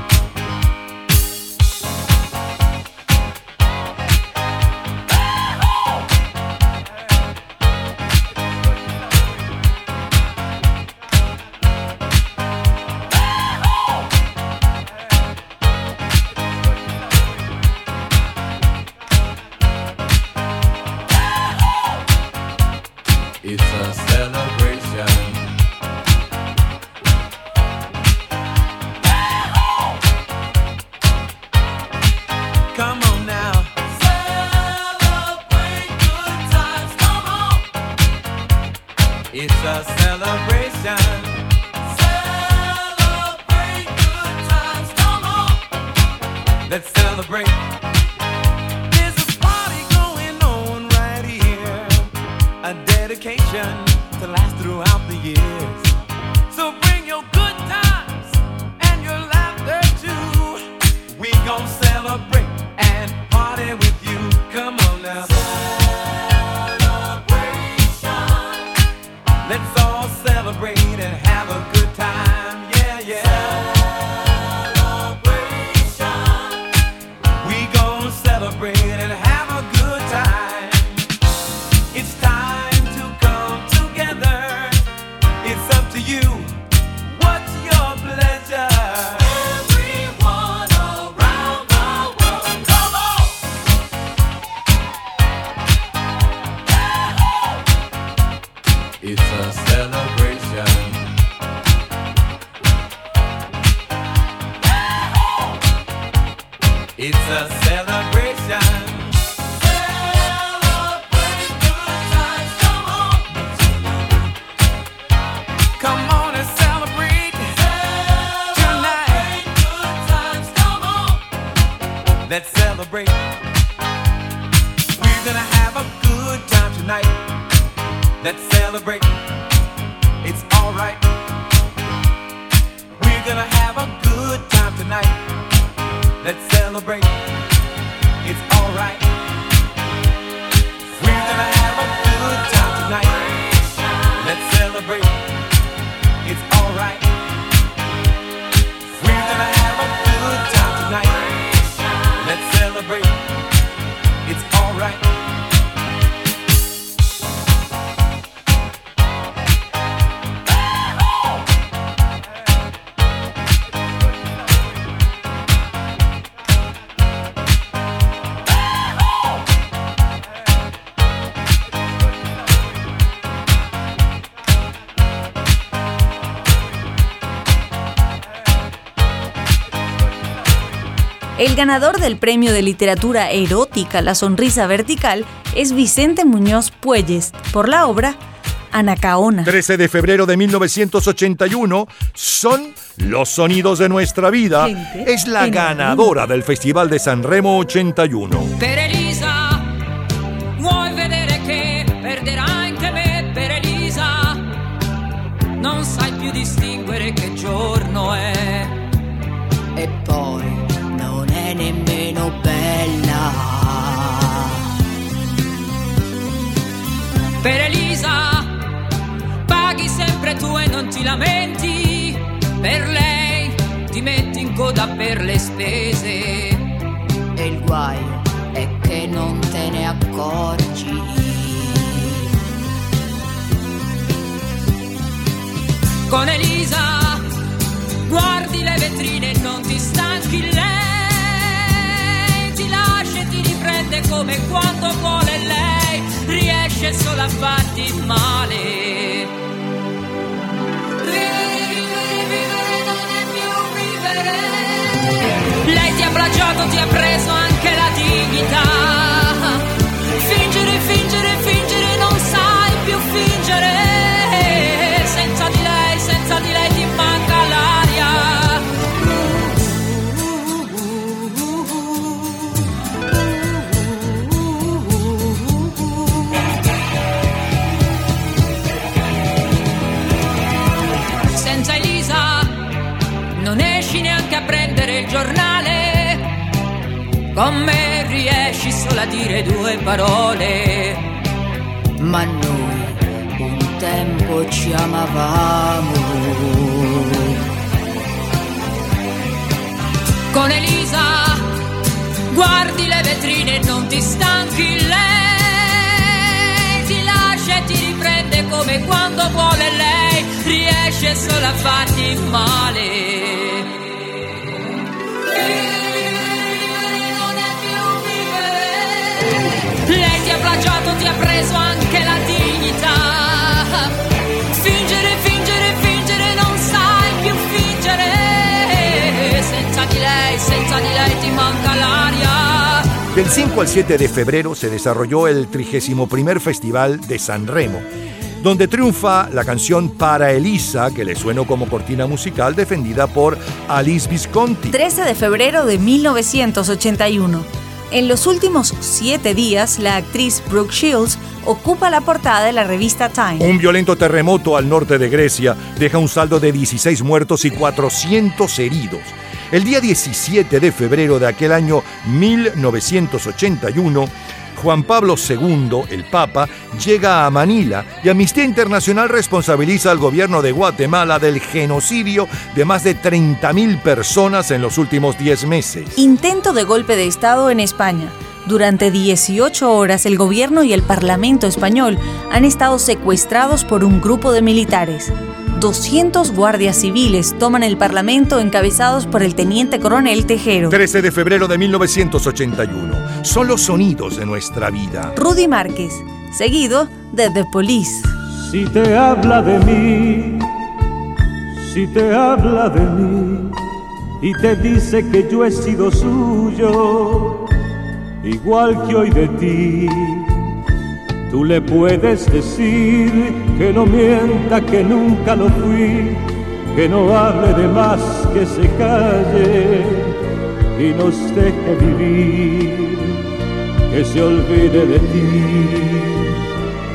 Speaker 6: It's a celebration. Come on now. Celebrate good times, come on. It's a celebration. Celebrate good times, come on. Let's celebrate. There's a party going on right here. A dedication to last throughout the years. So bring your good times and your laughter too. We gon' celebrate and party with you. Come on now. Celebration. Let's all celebrate and have a good time. Yeah, yeah. Celebration. We gon' celebrate and have a good time. It's time to come together. It's up to you. What's your pleasure? Everyone around the world, come on. It's a celebration. It's a celebration. Celebrate good times, come on. Come on and celebrate tonight. Good times, come on. Let's celebrate. We're gonna have a good
Speaker 18: good time tonight. Let's celebrate. It's alright. We're gonna have a good time tonight. Let's celebrate. It's alright. We're gonna have a good time tonight. Let's celebrate. It's alright. We're gonna have a good time tonight. Let's celebrate. It's alright.
Speaker 8: El ganador del premio de literatura erótica La Sonrisa Vertical es Vicente Muñoz Puelles por la obra Anacaona.
Speaker 4: trece de febrero de mil novecientos ochenta y uno, Son los sonidos de nuestra vida.
Speaker 8: Gente
Speaker 4: es la
Speaker 8: en
Speaker 4: ganadora del Festival de San Remo ochenta y uno.
Speaker 19: Per Elisa, vuoi vedere che perderà anche me? Per Elisa, non sai più distinguere che giorno è.
Speaker 22: E poi non è nemmeno bella.
Speaker 19: Per Elisa, paghi sempre tu e non ti lamenti. Per lei ti metti in coda per le spese.
Speaker 22: E il guaio è che non te ne accorgi.
Speaker 19: Con Elisa guardi le vetrine e non ti stanchi. Lei ti lascia e ti riprende come quando vuole lei. Riesce solo a farti male. Vivere, vivere non è più vivere. Lei ti ha plagiato, ti ha preso anche la dignità. Fingere, fingere, fingere, non sai più fingere. Senza di lei, senza di lei ti manca l'aria. Senza Elisa non esci neanche a prendere il giornale. Con me riesci solo a dire due parole.
Speaker 22: Ma noi un tempo ci amavamo.
Speaker 19: Con Elisa guardi le vetrine e non ti stanchi. Lei ti lascia e ti riprende come quando vuole lei. Riesce solo a farti male. Vivere non è più vivere. Lei ti ha plagiato, ti ha preso anche la dignità. Fingere, fingere, fingere, non sai più fingere. Senza di lei, senza di lei ti manca l'aria.
Speaker 4: Del cinco al siete de febrero se desarrolló el trigésimo primer Festival de San Remo, donde triunfa la canción Para Elisa, que le suena como cortina musical, defendida por Alice Visconti.
Speaker 8: trece de febrero de mil novecientos ochenta y uno. En los últimos siete días, la actriz Brooke Shields ocupa la portada de la revista Time.
Speaker 4: Un violento terremoto al norte de Grecia deja un saldo de dieciséis muertos y cuatrocientos heridos. El día diecisiete de febrero de aquel año mil novecientos ochenta y uno, Juan Pablo segundo, el Papa, llega a Manila y Amnistía Internacional responsabiliza al gobierno de Guatemala del genocidio de más de treinta mil personas en los últimos diez meses.
Speaker 8: Intento de golpe de Estado en España. Durante dieciocho horas el gobierno y el Parlamento español han estado secuestrados por un grupo de militares. doscientos guardias civiles toman el Parlamento encabezados por el teniente coronel Tejero.
Speaker 4: trece de febrero de mil novecientos ochenta y uno. Son los sonidos de nuestra vida.
Speaker 8: Rudy Márquez, seguido de The Police.
Speaker 23: Si te habla de mí, si te habla de mí y te dice que yo he sido suyo, igual que hoy de ti, tú le puedes decir que no mienta, que nunca lo fui, que no hable de más, que se calle y nos deje vivir, que se olvide de ti.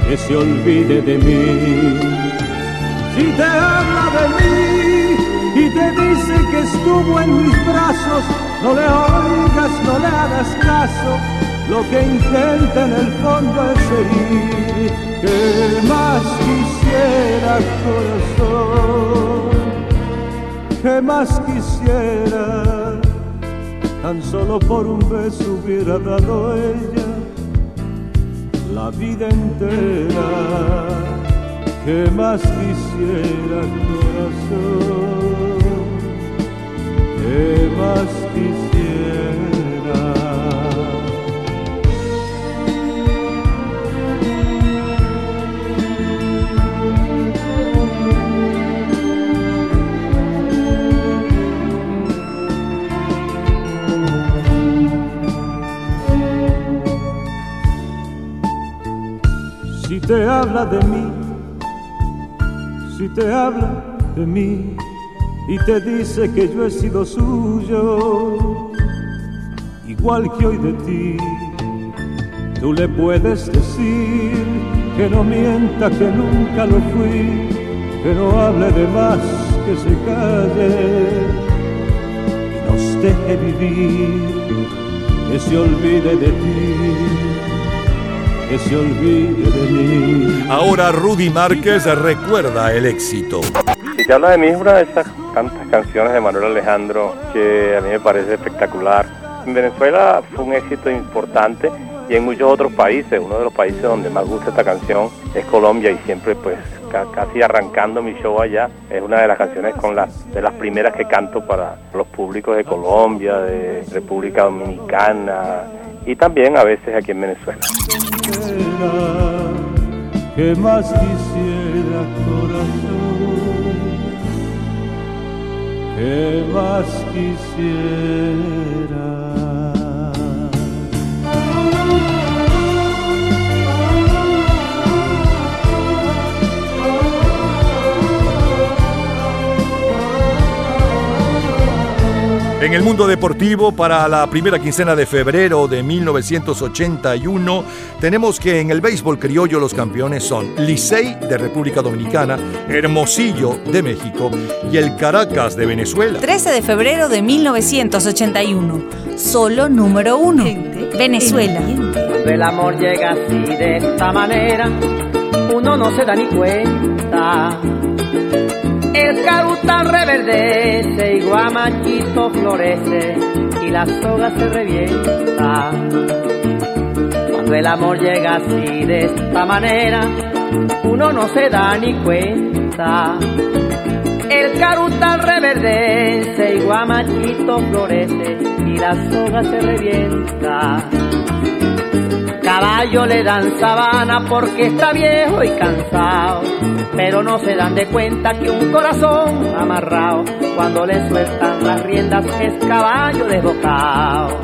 Speaker 23: que se olvide de mí. Si te habla de mí y te dice que estuvo en mis brazos, no le oigas, no le hagas caso, lo que intenta en el fondo es seguir. ¿Qué más quisiera, corazón? ¿Qué más quisiera? Tan solo por un beso hubiera dado ella la vida entera. ¿Qué más quisiera, corazón? ¿Qué más quisiera? Si te habla de mí, si te habla de mí y te dice que yo he sido suyo, igual que hoy de ti, tú le puedes decir que no mienta, que nunca lo fui, que no hable de más, que se calle y nos deje vivir, que se olvide de ti, que se olvide de mí.
Speaker 4: Ahora Rudy Márquez recuerda el éxito.
Speaker 9: Si te habla de mí, es una de esas tantas canciones de Manuel Alejandro que a mí me parece espectacular. En Venezuela fue un éxito importante y en muchos otros países. Uno de los países donde más gusta esta canción es Colombia, y siempre pues ca- casi arrancando mi show allá, es una de las canciones con las de las primeras que canto para los públicos de Colombia, de República Dominicana y también a veces aquí en Venezuela.
Speaker 23: ¿Qué más quisiera, corazón? ¿Qué más quisiera?
Speaker 4: En el mundo deportivo, para la primera quincena de febrero de mil novecientos ochenta y uno, tenemos que en el béisbol criollo los campeones son Licey de República Dominicana, Hermosillo de México y el Caracas de Venezuela.
Speaker 8: trece de febrero de mil novecientos ochenta y uno, solo número uno, Venezuela.
Speaker 12: Cuando el amor llega así de esta manera, uno no se da ni cuenta. El carutal reverdece y guamachito florece y la soga se revienta. Cuando el amor llega así de esta manera, uno no se da ni cuenta. El carutal reverdece y guamachito florece y la soga se revienta. Caballo le dan sabana porque está viejo y cansado, pero no se dan de cuenta que un corazón amarrado, cuando le sueltan las riendas, es caballo desbocado.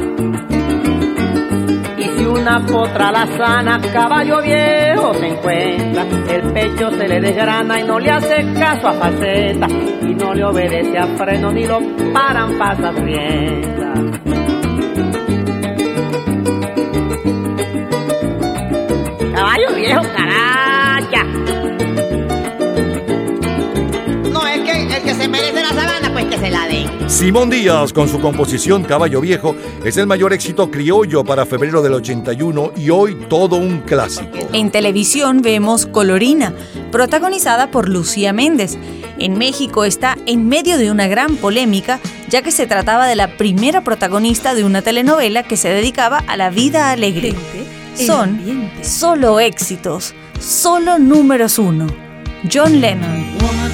Speaker 12: Y si una potra la sana, caballo viejo se encuentra, el pecho se le desgrana y no le hace caso a faceta, y no le obedece a freno ni lo paran pasas riendas. Caballo viejo, caracha.
Speaker 13: No, es que el que se merece la sabana, pues que se la den.
Speaker 4: Simón Díaz, con su composición Caballo Viejo, es el mayor éxito criollo para febrero del ochenta y uno y hoy todo un clásico.
Speaker 8: En televisión vemos Colorina, protagonizada por Lucía Méndez. En México está en medio de una gran polémica, ya que se trataba de la primera protagonista de una telenovela que se dedicaba a la vida alegre. Son solo éxitos, solo números uno. John Lennon.
Speaker 18: Woman,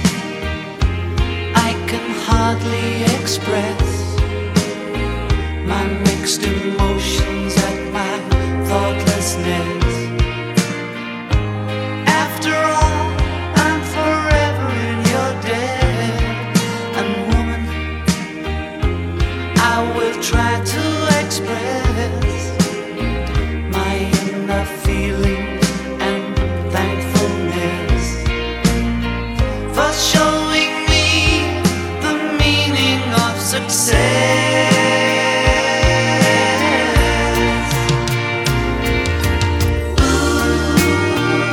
Speaker 18: I can hardly express my mixed emotions at my thoughtlessness. After all, I'm forever in your debt. And woman, I will try to express feelings and thankfulness for showing me the meaning of success. Ooh,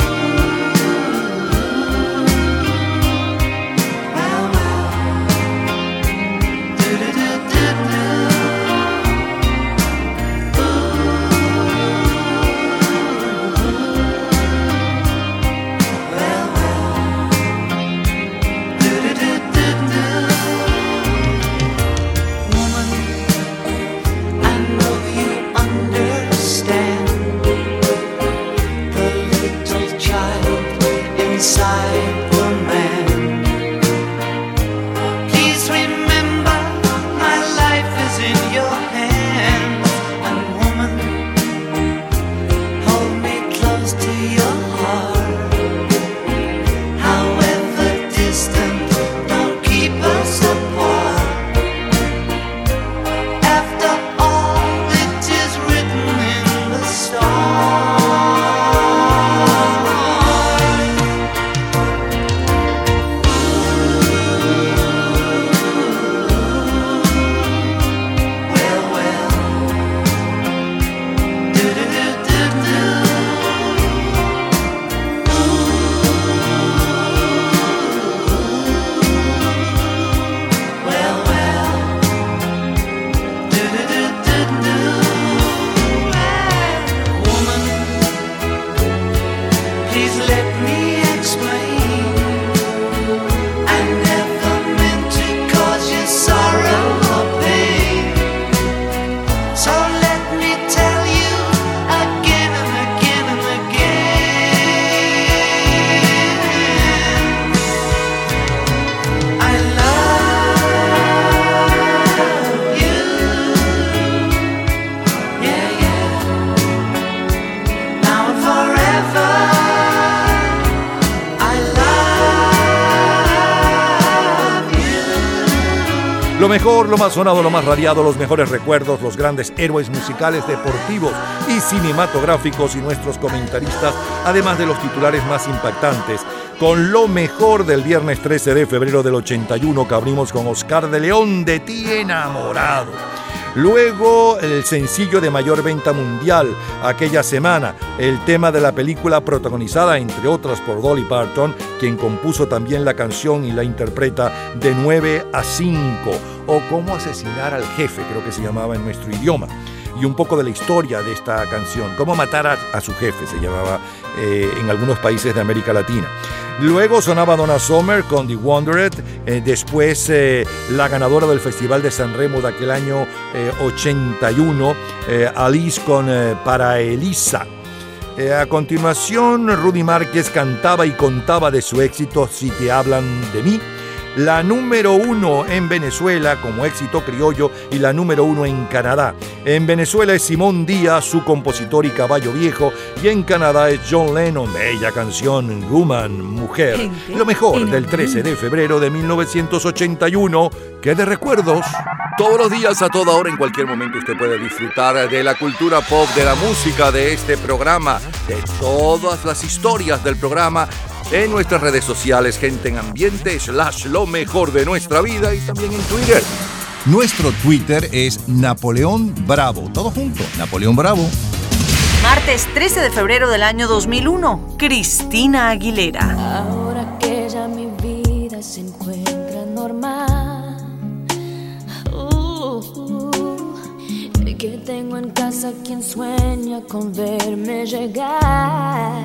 Speaker 4: Lo mejor, lo más sonado, lo más radiado, los mejores recuerdos, los grandes héroes musicales, deportivos y cinematográficos y nuestros comentaristas, además de los titulares más impactantes, con lo mejor del viernes trece de febrero del ochenta y uno que abrimos con Oscar de León, De ti enamorado. Luego, el sencillo de mayor venta mundial aquella semana, el tema de la película protagonizada, entre otras, por Dolly Parton, quien compuso también la canción y la interpreta, De nueve a cinco, o Cómo asesinar al jefe, creo que se llamaba en nuestro idioma. Y un poco de la historia de esta canción, Cómo matar a, a su jefe, se llamaba eh, en algunos países de América Latina. Luego sonaba Donna Summer con The Wondered, eh, después eh, la ganadora del Festival de San Remo de aquel año eh, ochenta y uno, eh, Alice con eh, Para Elisa. Eh, a continuación, Rudy Márquez cantaba y contaba de su éxito Si te hablan de mí. La número uno en Venezuela como éxito criollo y la número uno en Canadá. En Venezuela es Simón Díaz, su compositor y caballo viejo, y en Canadá es John Lennon, bella canción, Woman, mujer. Gente, lo mejor del trece de febrero de mil novecientos ochenta y uno, que de recuerdos. Todos los días, a toda hora, en cualquier momento usted puede disfrutar de la cultura pop, de la música, de este programa, de todas las historias del programa, en nuestras redes sociales, Gente en Ambiente, slash lo mejor de nuestra vida, y también en Twitter. Nuestro Twitter es Napoleón Bravo. Todo junto, Napoleón Bravo.
Speaker 2: Martes trece de febrero del año dos mil uno, Cristina Aguilera.
Speaker 20: Ahora que ya mi vida se encuentra normal, uh, uh, que tengo en casa quien sueña con verme llegar.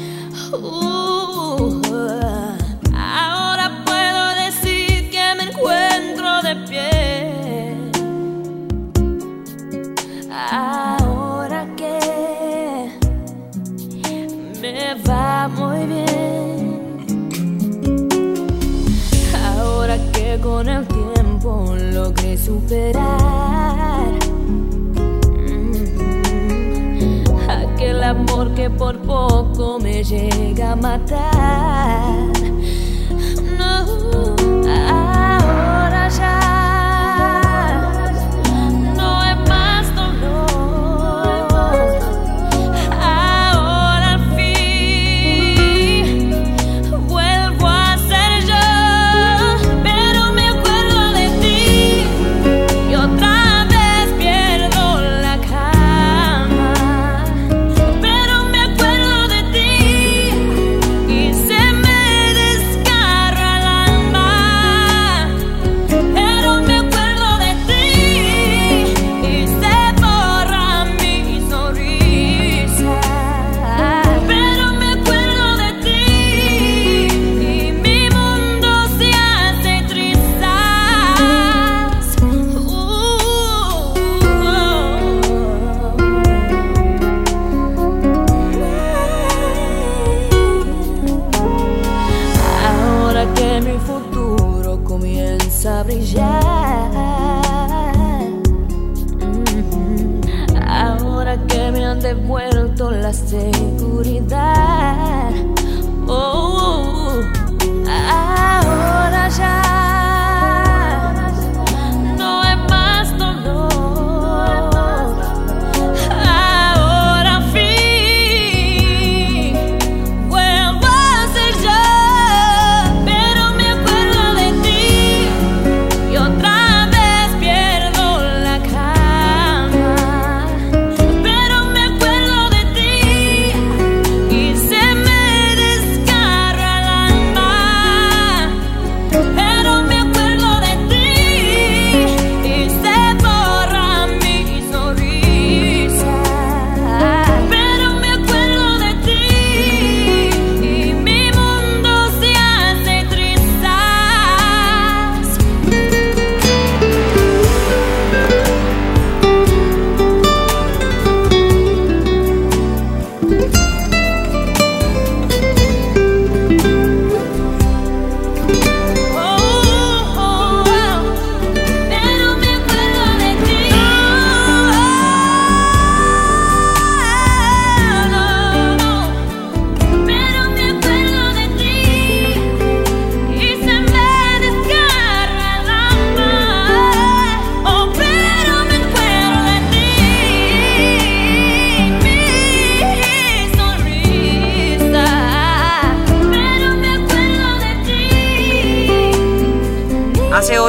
Speaker 20: Uh, ahora puedo decir que me encuentro de pie. Ahora que me va muy bien. Ahora que con el tiempo logré superar aquel amor que por poco me llega a matar. No, ahora ya no es más dolor. Ahora al fin vuelvo a ser yo, pero me acuerdo de ti y otra vez pierdo la calma. A brillar. Mm-hmm. Ahora que me han devuelto la seguridad. Oh, ahora ya no es más dolor. Ahora al fin vuelvo a ser yo, pero me acuerdo de ti y otra vez pierdo la calma. Pero me acuerdo de ti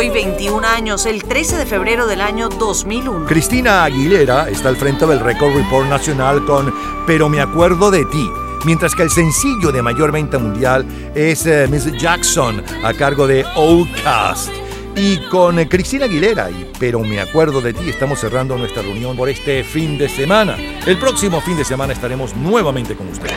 Speaker 2: hoy veintiún años, el trece de febrero del año dos mil uno.
Speaker 4: Cristina Aguilera está al frente del Record Report nacional con Pero me acuerdo de ti, mientras que el sencillo de mayor venta mundial es eh, Miss Jackson a cargo de Outkast. Y con eh, Cristina Aguilera y Pero me acuerdo de ti estamos cerrando nuestra reunión por este fin de semana. El próximo fin de semana estaremos nuevamente con ustedes.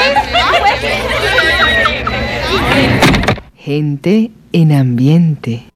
Speaker 3: Gente en ambiente.